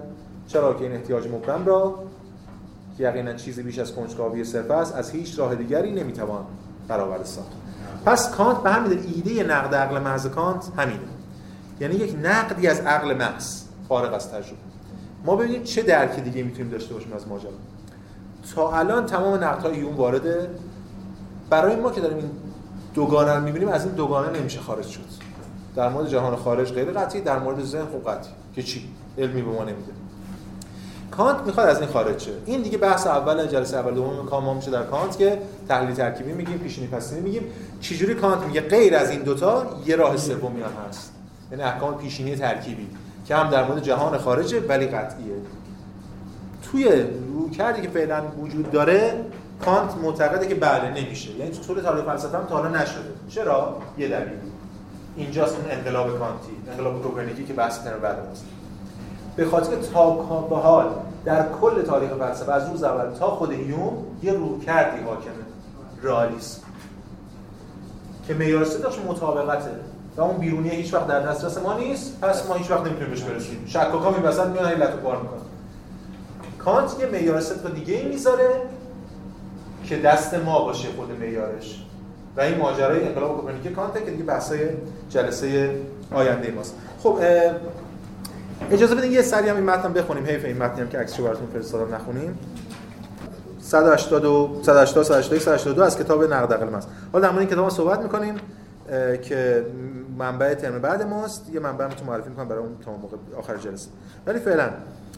چرا که این احتیاج مبرم را یقینا چیزی بیش از کنجکاوی صرف است از هیچ راه دیگری نمیتوان برآورده ساخت. پس کانت به همین دلیل ایده نقد عقل محض کانت همینه، یعنی یک نقدی از عقل محض فارغ از تجربه. ما ببینیم چه درک دیگه میتونیم داشته باشیم از ماجرا. تا الان تمام نقدهای هیوم وارده، برای ما که داریم این دوگانه رو میبینیم از این دوگانه نمیشه خارج شد. در مورد جهان خارج غیر قطعی، در مورد ذهن خوب قطعی که چی علمی به ما نمیده. کانت میخواد از این خارج شه. این دیگه بحث اول جلسه اول دوم کام ما میشه در کانت که تحلیل ترکیبی میگیم، پیشینی پسینی میگیم. چجوری کانت میگه غیر از این دوتا یه راه سومی هم هست، یعنی احکام پیشینی ترکیبی که هم در مورد جهان خارجه ولی قطعیه. توی رویکردی که فعلا وجود داره کانت معتقده که بله نمیشه، یعنی تو طول تاریخ فلسفه هم تا حالا نشده. چرا؟ یه دلیل اینجاست، اون انقلاب کانتی، انقلاب کوپرنیکی که بحث ترم بعد است. به خاطر تا به حال در کل تاریخ فلسفه از روز اول تا خود هیوم یه رویکردی حاکمه، رئالیسم، که معیار سه داشت مطابقته و اون بیرونیه هیچ وقت در دسترس ما نیست، پس ما هیچ وقت نمیتونیم بهش برسیم. شکاکا این وسط میان این لتو بار میکنن. کانت یه معیار سه تا دیگه ای میذاره که دست ما باشه خود معیارش، و این ماجرای انقلاب کوپرنیکی کانت که دیگه بحثای جلسه آینده ماست. خب اجازه بدین یه سری هم این متن بخونیم، حیف این متنی هم که عکسشو براتون فرستادم نخونیم. صد و هشتاد صد و هشتاد صد و هشتاد یک صد و هشتاد و دو از کتاب نقد عقل محض. حالا در مورد این کتاب صحبت می‌کنیم که منبع ترم بعد ماست، یه منبع رو معرفی می‌کنم برای اون تا موقع آخر جلسه. ولی فعلا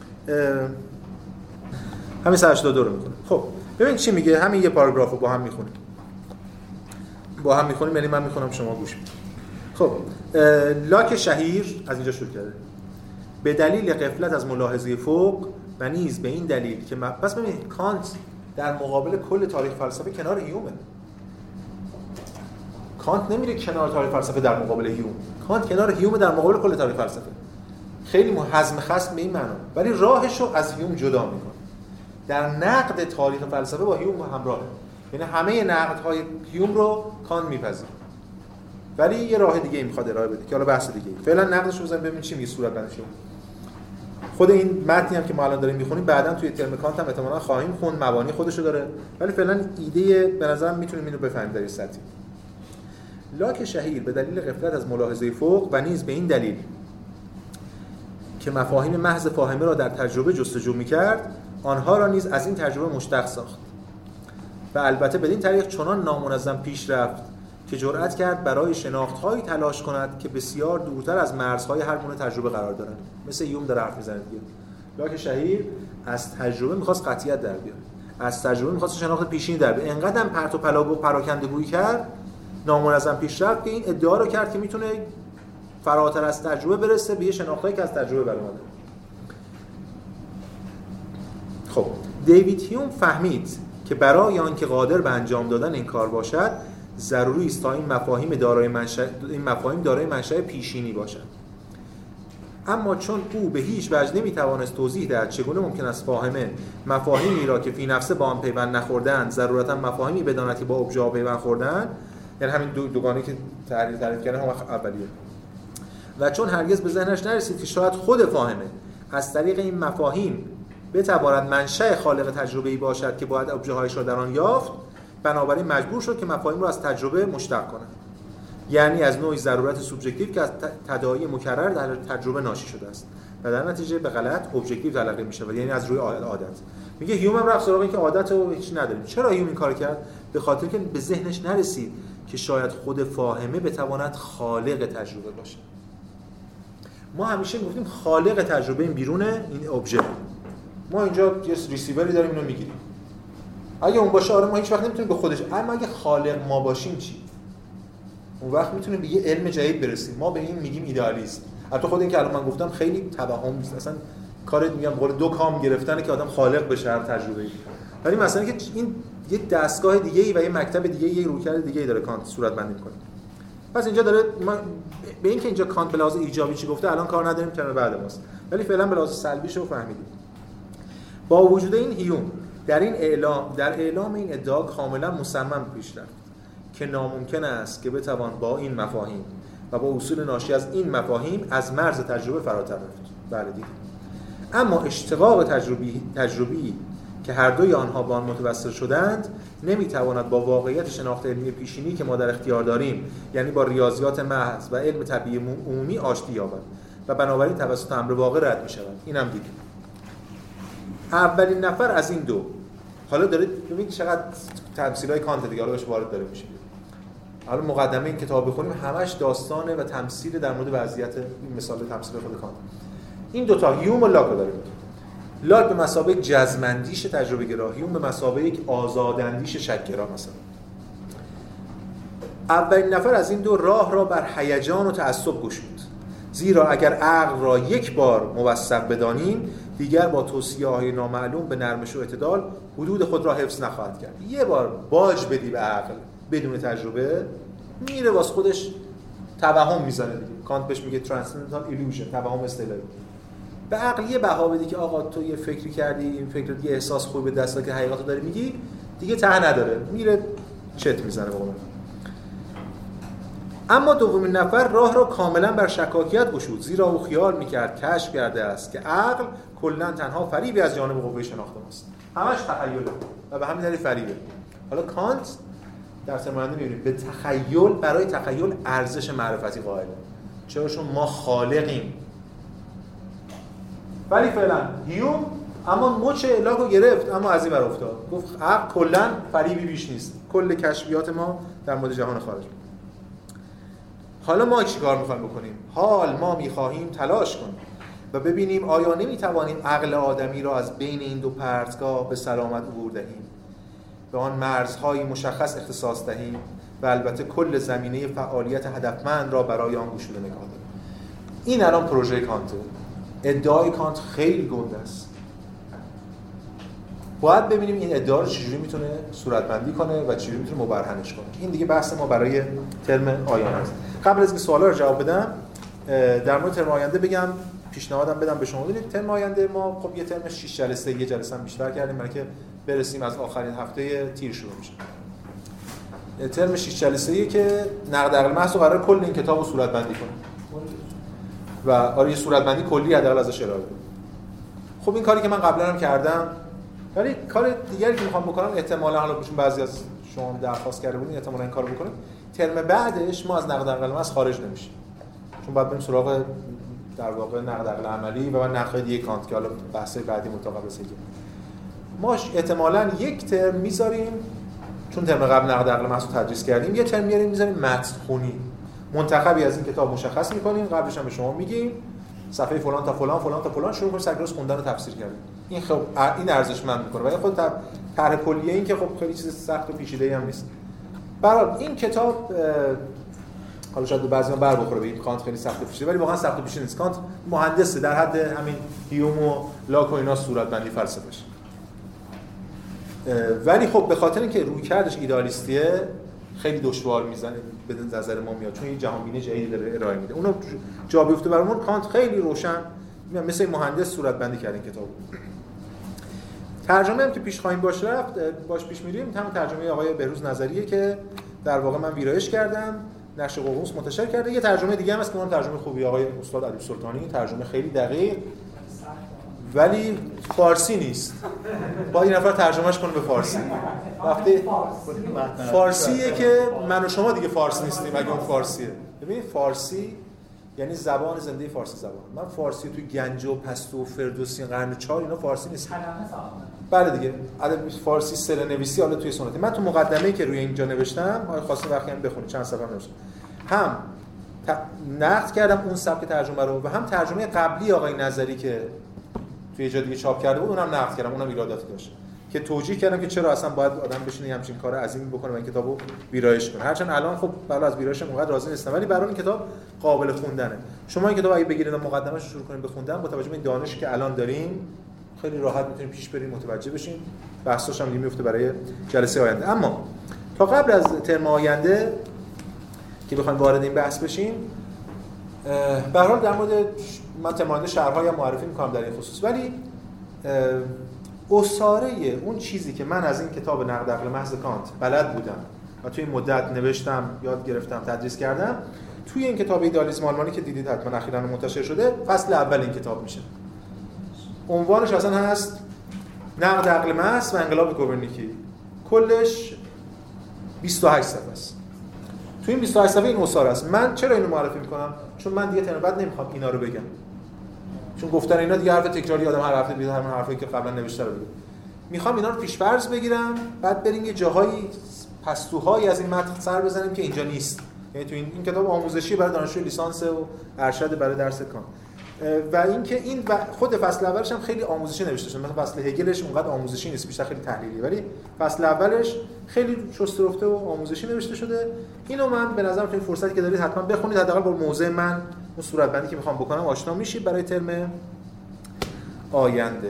همین صد و هشتاد و دو رو می‌خونیم. خب ببین چی میگه، همین یه پاراگراف رو با هم می‌خونیم. با هم می‌خونیم، یعنی من می‌خونم شما گوش بدید. خب لاک شهیر از اینجا شروع کرده. به دلیل غفلت از ملاحظه فوق و نیز به این دلیل که پس ببینید کانت در مقابل کل تاریخ فلسفه کنار هیومه. کانت نمیره کنار تاریخ فلسفه در مقابل هیوم، کانت کنار هیوم در مقابل کل تاریخ فلسفه. خیلی حزم خصم به این معنا، ولی راهش رو از هیوم جدا میکنه. در نقد تاریخ فلسفه با هیوم همراهه، یعنی همه نقدهای هیوم رو کانت میپذیره، ولی یه راه دیگه ای میخواد ارائه بده که حالا بحث دیگه. فعلا نقدش رو بزنیم ببینیم چی میگه صورت بندش. خود این متنی هم که ما الان داریم میخونیم بعداً توی ترم کانت هم احتمالاً خواهیم خوند، مبانی خودشو داره، ولی فعلا ایده به نظرم میتونیم اینو بفهمیم در این سطح. لاک شهیر به دلیل غفلت از ملاحظه فوق و نیز به این دلیل که مفاهیم محض فاهمه را در تجربه جستجو میکرد، آنها را نیز از این تجربه مشتق ساخت و البته بدین طریق چنان نامنظم پیش رفت که جرأت کرد برای شناخت‌هایی تلاش کند که بسیار دورتر از مرزهای هر گونه تجربه قرار دارند. مثل هیوم داره حرف میزنه دیگه. لاک شهیر از تجربه می‌خواست قطعیت در بیاره، از تجربه می‌خواست شناخت پیشینی در بیاره. انقدرم پرت و پلا و پراکنده‌گویی کرد، نامنظم پیش رفت که این ادعا رو کرد که میتونه فراتر از تجربه برسه به یه شناختایی که از تجربه برآمده. خب دیوید هیوم فهمید که برای آنکه قادر به انجام دادن این کار باشد ضروری است تا این مفاهیم دارای منشأ این مفاهیم دارای منشأ پیشینی باشند. اما چون او به هیچ وجه نمیتوانست توضیح دهد چگونه ممکن است فاهمه مفاهیمی را که فی نفسه با آن پیوند نخورده‌اند ضرورتا مفاهیمی بداند که با ابژه پیوند خورده‌اند، یعنی همین دو دوگانه که تعریف تعریف کردن هم اولیه، و چون هرگز به ذهنش نرسید که شاید خود فاهمه از طریق این مفاهیم بتواند منشأ خالق تجربه‌ای باشد که باید ابژه‌هایش را در آن یافت، بنابراین مجبور شد که مفاهیم را از تجربه مشتق کند، یعنی از نوعی ضرورت سوبژکتیو که از تداعی مکرر در تجربه ناشی شده است و در نتیجه به غلط ابژکتیو تلقی می‌شود، یعنی از روی عادت. میگه هیوم هم رفت سراغ این که عادت رو هیچ نداریم. چرا هیوم این کار کرد؟ به خاطر که به ذهنش نرسید که شاید خود فاهمه بتواند خالق تجربه باشه. ما همیشه گفتیم خالق تجربه این بیرونه، این ابژه. ما اینجا یه ریسیوری داریم، اینو میگیریم. اگه اون باشه آره ما هیچ وقت نمیتونیم به خودش، اما اگه خالق ما باشیم چی؟ اون وقت میتونیم به یه علم جدید برسیم. ما به این میگیم ایدئالیسم. البته خود این که الان من گفتم خیلی توهم نیست، اصلا کارت میگم قول دو کام گرفتنه که آدم خالق بشه هر تجربه‌ای. ولی مثلا که این یه دستگاه دیگه‌ای و یه مکتب دیگه‌ای، یه رویکرد دیگه‌ای داره کانت صورت بندی می‌کنه. پس اینجا داره ما به این که اینجا کانت به لحاظ ایجابی چی گفته الان کار نداریم، ترم بعد ماست، ولی فعلا به لحاظ سلبیشو فهمیدیم. با وجود این هیوم در این اعلام در اعلام این ادعا کاملا مصمم پیش رفت که ناممکن است که بتوان با این مفاهیم و با اصول ناشی از این مفاهیم از مرز تجربه فراتر رفت. بله دیگه. اما اشتقاق تجربی تجربی که هر دوی آنها با آن متوسل شدند نمیتواند با واقعیت شناخت علمی پیشینی که ما در اختیار داریم، یعنی با ریاضیات محض و علم طبیعی عمومی آشتی یابد و بنابراین توسط امر واقع رد می‌شود. اینم دیدیم. اولین نفر از این دو، حالا دارید ببینید چقدر تمثیل‌های کانت دیگه حالا بهش وارد داره میشه. حالا مقدمه این کتاب بخونیم همش داستانه و تمثیل در مورد وضعیت این مثال تمثیل خود کانت. این دو تا هیوم و لاک رو داریم. لاک به مثابه جزم‌اندیش تجربه گرا، هیوم به مثابه یک آزاداندیش شک گرا مثلا. اولین نفر از این دو راه را بر هیجان و تعصب گشود، زیرا اگر عقل را یک بار موثق بدانیم دیگر با توصیه‌های نامعلوم به نرمش و اعتدال حدود خود را حفظ نخواهد کرد. یه بار باج بدی به عقل بدون تجربه میره واسه خودش توهم میزنه دیگه. کانت بهش میگه ترانسندنتال ایلوژن، توهم اصطلاحی. به عقل یه بها بدی که آقا تو یه فکری کردی، این فکر یه احساس خوبی به دست داد که حقیقتو داری میگی، دیگه ته نداره، میره چت میزنه به قول. اما دومین نفر راه را کاملا بر شکاکیت گشود، زیرا او خیال میکرد کشف کرده است که عقل کلا تنها فریبی از جانب قوه شناخته است. همش تخیله و به همین دلیل فریبه. حالا کانت در ترماینده میبینید به تخیل، برای تخیل ارزش معرفتی قائله. چرا؟ چون ما خالقیم. ولی فعلا هیوم اما مچ لاکو گرفت، اما از این ور افتاد. گفت عقل کلا فریبی بیش نیست. کل کشفیات ما در مورد جهان خارج. حالا ما چی کار میخوایم بکنیم؟ حال ما میخواهیم تلاش کنیم و ببینیم آیا نمیتوانیم عقل آدمی را از بین این دو پرتگاه به سلامت عبور دهیم، به آن مرزهای مشخص اختصاص دهیم و البته کل زمینه فعالیت هدفمند را برای آن گشوده نگاه داریم. این الان پروژه کانته. ادعای کانت خیلی گنده است. باید ببینیم این ادعا رو چجوری میتونه صورتبندی کنه و چجوری میتونه مبرهنش کنه. این دیگه بحث ما برای ترم آینده است. قبل از اینکه سوالا رو جواب بدم، در مورد ترم آینده بگم، پیشنهادم بدم به شما. ببینید ترم آینده ما خب یه ترم شش جلسه، یه جلسه هم بیشتر کردیم برای که برسیم از آخرین هفته تیر شروع میشه. ترم شش جلسه‌ای که نقد عقل محض قرار کل این کتابو صورتبندی کنه. و آره یه صورتبندی کلی حداقل ازش ارائه بدم. خب این کاری که من قبلا هم کردم، ولی کار دیگری که میخوام بکنم احتمالاً حالا بهشون بعضی از شما درخواست کرده بودین احتمالاً این کارو بکنیم. ترم بعدش ما از نقد عقل محض خارج نمیشیم. چون بعد بریم سراغ در واقع نقد عقل عملی و نقد دیگه کانت که حالا بحث بعدی متقابل است. ما احتمالاً یک ترم میذاریم، چون ترم قبل نقد عقل محض رو تدریس کردیم، یه ترم میاریم میذاریم متن خونی. منتخبی از این کتاب مشخص می‌کنیم، قبلش هم به شما میگیم صفحه فلان تا فلان فلان تا فلان شروع کنید سرکلاس خوندن و تفسیر کردن. این خب این ارزشمند می‌کنه. ولی خود طرح کلیه این که خب خیلی چیز سخت و پیچیده‌ای هم نیست. برای این کتاب حالا شاید بعضی‌ها بر بخوره بگیم کانت خیلی سخت و پیچیده، ولی واقعا سخت و پیچیده نیست. کانت مهندسه، در حد همین هیوم و لاک و اینا صورتبندی فلسفه‌اش. ولی خب به خاطر اینکه رویکردش ایدئالیستیه خیلی دشوار میزنه به نظر ما میاد، چون این جهانبینی جدیدی داره ارائه میده. اونو جا بیفته برامون. کانت خیلی روشن مثل مهندس صورتبندی کرد این کتابو. ترجمه هم که پیش خواهیم باش رفت باش پیش میریم، همون ترجمه آقای بهروز نظریه که در واقع من ویرایش کردم، نشر ققنوس منتشر کرده. یه ترجمه دیگه هم هست که اون ترجمه خوبی آقای استاد علی سلطانی، ترجمه خیلی دقیق ولی فارسی نیست. باید این نفر ترجمهش کنه به فارسی. وقتی فارسیه که من و شما دیگه فارسی نیستیم اگه اون فارسیه. ببینید فارسی یعنی زبان زنده فارسی زبان. من فارسی توی گنج و پستو و فردوسی قرن چهار اینا فارسی نیست. بله دیگه. ادب فارسی سرنویسی حالا توی سنتی. من تو مقدمه‌ای که روی اینجا نوشتم، آقا خواستم وقتی هم بخونید چند صفحه نوشتم. هم نقد کردم اون سبک ترجمه رو و هم ترجمه قبلی آقای نظری که توی جای دیگه چاپ کرده بود اونم نقد کردم، اونم ایراداتی داشت که توجیه کردم که چرا اصلا باید آدم بشینه همچین کار عظیمی بکنه و این کتابو ویرایش کنه. هرچند الان خب بالا از ویرایش اونقدر راضی نیستم، ولی برای این کتاب قابل خوندنه. شما این کتاب اگه بگیرید و مقدمه‌اش رو شروع کنید بخوندن، با توجه به این دانشی که الان داریم خیلی راحت میتونید پیش برید، متوجه بشین. بحثش هم میفته برای جلسه آینده. اما تا قبل از ترم آینده که بخوایم وارد این بحث بشیم، به هر حال در مورد من تماند شهرهای معرفی می‌کنم در این خصوص، ولی اساره اون چیزی که من از این کتاب نقد عقل محض کانت بلد بودم و توی این مدت نوشتم، یاد گرفتم، تدریس کردم، توی این کتاب ایدئالیسم آلمانی که دیدید حتما اخیراً منتشر شده، فصل اول این کتاب میشه. عنوانش اصلا هست نقد عقل محض و انقلاب کوپرنیکی. کلش بیست و هشت صفحه است. تو این بیست و هشت صفحه این اصار است. من چرا اینو معرفی میکنم؟ چون من دیگه ترم بعد نمیخوام اینا رو بگم. چون گفتن اینا دیگه حرف تکراری آدم هر هفته بیاد همون حرفایی که قبلا نوشته رو بگه. میخوام اینا رو پیش‌فرض بگیرم، بعد بریم یه جاهایی پستوهایی از این متن سر بزنیم که اینجا نیست. یعنی تو این این کتاب آموزشی برای دانشجوی لیسانس و ارشد برای درس کان. و اینکه این خود فصل اولش هم خیلی آموزشی نوشته شده. مثلا فصل هگلش اونقدر آموزشی نیست، بیشتر خیلی تحلیلی، ولی فصل اولش خیلی شسته رفته و آموزشی نوشته شده. اینو من به نظرم خیلی فرصتی که دارید حتما بخونید، حداقل با موضوع من اون صورت بندی که میخوام بکنم آشنا میشید برای ترم آینده.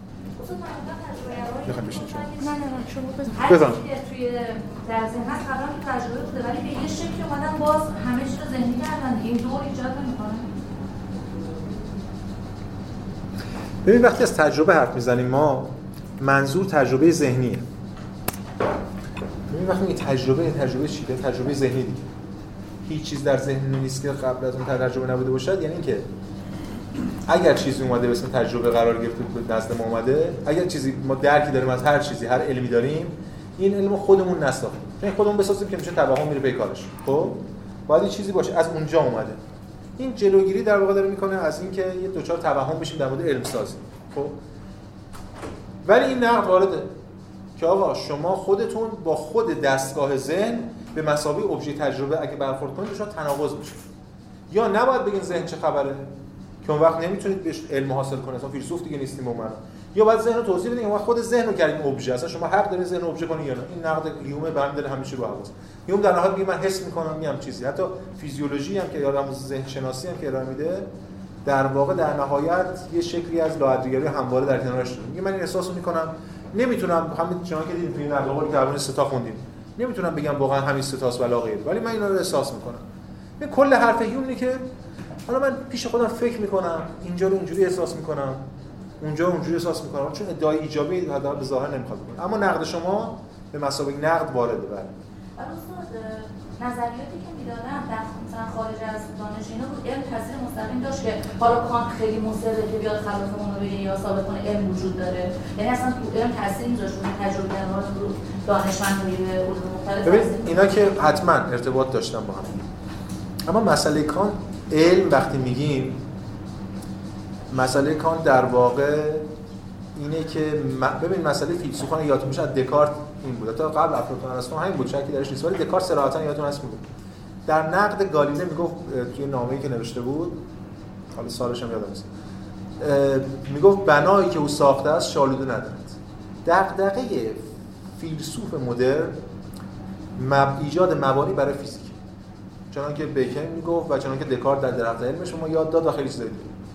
میخوام بشین شما. نه نه نه شما بزن. توی در ذهن هست قبلا تو تجربه بوده ولی به یه شکلی اومدن باز همه چیز رو ذهنی کردن. این دور ایجاد نمی‌کنه. ببین وقتی از تجربه حرف میزنیم ما منظور تجربه ذهنیه. ببین وقتی میگه تجربه تجربه چیه؟ تجربه ذهنی دیگه. هیچ چیز در ذهن نیست که قبل از اون تجربه نبوده باشد. یعنی اینکه اگر چیزی اومده به اسم تجربه قرار گرفته به نزد ما اومده، اگر چیزی ما درکی داریم از هر چیزی، هر علمی داریم، این علم خودمون نساختیم. یعنی خودمون بسازیم که میشه توهم میره پی کارش. خب باید یه چیزی باشه از اونجا اومده. این جلوگیری در واقع داره میکنه از اینکه یه دوچار توهم بشیم در مورد علم سازی. خب ولی این نقد وارده که آقا شما خودتون با خود دستگاه ذهن به مثابه ابژه تجربه اگه برخورد کنید شما تناقض میشه. یا نباید بگین ذهن چه خبره که اون وقت نمیتونید بهش علم حاصل کنید، اصلا فیلسوف دیگه نیستیم ما. یا باید ذهن رو توضیح بدین که ما خود ذهن رو کردیم ابژه، اصلا شما حق دارید ذهن رو ابژه کنید یا نه. این نقد هیوم به هم داره همیشه رو حواس. هیوم در نهایت میگه من حس میکنم میام چیزی، حتی فیزیولوژی هم که یادم ذهن شناسی هم که ارائه میده در واقع در نهایت یه شکلی از لاحق‌گری همواره در کنارش داره. میگه من این احساسو میکنم، نمیتونم همین چنان که دیدیم تو این نقل قولی که اون سه تا خوندیم، نمیتونم بگم واقعا همین سه تاست ولا غیر، ولی من اینا رو احساس میکنم. این کل حرف هیوم اینه که حالا من پیش خودم فکر میکنم، اینجا رو اینجوری احساس میکنم، اونجا رو اونجوری احساس میکنم، چون ادعای ایجابی حداقل به ظاهر نمیخواد بکنه. اما نقد شما به مثابه نقد وارده. بله نظریاتی که میدادن در مثلا خارج از دانش اینا بود علم تاثیر مستقیم داشت که حالا کانت خیلی مصره که بیاد خلاف اون رو بگه یا ثابت کنه علم وجود داره، یعنی اصلا تو علم تاثیر میذاشت اون تجربه درات رو دانشمندای علوم مختلف. ببین اینا که حتما ارتباط داشتن با هم، اما مسئله کانت علم وقتی میگیم مسئله کانت در واقع اینه که ببین مسئله فیلسوفان یادتون میشه از دکارت این بود، تا قبل افلاطون ارسطو همین بود، شکی درش نیست، ولی دکارت صراحتا یادتون هست میگه در نقد گالیله میگفت توی نامه‌ای که نوشته بود، حالا سالش هم یادم نیست، میگفت بنایی که او ساخته است شالوده ندارد. دغدغه فیلسوف مدرن مب... ایجاد مبانی برای فیزیک، چنان که بیکن میگفت و چنان که دکارت در درخت علمش ما یاد داد و خیلی چیزا دیگه.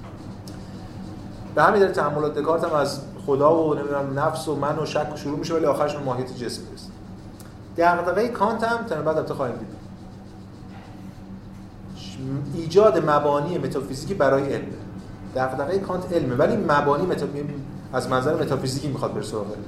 به همین دلیل تأملات دکارت هم از خدا و نمیدونم نفس و من و شک و شروع میشه ولی آخرش به ماهیت جسم میرسه. دغدغه کانت هم تا بعد البته خواهیم دید ایجاد مبانی متافیزیکی برای علم. دغدغه کانت علمه ولی مبانی متا... از منظر متافیزیکی میخواد بر سراغ علم.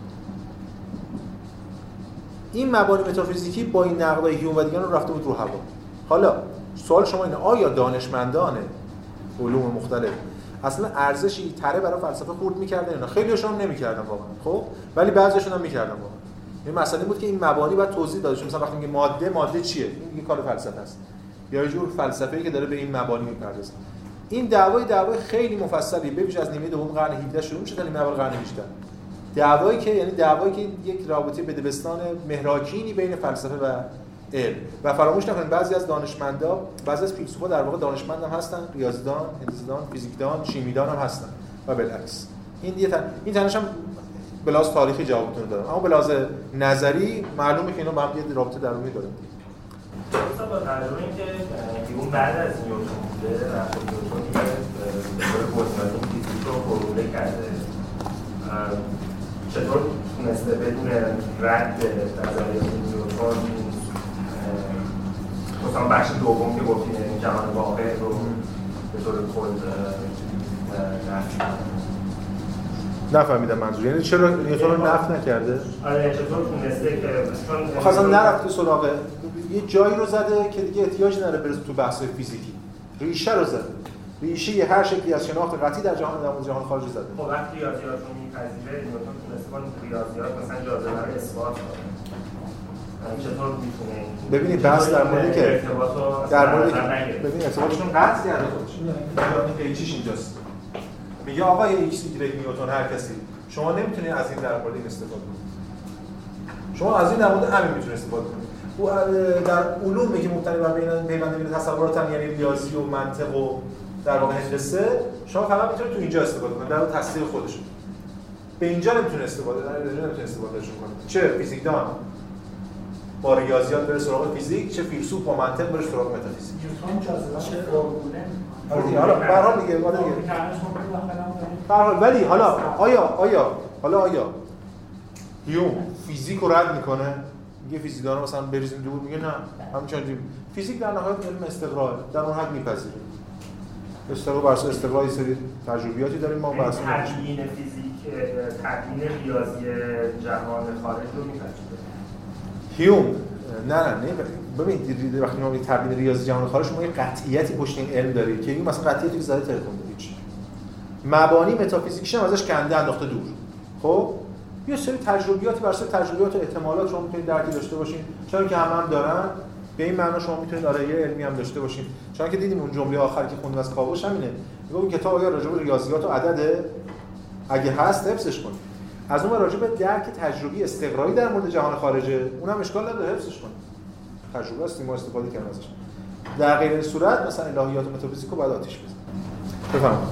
این مبانی متافیزیکی با این نقدای هیوم و دیگران رو رفته بود رو هوا. حالا سوال شما اینه آیا دانشمندان علوم مختلف اصلا ارزشی تره برای فلسفه خورد می‌کردن یا نه؟ خیلی‌هاشون هم نمی‌کردن واقعا، خب ولی بعضی‌هاشون هم می‌کردن واقعا. این مسئله بود که این مبانی باید توضیح داده شه. مثلا وقتی میگه ماده ماده چیه؟ این دیگه کار فلسفه است. یا یه جور فلسفه‌ای که داره به این مبانی می‌پردازه. این دعوای دعوای خیلی مفصلی به ویژه از نیمه دوم قرن هفدهم شروع میشه تا نیمه اول قرن هجدهم. دعوایی که یعنی دعوایی که یک رابطه بدبستان مهراکینی بین فلسفه و علم و فراموش نکنید بعضی از دانشمندا، بعضی از فیلسوفا در واقع دانشمند هم هستن، ریاضیدان، هندسه‌دان، فیزیکدان، شیمیدان هم هستن و بالعکس. این دیگه تن... این تنش هم به لحاظ تاریخی جوابتون دادم، اما به لحاظ نظری معلومه که اینا با هم یه رابطه درونی دارن. مثلا با تجربه اینکه اون بعد از نیوتن بوده و نیوتن به طور بنیانی فیزیک رو فرموله کرده، چطور تونسته بدون رد نظریات نیوتن مثلا بخش دوم که گفتیم یعنی جهان واقع رو به طور کل نفی کنه؟ نفهمیدم منظور، یعنی چرا نیوتن رو نفی نکرده؟ آره چطور تونسته که چون اصلا نرفته سراغ یه جایی رو زده که دیگه احتیاج نداره بره تو بحث فیزیکی، ریشه رو زده. ریشه هر شکلی از شناخت قطعی در جهان در جهان خارجی زده. خب وقتی ریاضیات رو می‌پذیره نیوتن تونسته با ریاضیات مثلا جاذبه رو اثبات کنه. چطور می‌تونه؟ ببینید بحث در موردی که در مورد ببین ارتباطشون قطع کرده خودشون. یعنی پیچیش اینجاست. میگه آقای ایکس ایگرگ نیوتن هر کسی شما نمیتونید از این در مورد این استفاده کنید. شما از این در مورد همین میتونید استفاده کنید. او در علومی که مبتنی بر بین پیوند بین تصورات هم یعنی ریاضی و منطق و در واقع هندسه شما فقط میتونید تو اینجا استفاده کنید در تصدیق خودشون. به اینجا نمیتونه استفاده در اینجا نمیتونه استفادهشون کنید. چه فیزیکدان با ریاضیات بره سراغ فیزیک، چه فیلسوف با منطق بره سراغ متافیزیک. نیوتن جاذبه فورموله حالا به هر حال دیگه حالا دیگه به هر حال ولی حالا آیا آیا حالا آیا هیوم فیزیک رو رد میکنه؟ میگه فیزیکدانا مثلا بریزیم دور، میگه نه همچنین فیزیک در نهایت علم استقرار در اون حد میپذیره. استقرار بر اساس استقرار یه سری تجربیاتی داریم ما بر اساس تبیین فیزیک تبیین ریاضی جهان خارج رو میپذیره. هیوم نه نه نه ببین وقتی ما میگیم تبیین ریاضی جهان خارج ما یه قطعیتی پشت این علم داره که این مثلا قطعیتی زده تلفن هیچ مبانی متافیزیکیش هم ازش کنده انداخته دور. خب یه سری تجربیاتی بر اساس تجربیات و احتمالات شما میتونید درکی داشته باشین، چون که هم هم دارن به این معنا شما میتونید آره یه علمی هم داشته باشین. چون که دیدیم اون جمله آخر که خوندیم از کاوش همینه، میگه این کتاب اگر راجع به ریاضیات و عدد اگه هست حفظش کنید. از اون راجع به درک تجربی استقرایی در مورد جهان خارجه اونم اشکال نداره حفظش کنید. تجربه است ما استفاده کردیم ازش. در غیر این صورت مثلا الهیات و متافیزیک رو بعد آتیش بزنید. بفرمایید.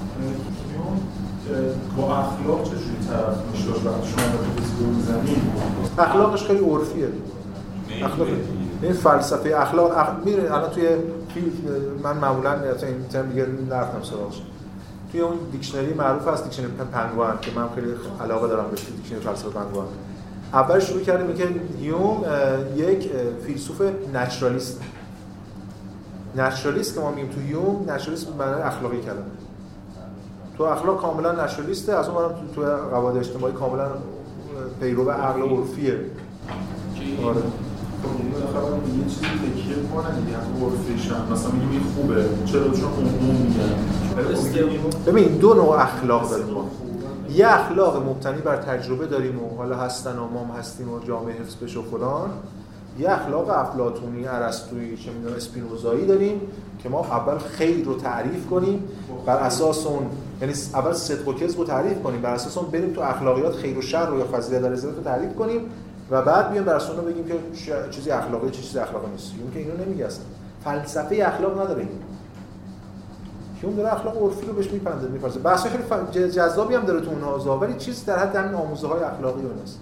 با اخلاق چجوری طرف میشه وقتی شما متافیزیک رو میزنید؟ اخلاقش خیلی عرفیه. اخلاق این فلسفه اخلاق اخ... میره الان توی من معمولا مثلا این ترم دیگه نرفتم سراغش. توی اون دیکشنری معروف هست دیکشنری پنگوئن که من خیلی علاقه دارم بهش، دیکشنری فلسفه پنگوئن. اول شروع کردیم که هیوم یک فیلسوف نچرالیست. نچرالیست که ما میگیم تو هیوم نچرالیست به معنای اخلاقی کلمه. تو اخلاق کاملا نچرالیسته، از اون برم تو, تو قواعد اجتماعی کاملا پیرو عقل و عرفیه. آره. خب یه چیزی تکیه کنن دیگه هم عرفیش هم مثلا میگیم این خوبه چرا چون عموم میگن. ببین دو نوع اخلاق داریم ما. یه اخلاق مبتنی بر تجربه داریم و حالا هستن و ما هم هستیم و جامعه حفظ بشه و فلان. یه اخلاق افلاطونی، ارسطویی، چه می‌دونم اسپینوزایی داریم که ما اول خیر رو تعریف کنیم بر اساس اون، یعنی اول صدق و کذب رو تعریف کنیم بر اساس اون بریم تو اخلاقیات خیر و شر رو یا فضیلت در ازدواج رو تعریف کنیم و بعد بیایم بر اساس اون بگیم که چیزی اخلاقی چه چیزی اخلاقی نیست. اون که اینو نمیگه اصلا. فلسفه اخلاق نداره این. که اون داره اخلاق عرفی رو بهش میپنده میپرسه. بحث خیلی جذابی هم داره تو اونها ولی چیز در حد همین آموزه‌های اخلاقی اوناست.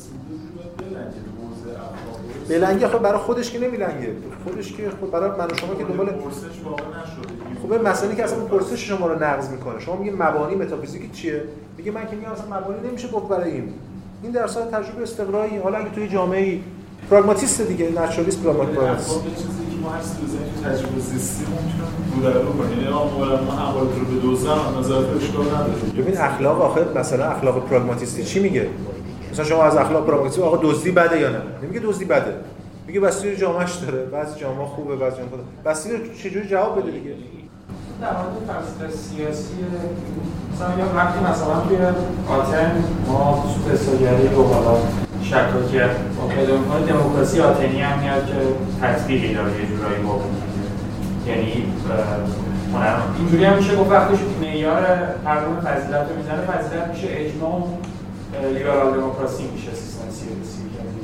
بلنگی خب برای خودش که نمیلنگه، خودش که خود برای من و شما که دنبال پرسش واقع نشده. خب این مسئله که اصلا پرسش شما رو نقض میکنه. شما میگه مبانی متافیزیک چیه؟ میگه من که میگم اصلا مبانی نمیشه گفت برای این. این در اصل تجربه استقرایی. حالا اگه توی جامعه‌ای پراگماتیست دیگه، نچرالیست پراگماتیست. خب این چیزی که ما هست تو تجربه زیستی ممکنه بودن رو کنیم. یعنی عموما ما اموالت رو به دوزن نظر اشکال نداره. ببین اخلاق آخر مثلا اخلاق پراگماتیستی چی میگه؟ مثلا شما از اخلاق پراگماتیستی آقا دزدی بده یا نه؟ نمیگه دزدی بده. میگه بستگی جامعه‌اش داره. بعضی جامعه خوبه، بعضی جامعه خوبه. بستگی چجوری جواب بده دیگه. در مورد فلسفه سیاسی مثلا یا وقتی مثلا توی آتن ما سوپرساگری رو حالا شکاکیت با پیدا می‌کنه دموکراسی آتنی هم میاد که تطبیقی داره یه جورایی با یعنی اینجوری هم میشه گفت وقتی معیار پرگون فضیلت رو میزنه فضیلت میشه اجماع لیبرال دموکراسی میشه سیستم سیاسی.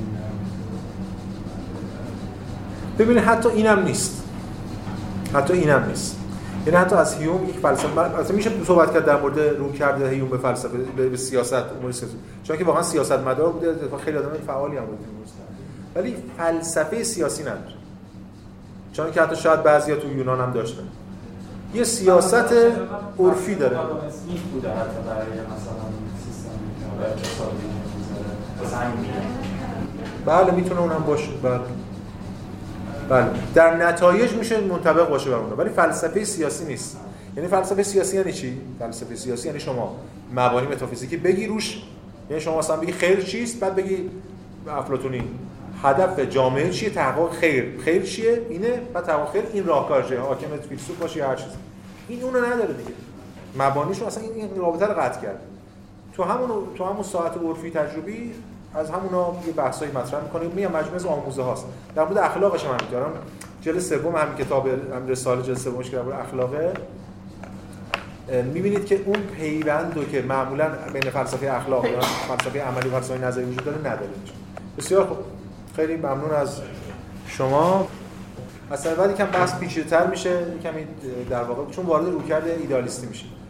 ببینید حتی اینم نیست. حتی اینم نیست. یعنی حتی از هیوم یک فلسفه اصلا میشه صحبت کرد در مورد رو کرده هیوم به فلسفه به, به سیاست امور سیاسی، چون که واقعا سیاستمدار بوده، خیلی آدم فعالی هم بوده، ولی فلسفه سیاسی نداره. چون که حتی شاید بعضیا تو یونان هم داشتن. یه سیاست عرفی داره. اسمیت بوده حتی برای مثلا سیستم اقتصادی مثلا بله میتونه اونم باشه. بله. بله در نتایج میشه منطبق باشه بر اون، ولی فلسفه سیاسی نیست. یعنی فلسفه سیاسی یعنی چی؟ فلسفه سیاسی یعنی شما مبانی متافیزیکی بگی روش، یعنی شما مثلا بگی خیر چیست، بعد بگی افلاطونی هدف جامعه چیه، تحقق خیر، خیر چیه اینه، بعد تحقق خیر این راهکارشه، حاکم فیلسوف باشه یا هر چیزی. این اونو نداره دیگه، مبانیشو اصلا این رابطه رو قطع کرد. تو همون تو همون ساعت عرفی تجربی از همونا یه بحثایی مطرح می‌کنه، میگم مجموعه آموزه هاست. در مورد اخلاقش هم همینطورم. جلسه سوم همین کتاب هم رساله جلسه سومش که در مورد اخلاقه، می‌بینید که اون پیوندو که معمولاً بین فلسفه اخلاق یا فلسفه عملی و فلسفه نظری وجود داره نداره. بسیار خوب، خیلی ممنون از شما. اصلا بعد یکم بحث پیچیده‌تر میشه، کمی در واقع چون وارد رویکرد ایدئالیستی میشه.